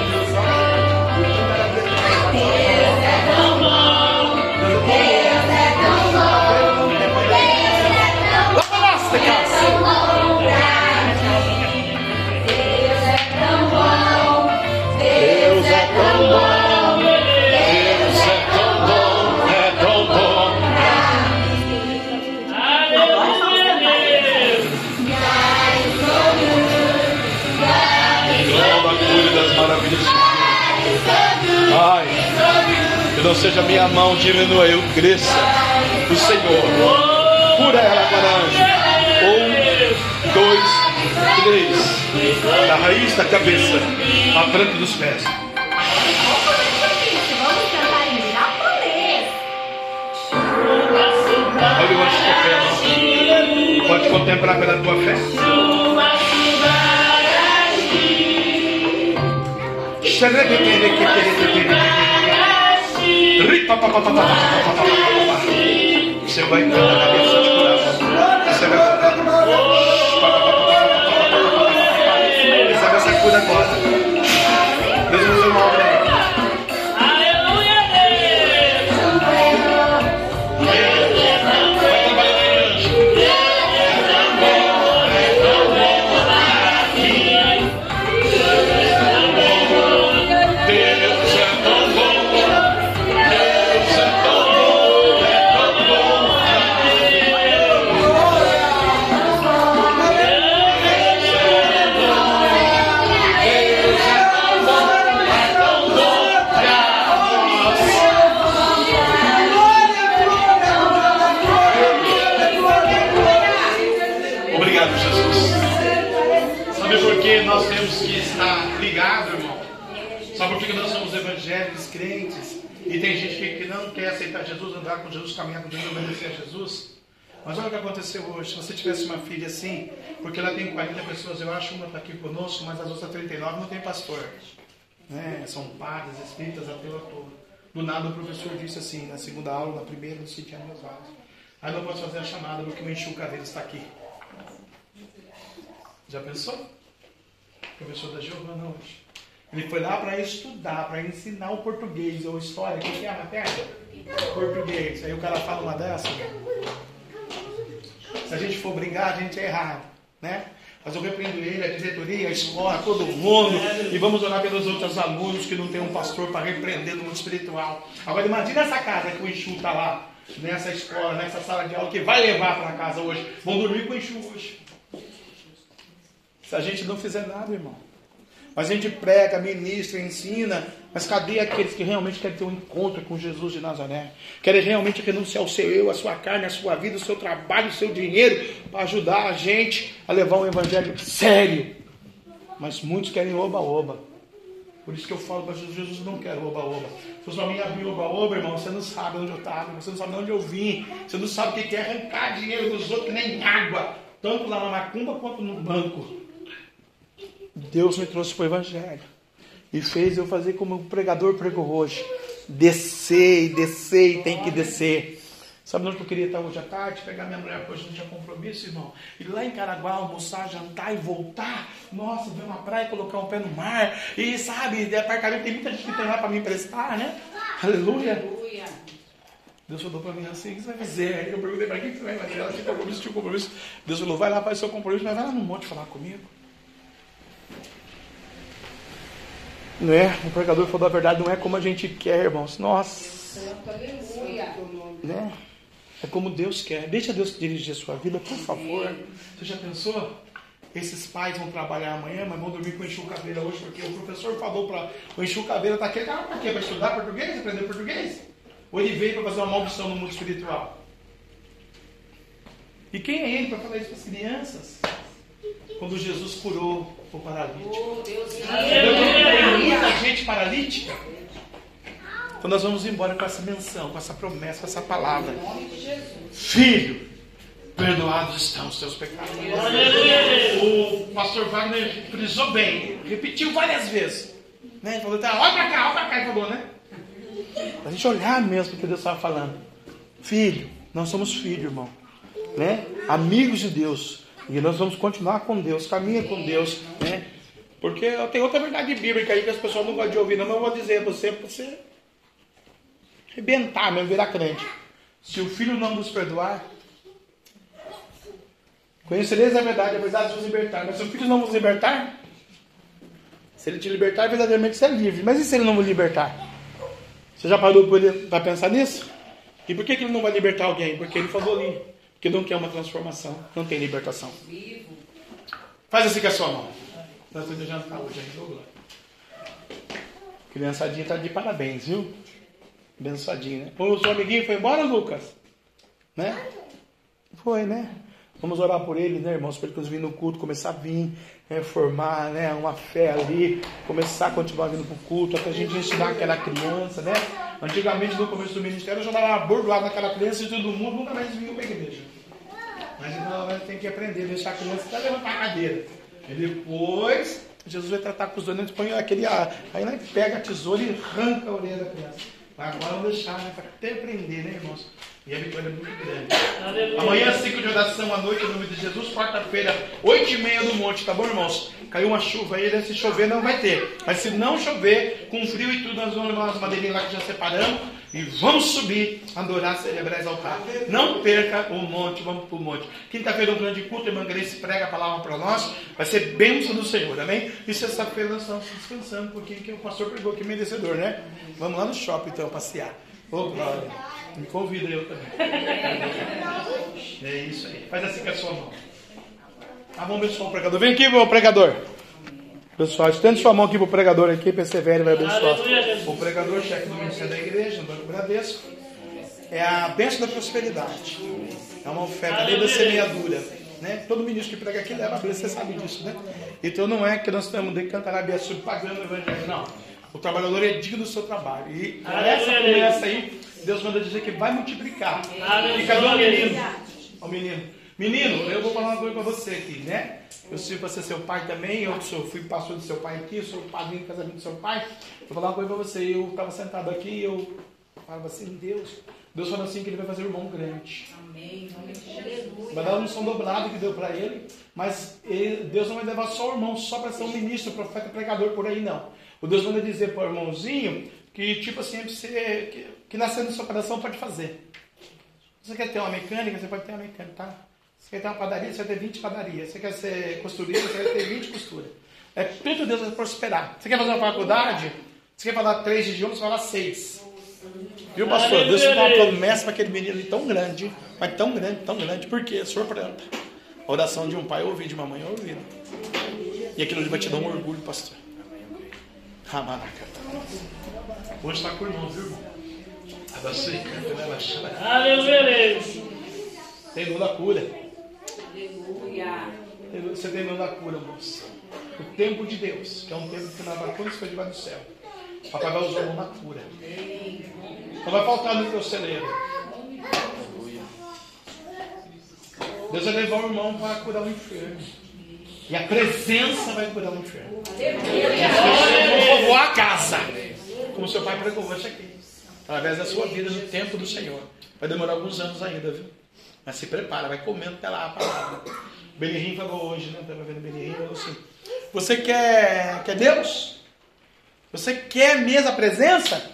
Deus é tão bom. Deus é tão bom. Deus é tão bom. É tão bom pra mim. Deus é tão bom. Deus é tão bom. Deus é tão bom. É tão bom. Aleluia, Deus. Glória, cure das maravilhas. Ai, que não seja minha mão diminua, eu cresça. O Senhor. Cura ela agora, anjo. Um, dois, três. Da raiz da cabeça, à frente dos pés. Vamos cantar em japonês. Olha o anjo de fé. Pode contemplar pela tua fé. Você vai cantar na cabeça de curar. Você vai cantar. Recebe essa cura agora. Deus nos deu uma obra aí. Aleluia, Deus. Vai trabalhar aí, anjo. Deus é tão bom. Deus é tão bom. É tão bom. Obrigado, Jesus. Sabe por que nós temos que estar ligados, irmão? Sabe por que nós somos evangélicos, crentes? E tem gente que, que não quer aceitar Jesus, andar com Jesus, caminhar com Jesus, obedecer a Jesus? Mas olha o que aconteceu hoje. Se você tivesse uma filha assim, porque ela tem quarenta pessoas, eu acho uma está aqui conosco, mas as outras trinta e nove não tem pastor. Né? São padres, espíritas, ateu à toa. Do nada o professor disse assim, na segunda aula, na primeira, não sentia meus olhos. Aí não posso fazer a chamada porque o Enxu Caveira está aqui. Já pensou? O professor da Giovana hoje. Ele foi lá para estudar, para ensinar o português ou história. O que é a matéria? Português. Aí o cara fala uma dessa. Se a gente for brigar, a gente é errado, né? Mas eu repreendo ele, a diretoria, a escola, todo mundo. E vamos orar pelos outros alunos que não tem um pastor para repreender no mundo espiritual. Agora imagina essa casa que o Enxu está lá, nessa escola, nessa sala de aula, que vai levar para casa hoje. Vão dormir com o Enxu hoje. Se a gente não fizer nada, irmão. Mas a gente prega, ministra, ensina. Mas cadê aqueles que realmente querem ter um encontro com Jesus de Nazaré? Querem realmente renunciar ao seu eu, a sua carne, a sua vida, o seu trabalho, o seu dinheiro, para ajudar a gente a levar um evangelho sério. Mas muitos querem oba-oba. Por isso que eu falo para Jesus, Jesus não quer oba-oba. Se fosse para mim abrir oba-oba, irmão, você não sabe onde eu estava, você não sabe de onde eu vim, você não sabe o que é arrancar dinheiro dos outros, nem água, tanto lá na macumba quanto no banco. Deus me trouxe para o evangelho e fez eu fazer como o pregador pregou hoje. Descer e descer e tem que descer. Sabe onde eu queria estar hoje à tarde? Pegar minha mulher, porque hoje não tinha compromisso, irmão. Ir lá em Caraguá, almoçar, jantar e voltar. Nossa, ver uma praia, colocar um pé no mar. E sabe, de apartamento tem muita gente que tem lá para me emprestar, né? Aleluia. Aleluia. Deus falou para mim assim, o que você vai fazer? Aí eu perguntei para quem que você vai fazer? Ela tinha compromisso, tinha compromisso. Deus falou, vai lá, faz seu compromisso, mas vai lá no monte falar comigo. Não é? O pregador falou a verdade, não é como a gente quer, irmãos. Nossa. Aleluia. Né? É como Deus quer. Deixa Deus dirigir a sua vida, por favor. Você já pensou? Esses pais vão trabalhar amanhã, mas vão dormir com enxucaveira hoje, porque o professor falou para o enxucaveira está aqui, ah, para quê? Para estudar português, aprender português? Ou ele veio para fazer uma maldição no mundo espiritual? E quem é ele para falar isso para as crianças? Quando Jesus curou o paralítico. Oh, Deus, Deus, muita gente paralítica. Então nós vamos embora com essa menção, com essa promessa, com essa palavra. Filho, perdoados estão os teus pecados. O pastor Wagner frisou bem, repetiu várias vezes. Né? Ele falou, tá, olha pra cá, olha pra cá, ele falou, né? A gente olhar mesmo o que Deus estava falando. Filho, nós somos filhos, irmão. Né? Amigos de Deus. E nós vamos continuar com Deus, caminha com Deus. Né? Porque tem outra verdade bíblica aí que as pessoas não gostam de ouvir, não, mas eu vou dizer a você, para você arrebentar mesmo, virar crente. Se o filho não nos perdoar, conhecereis a verdade, a verdade vos libertar. Mas se o filho não vos libertar, se ele te libertar, verdadeiramente você é livre. Mas e se ele não vos libertar? Você já parou para pensar nisso? E por que, que ele não vai libertar alguém? Porque ele falou ali, que não quer uma transformação, não tem libertação. Faz assim com a sua mão. Nós estamos jantar hoje, hein? Criançadinha está de parabéns, viu? Abençoadinho, né? O seu amiguinho foi embora, Lucas? Né? Foi, né? Vamos orar por ele, né, irmãos? Para ele vir no culto, começar a vir, né, formar, né, uma fé ali, começar a continuar vindo para o culto, até a gente ensinar aquela criança, né? Antigamente, no começo do ministério, eu já dava bordoado naquela criança e todo mundo nunca mais vinha para a igreja. Mas então a gente tem que aprender, deixar a criança até levantar a cadeira. E depois, Jesus vai tratar com os dois, põe aquele ar. Aí nós pega a tesoura e arranca a orelha da criança. Agora vamos deixar, né, para até aprender, né, irmãos? E a vitória é muito grande. Aleluia. Amanhã, ciclo de oração à noite, em nome de Jesus. Quarta-feira, oito e meia no monte, tá bom, irmãos? Caiu uma chuva aí, né? Se chover não vai ter. Mas se não chover, com frio e tudo, nós vamos levar umas madeirinhas lá que já separamos e vamos subir, adorar, celebrar, exaltar. Não perca o monte, vamos pro monte. Quinta-feira, um grande culto, a irmã Grace prega a palavra para nós. Vai ser bênção do Senhor, amém? E sexta-feira nós estamos descansando um pouquinho, que o pastor pregou aqui, merecedor, né? Vamos lá no shopping então, passear. Ô, oh, glória. Me convida eu também. É isso aí. Faz assim com a sua mão. Ah, vamos abençoar o pregador. Vem aqui, meu pregador. Pessoal, estende sua mão aqui para o pregador aqui, persevere, vai abençoar. O pregador, chefe do ministério da igreja, Antônio Bradesco, é a bênção da prosperidade. É uma oferta, lei da semeadura. Né? Todo ministro que prega aqui leva a Bíblia, você sabe disso, né? Então não é que nós estamos de cantar a Bíblia pagando o evangelho, não. O trabalhador é digno do seu trabalho. E com essa promessa aí, Deus manda dizer que vai multiplicar. E cadê o menino? O menino. Menino, eu vou falar uma coisa para você aqui, né? Eu sirvo para ser seu pai também. Eu sou, fui pastor do seu pai aqui, eu sou padrinho do casamento do seu pai. Vou falar uma coisa para você. Eu estava sentado aqui e eu falava assim, Deus. Deus falou assim que ele vai fazer um irmão grande. Amém. Vai dar uma unção dobrada que deu para ele. Mas ele, Deus não vai levar só o irmão, só para ser um ministro, profeta, pregador por aí, não. O Deus manda dizer para o irmãozinho que, tipo assim, você, que, que nascendo no seu coração pode fazer. Você quer ter uma mecânica, você pode ter uma mecânica, tá? Você quer ter uma padaria, você vai ter vinte padarias. Você quer ser costureira, você vai ter vinte costuras. É tudo Deus vai prosperar. Você quer fazer uma faculdade? Você quer falar três idiomas, você vai falar seis. Viu, pastor? Deus deu uma promessa para aquele menino ali tão grande, mas tão grande, tão grande. Por quê? Surpreenda. A oração de um pai ouvido, de uma mãe ouvido. E aquilo ali vai te dar um orgulho, pastor. Hoje está com o irmão, viu, irmão? Abraço aí, canta, vai baixar. Aleluia, Deus. Tem dom da cura. Você tem dom da cura, moça. O tempo de Deus, que é um tempo que não vai quando você vai debaixo do céu. O papai vai usar a mão na cura. Não vai faltar no teu celeiro. Deus vai levar o irmão para curar o enfermo. E a presença vai curar o enfermo. As pessoas vão povoar a casa. Como seu pai pregou hoje aqui. Através da sua vida no tempo do Senhor. Vai demorar alguns anos ainda, viu? Mas se prepara, vai comendo até lá a palavra. O Benihim falou hoje, né? Estava vendo o Benihim, falou assim: você quer, quer Deus? Você quer mesmo a presença?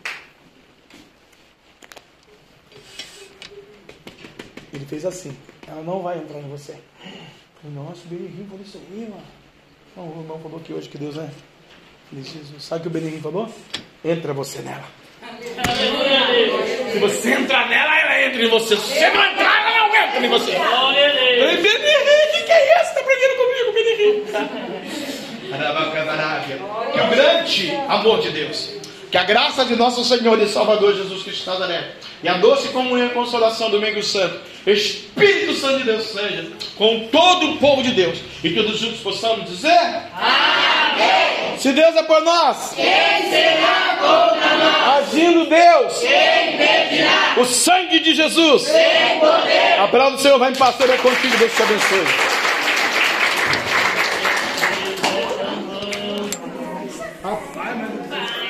Ele fez assim. Ela não vai entrar em você. Nossa, o Benihim falou isso aí, mano. Não, o irmão falou que hoje que Deus é. Jesus. Sabe o que o Benihim falou? Entra você nela. Se você entrar nela, ela entra em você. Se você não entrar, ela não entra em você. Ei, Benihim, o que, que é isso? Está aprendendo comigo, Benihim? Que é o grande amor de Deus. Que a graça de nosso Senhor e Salvador Jesus Cristo de Nazaré e a doce comunhão e consolação do Domingo Santo, Espírito Santo de Deus seja com todo o povo de Deus. E todos juntos possamos dizer: amém. Se Deus é por nós, quem será contra nós? Agindo Deus, quem impedirá? O sangue de Jesus, sem poder. A palavra do Senhor vai em pastor é contigo. Deus te abençoe. Rapaz, mas...